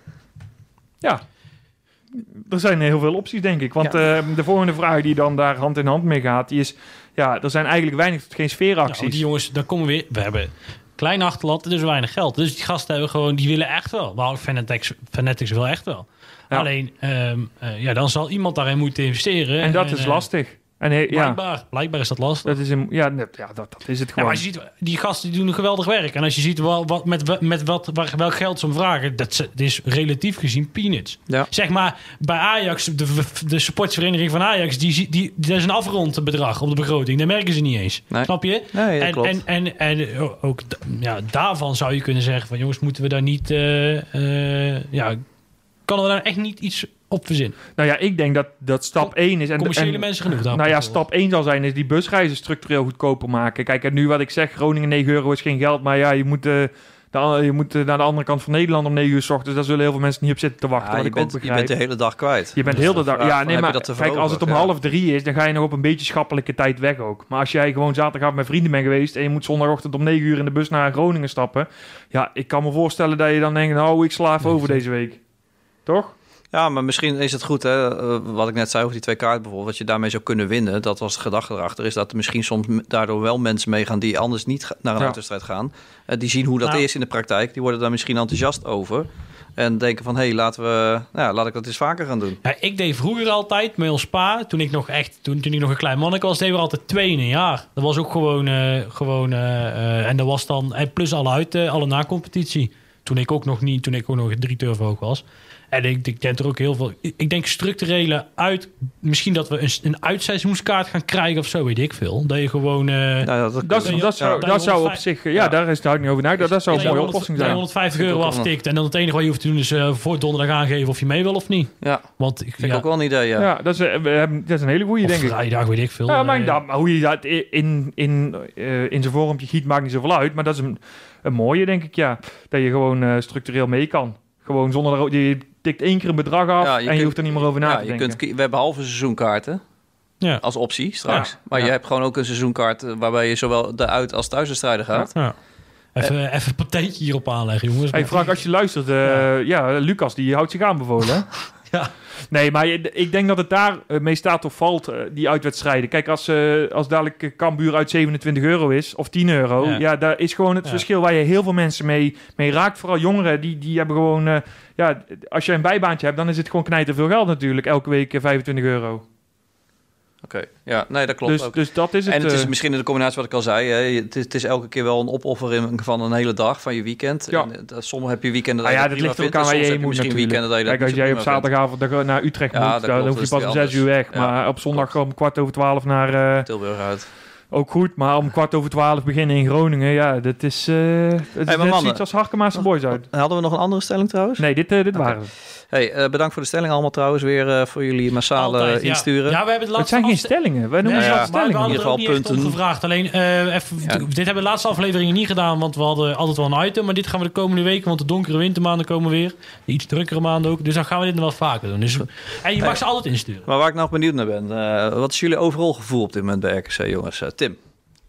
Ja. Er zijn heel veel opties, denk ik. Want Ja. uh, de volgende vraag die dan daar hand in hand mee gaat... die is, ja, er zijn eigenlijk weinig tot geen Ja, sfeeracties. want die jongens, daar komen we weer. We hebben klein achterland, dus weinig geld. Dus die gasten hebben gewoon, die willen echt wel. Maar Fanatics, Fanatics wil echt wel. Ja. Alleen, um, uh, ja, dan zal iemand daarin moeten investeren. en dat is uh, lastig. En he, ja, Blijkbaar, blijkbaar is dat lastig. dat is, een, ja, net- ja dat, dat is het Ja, gewoon. maar als je ziet, die gasten die doen een geweldig werk. En als je ziet wel, wat, met, met wat, waar, welk geld ze om vragen, dat, is- dat is relatief gezien peanuts. Ja. Zeg maar, bij Ajax, de, de supportersvereniging van Ajax, die, die, die, dat is een afgerond bedrag op de begroting. Dat merken ze niet eens. Nee. Snap je? Nee, dat en, klopt. en, en, en ook d- ja, daarvan zou je kunnen zeggen van jongens, moeten we daar niet... eh, eh, ja, kan er daar echt niet iets op verzinnen? Nou ja, ik denk dat, dat stap één is... En, Commerciële en, mensen genoeg daarvoor. Nou ja, stap één zal zijn is die busreizen structureel goedkoper maken. Kijk, en nu wat ik zeg, Groningen negen euro is geen geld, maar ja, je moet... eh, de, je moet eh, naar de andere kant van Nederland om negen uur 's ochtends. Daar zullen heel veel mensen niet op zitten te wachten. Ja, wat je, ik ook bent, je begrijp. bent de hele dag kwijt. Je bent Dus heel de de dag... vraag Ja, van, nee, heb je maar dat te kijk, als het om veroveren? half drie is, dan ga je nog op een beetje schappelijke tijd weg ook. Maar als jij gewoon zaterdagavond met vrienden bent geweest en je moet zondagochtend om negen uur in de bus naar Groningen stappen. Ja, ik kan me voorstellen dat je dan denkt, nou, ik sla even over deze week. Toch? Ja, maar misschien is het goed, hè, uh, wat ik net zei over die twee kaarten bijvoorbeeld, wat je daarmee zou kunnen winnen, dat was de gedachte erachter, is dat er misschien soms m- daardoor wel mensen meegaan die anders niet ga- naar een Ja. uitwedstrijd gaan. Uh, die zien hoe dat Nou. is in de praktijk, die worden daar misschien enthousiast over en denken van, hé, hey, laten we, nou, laat ik dat eens vaker gaan doen. Ja, ik deed vroeger altijd met ons pa, toen ik nog echt, toen, toen ik nog een klein manneke was, deden we altijd twee in een jaar. Dat was ook gewoon, uh, gewoon uh, uh, en dat was dan, en plus alle uit, uh, alle na-competitie. Toen ik ook nog niet, toen ik ook nog drie turf hoog was. En ik, ik denk er ook heel veel, ik, ik denk structurele uit, misschien dat we een, een uitseizoenskaart gaan krijgen of zo, weet ik veel. Dat je gewoon... Uh, Nou, dat, Dat, Ben je- dat, zou, ja, dat zou op honderdvijf zich... Ja, Ja. daar is het ook niet over na. Dat, dat zou een mooie honderd oplossing dat je zijn. honderdvijftig Vind ik euro ook wel. aftikt. En dan het enige wat je hoeft te doen is uh, voor donderdag aangeven of je mee wil of niet. ja, Want ik, vind ik ja, ook wel een idee, ja. Ja, dat is, eh, we hebben, dat is een hele goeie, of denk ik. vrijdag, weet ik veel. Ja, maar, Uh, dat- maar hoe je dat in, in, uh, in zijn vormpje giet, maakt niet zoveel uit. Maar dat is een, een mooie, denk ik, ja. Dat je gewoon uh, structureel mee kan. Gewoon zonder... dat- Je tikt één keer een bedrag af Ja, je en je kunt- hoeft er niet meer over na Ja, te je denken. kunt, kie- we hebben halve seizoenkaarten ja. als optie straks, Ja. maar Ja. je hebt gewoon ook een seizoenkaart uh, waarbij je zowel de uit- als thuiswedstrijden gaat. Ja. Even, even een patentje hierop aanleggen, jongens. Hey Frank, als je luistert, uh, ja. Ja. Lucas die houdt zich aanbevolen. Hè? Ja. Nee, maar je- ik denk dat het daar uh, mee staat of valt, uh, die uitwedstrijden. Kijk, als, uh, als dadelijk uh, Cambuur uit zevenentwintig euro is, of tien euro, ja, Ja. daar is gewoon het Ja. verschil waar je heel veel mensen mee, mee raakt. Vooral jongeren, die, die hebben gewoon, uh, ja, als je een bijbaantje hebt, dan is het gewoon knijten veel geld natuurlijk, elke week uh, vijfentwintig euro. Oké, ja, nee, dat klopt Dus, ook. dus dat is het. En het is uh, misschien in de combinatie wat ik al zei. Hè, je- het, is, het is elke keer wel een opoffering van een hele dag van je weekend. Ja. En, uh, sommige heb je weekenden Ah dat ja, je dat dat ligt prima ook aan vindt. waar En je soms heen heb moet je misschien natuurlijk. weekenden dat je dat Kijk, als niet zo jij op prima vindt. zaterdagavond naar Utrecht Ja, moet, dat dan klopt, hoef je dat pas is om weer zes uur weg. anders. Ja. Maar op zondag om kwart over twaalf naar... Uh, Tilburg uit. ook goed, maar om kwart over twaalf beginnen in Groningen, ja, dat is, uh, het is maar net mannen. zoiets als Harkema's Boys uit. Hadden we nog een andere stelling trouwens? Nee, dit, uh, dit Oké. waren ze. Hey, uh, bedankt voor de stelling allemaal trouwens weer uh, voor jullie massale Altijd, ja. insturen. Ja, we hebben de Het laatste zijn geen afste- stellingen, wij noemen Nee, ze ja, wel maar we stellingen. hadden er ook In niet ieder echt om geval gevraagd. Alleen, uh, even, Ja. dit hebben we de laatste afleveringen niet gedaan, want we hadden altijd wel een item. Maar dit gaan we de komende weken, want de donkere wintermaanden komen weer. De iets drukkere maanden ook. Dus dan gaan we dit nog wel vaker doen. Dus, en je mag Hey. ze altijd insturen. Maar waar ik nog benieuwd naar ben, uh, wat is jullie overal gevoel op dit moment bij R K C, jongens? Uh, Tim,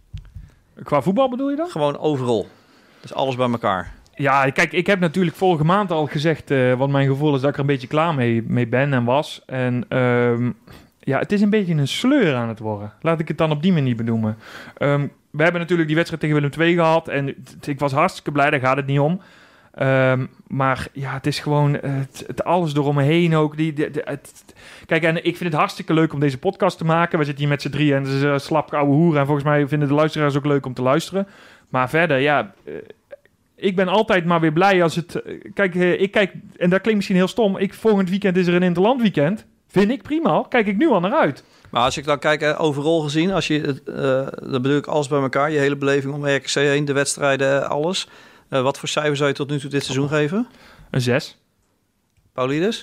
Qua voetbal bedoel je dan? gewoon overal. Dus alles bij elkaar. Ja, kijk, ik heb natuurlijk vorige maand al gezegd uh, wat mijn gevoel is dat ik er een beetje klaar mee, mee ben en was. En um, ja, het is een beetje een sleur aan het worden. Laat ik het dan op die manier benoemen. Um, we hebben natuurlijk die wedstrijd tegen Willem twee gehad en t- ik was hartstikke blij, daar gaat het niet om. Um, maar ja, het is gewoon uh, het, het alles eromheen ook. Die, de, de, het, kijk, en ik vind het hartstikke leuk om deze podcast te maken. We zitten hier met z'n drieën en het is een slap ouwe hoeren. En volgens mij vinden de luisteraars ook leuk om te luisteren. Maar verder, ja... Uh, ik ben altijd maar weer blij als het... Uh, kijk, uh, ik kijk... En dat klinkt misschien heel stom. Ik, volgend weekend is er een interland weekend. Vind ik prima. Kijk ik nu al naar uit. Maar als ik dan kijk, uh, overal gezien, als je, uh, dan bedoel ik alles bij elkaar, je hele beleving om R K C heen, de wedstrijden, alles. Uh, wat voor cijfer zou je tot nu toe dit seizoen geven? Een zes. Paulides?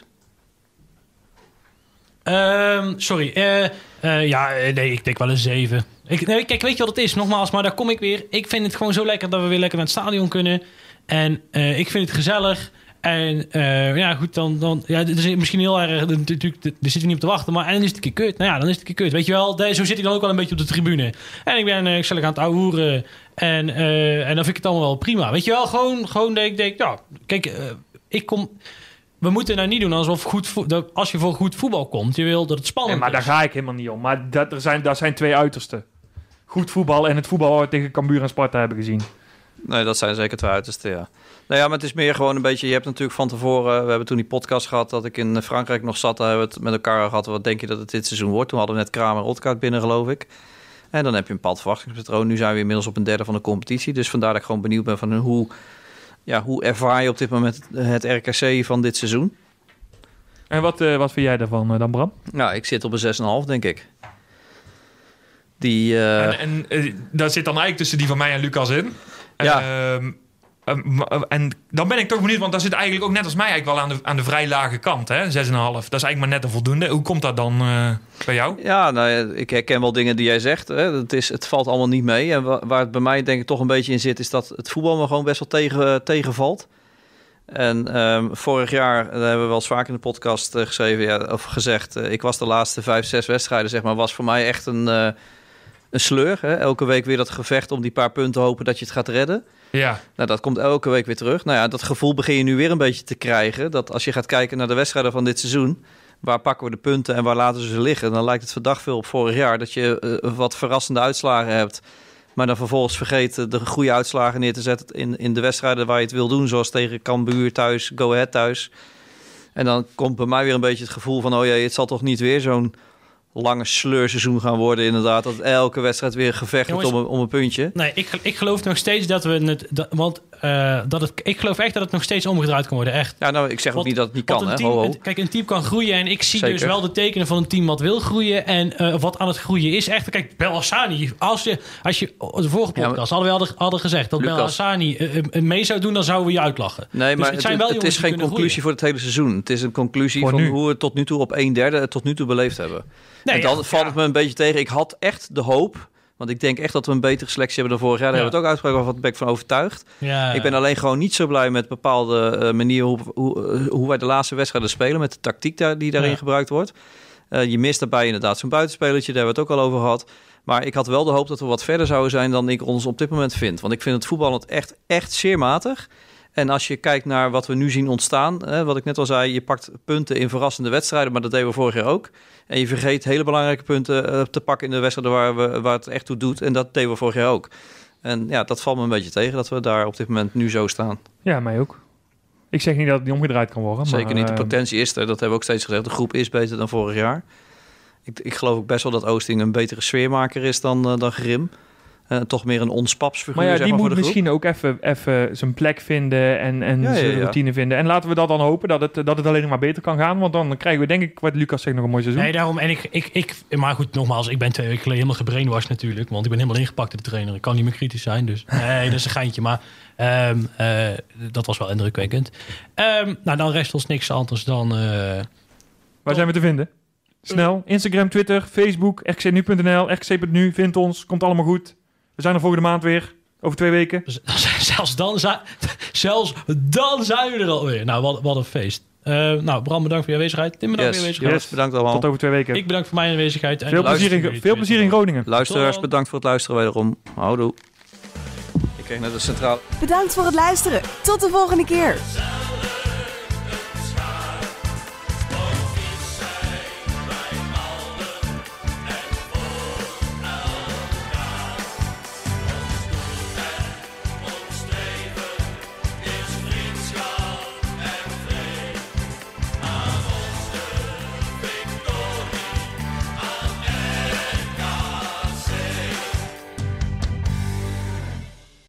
Um, sorry. Uh, uh, ja, nee, ik denk wel een zeven. Ik, nee, kijk, weet je wat het is? Nogmaals, maar daar kom ik weer. Ik vind het gewoon zo lekker dat we weer lekker naar het stadion kunnen. En uh, ik vind het gezellig. En uh, ja, goed, dan... dan ja, het is misschien heel erg... Natuurlijk, daar zit je niet op te wachten. Maar en dan is het een keer kut. Nou ja, dan is het een keer kut. Weet je wel, de, zo zit ik dan ook wel een beetje op de tribune. En ik ben uh, gezellig aan het ouwehoeren. En, uh, en dan vind ik het allemaal wel prima. Weet je wel, gewoon, gewoon dat ik denk... Ja, kijk, uh, ik kom... We moeten nou niet doen alsof goed vo- dat als je voor goed voetbal komt, je wil dat het spannend Nee, maar is. daar ga ik helemaal niet om. Maar dat, er zijn, daar zijn twee uitersten. Goed voetbal en het voetbal wat we tegen Cambuur en Sparta hebben gezien. Nee, dat zijn zeker twee uitersten, ja. Nou ja, maar het is meer gewoon een beetje... Je hebt natuurlijk van tevoren... We hebben toen die podcast gehad dat ik in Frankrijk nog zat. Daar hebben we het met elkaar gehad. Wat denk je dat het dit seizoen wordt? Toen hadden we net Kramer en Odgaard binnen, geloof ik. En dan heb je een bepaald verwachtingspatroon. Nu zijn we inmiddels op een derde van de competitie. Dus vandaar dat ik gewoon benieuwd ben van hoe... Ja, hoe ervaar je op dit moment het R K C van dit seizoen? En wat, uh, wat vind jij daarvan uh, dan, Bram? Nou, ik zit op een zes komma vijf, denk ik. Die... Uh... En, en uh, daar zit dan eigenlijk tussen die van mij en Lucas in. Ja. Uh, uh, en dan ben ik toch benieuwd, want daar zit eigenlijk ook net als mij eigenlijk wel aan de, aan de vrij lage kant, hè? zes komma vijf. Dat is eigenlijk maar net een voldoende. Hoe komt dat dan uh, bij jou? Ja, nou ja, ik herken wel dingen die jij zegt. Hè. Het, is, het valt allemaal niet mee. En wa- waar het bij mij denk ik toch een beetje in zit, is dat het voetbal me gewoon best wel tegen, tegenvalt. En um, vorig jaar, daar hebben we wel eens vaak in de podcast uh, geschreven, ja, of gezegd, uh, ik was de laatste vijf, zes wedstrijden, zeg maar, was voor mij echt een, uh, een sleur. Hè? Elke week weer dat gevecht om die paar punten hopen dat je het gaat redden. Ja. Nou, dat komt elke week weer terug. Nou ja, dat gevoel begin je nu weer een beetje te krijgen. Dat als je gaat kijken naar de wedstrijden van dit seizoen, waar pakken we de punten en waar laten we ze liggen, dan lijkt het verdacht veel op vorig jaar. Dat je uh, wat verrassende uitslagen hebt, maar dan vervolgens vergeet de goede uitslagen neer te zetten in, in de wedstrijden waar je het wil doen. Zoals tegen Cambuur thuis, Go Ahead thuis. En dan komt bij mij weer een beetje het gevoel van, oh jee, het zal toch niet weer zo'n lange sleurseizoen gaan worden, inderdaad. Dat elke wedstrijd weer gevecht wordt om, om een puntje. Nee, ik, ik geloof nog steeds dat we het... Dat, want uh, dat het, ik geloof echt dat het nog steeds omgedraaid kan worden, echt. Ja, nou, ik zeg want, ook niet dat het niet kan, hè. Team, Ho, ho. Kijk, een team kan groeien en ik zie Zeker. dus wel de tekenen van een team wat wil groeien en uh, wat aan het groeien is. Echt, kijk, Belhassani, als je, als je de vorige podcast ja, maar, hadden we hadden, hadden gezegd dat Belhassani uh, uh, mee zou doen, dan zouden we je uitlachen. Nee, maar dus het, het, zijn wel het is geen conclusie groeien. Voor het hele seizoen. Het is een conclusie voor van nu. Hoe we het tot nu toe op een derde het tot nu toe beleefd hebben. Nee, en dan ja, valt ja. het me een beetje tegen. Ik had echt de hoop, want ik denk echt dat we een betere selectie hebben dan vorig jaar. Daar ja. hebben we het ook uitgesproken, waar ben ik van overtuigd. Ja, ja. Ik ben alleen gewoon niet zo blij met bepaalde uh, manieren hoe, hoe, uh, hoe wij de laatste wedstrijden spelen, met de tactiek daar, die daarin ja. gebruikt wordt. Uh, je mist daarbij inderdaad zo'n buitenspelertje, daar hebben we het ook al over gehad. Maar ik had wel de hoop dat we wat verder zouden zijn dan ik ons op dit moment vind. Want ik vind het voetbal echt, echt zeer matig. En als je kijkt naar wat we nu zien ontstaan, hè, wat ik net al zei, je pakt punten in verrassende wedstrijden, maar dat deden we vorig jaar ook. En je vergeet hele belangrijke punten uh, te pakken in de wedstrijden waar, we, waar het echt toe doet. En dat deden we vorig jaar ook. En ja, dat valt me een beetje tegen, dat we daar op dit moment nu zo staan. Ja, mij ook. Ik zeg niet dat het niet omgedraaid kan worden. Zeker maar, niet, de uh, potentie is er, dat hebben we ook steeds gezegd. De groep is beter dan vorig jaar. Ik, ik geloof ook best wel dat Oosting een betere sfeermaker is dan, uh, dan Grim. Uh, toch meer een onspapsfiguur. Maar ja, zeg die maar, moet voor de misschien groep. ook even, even zijn plek vinden en, en ja, ja, zijn ja. routine vinden. En laten we dat dan hopen, dat het, dat het alleen nog maar beter kan gaan. Want dan krijgen we, denk ik, wat Lucas zegt, nog een mooi seizoen. Nee, daarom. En ik, ik, ik, maar goed, nogmaals, ik ben twee weken geleden helemaal gebrainwashed natuurlijk. Want ik ben helemaal ingepakt in de trainer. Ik kan niet meer kritisch zijn, dus nee, dat is een geintje. Maar um, uh, dat was wel indrukwekkend. Um, nou, dan rest ons niks anders dan... Uh, Waar dan... zijn we te vinden? Snel. Instagram, Twitter, Facebook, r k c nu punt n l, r k c punt n u. Vind ons. Komt allemaal goed. We zijn er volgende maand weer. Over twee weken. Zelfs dan zijn, zelfs dan zijn we er alweer. Nou, wat, wat een feest. Uh, nou, Bram, bedankt voor je aanwezigheid. Tim, bedankt yes, voor je aanwezigheid. Yes, bedankt allemaal. Tot over twee weken. Ik bedankt voor mijn aanwezigheid. En veel plezier in, veel plezier in Groningen. Luisteraars, bedankt voor het luisteren wederom. Houdoe. Ik kreeg net een centraal... Bedankt voor het luisteren. Tot de volgende keer.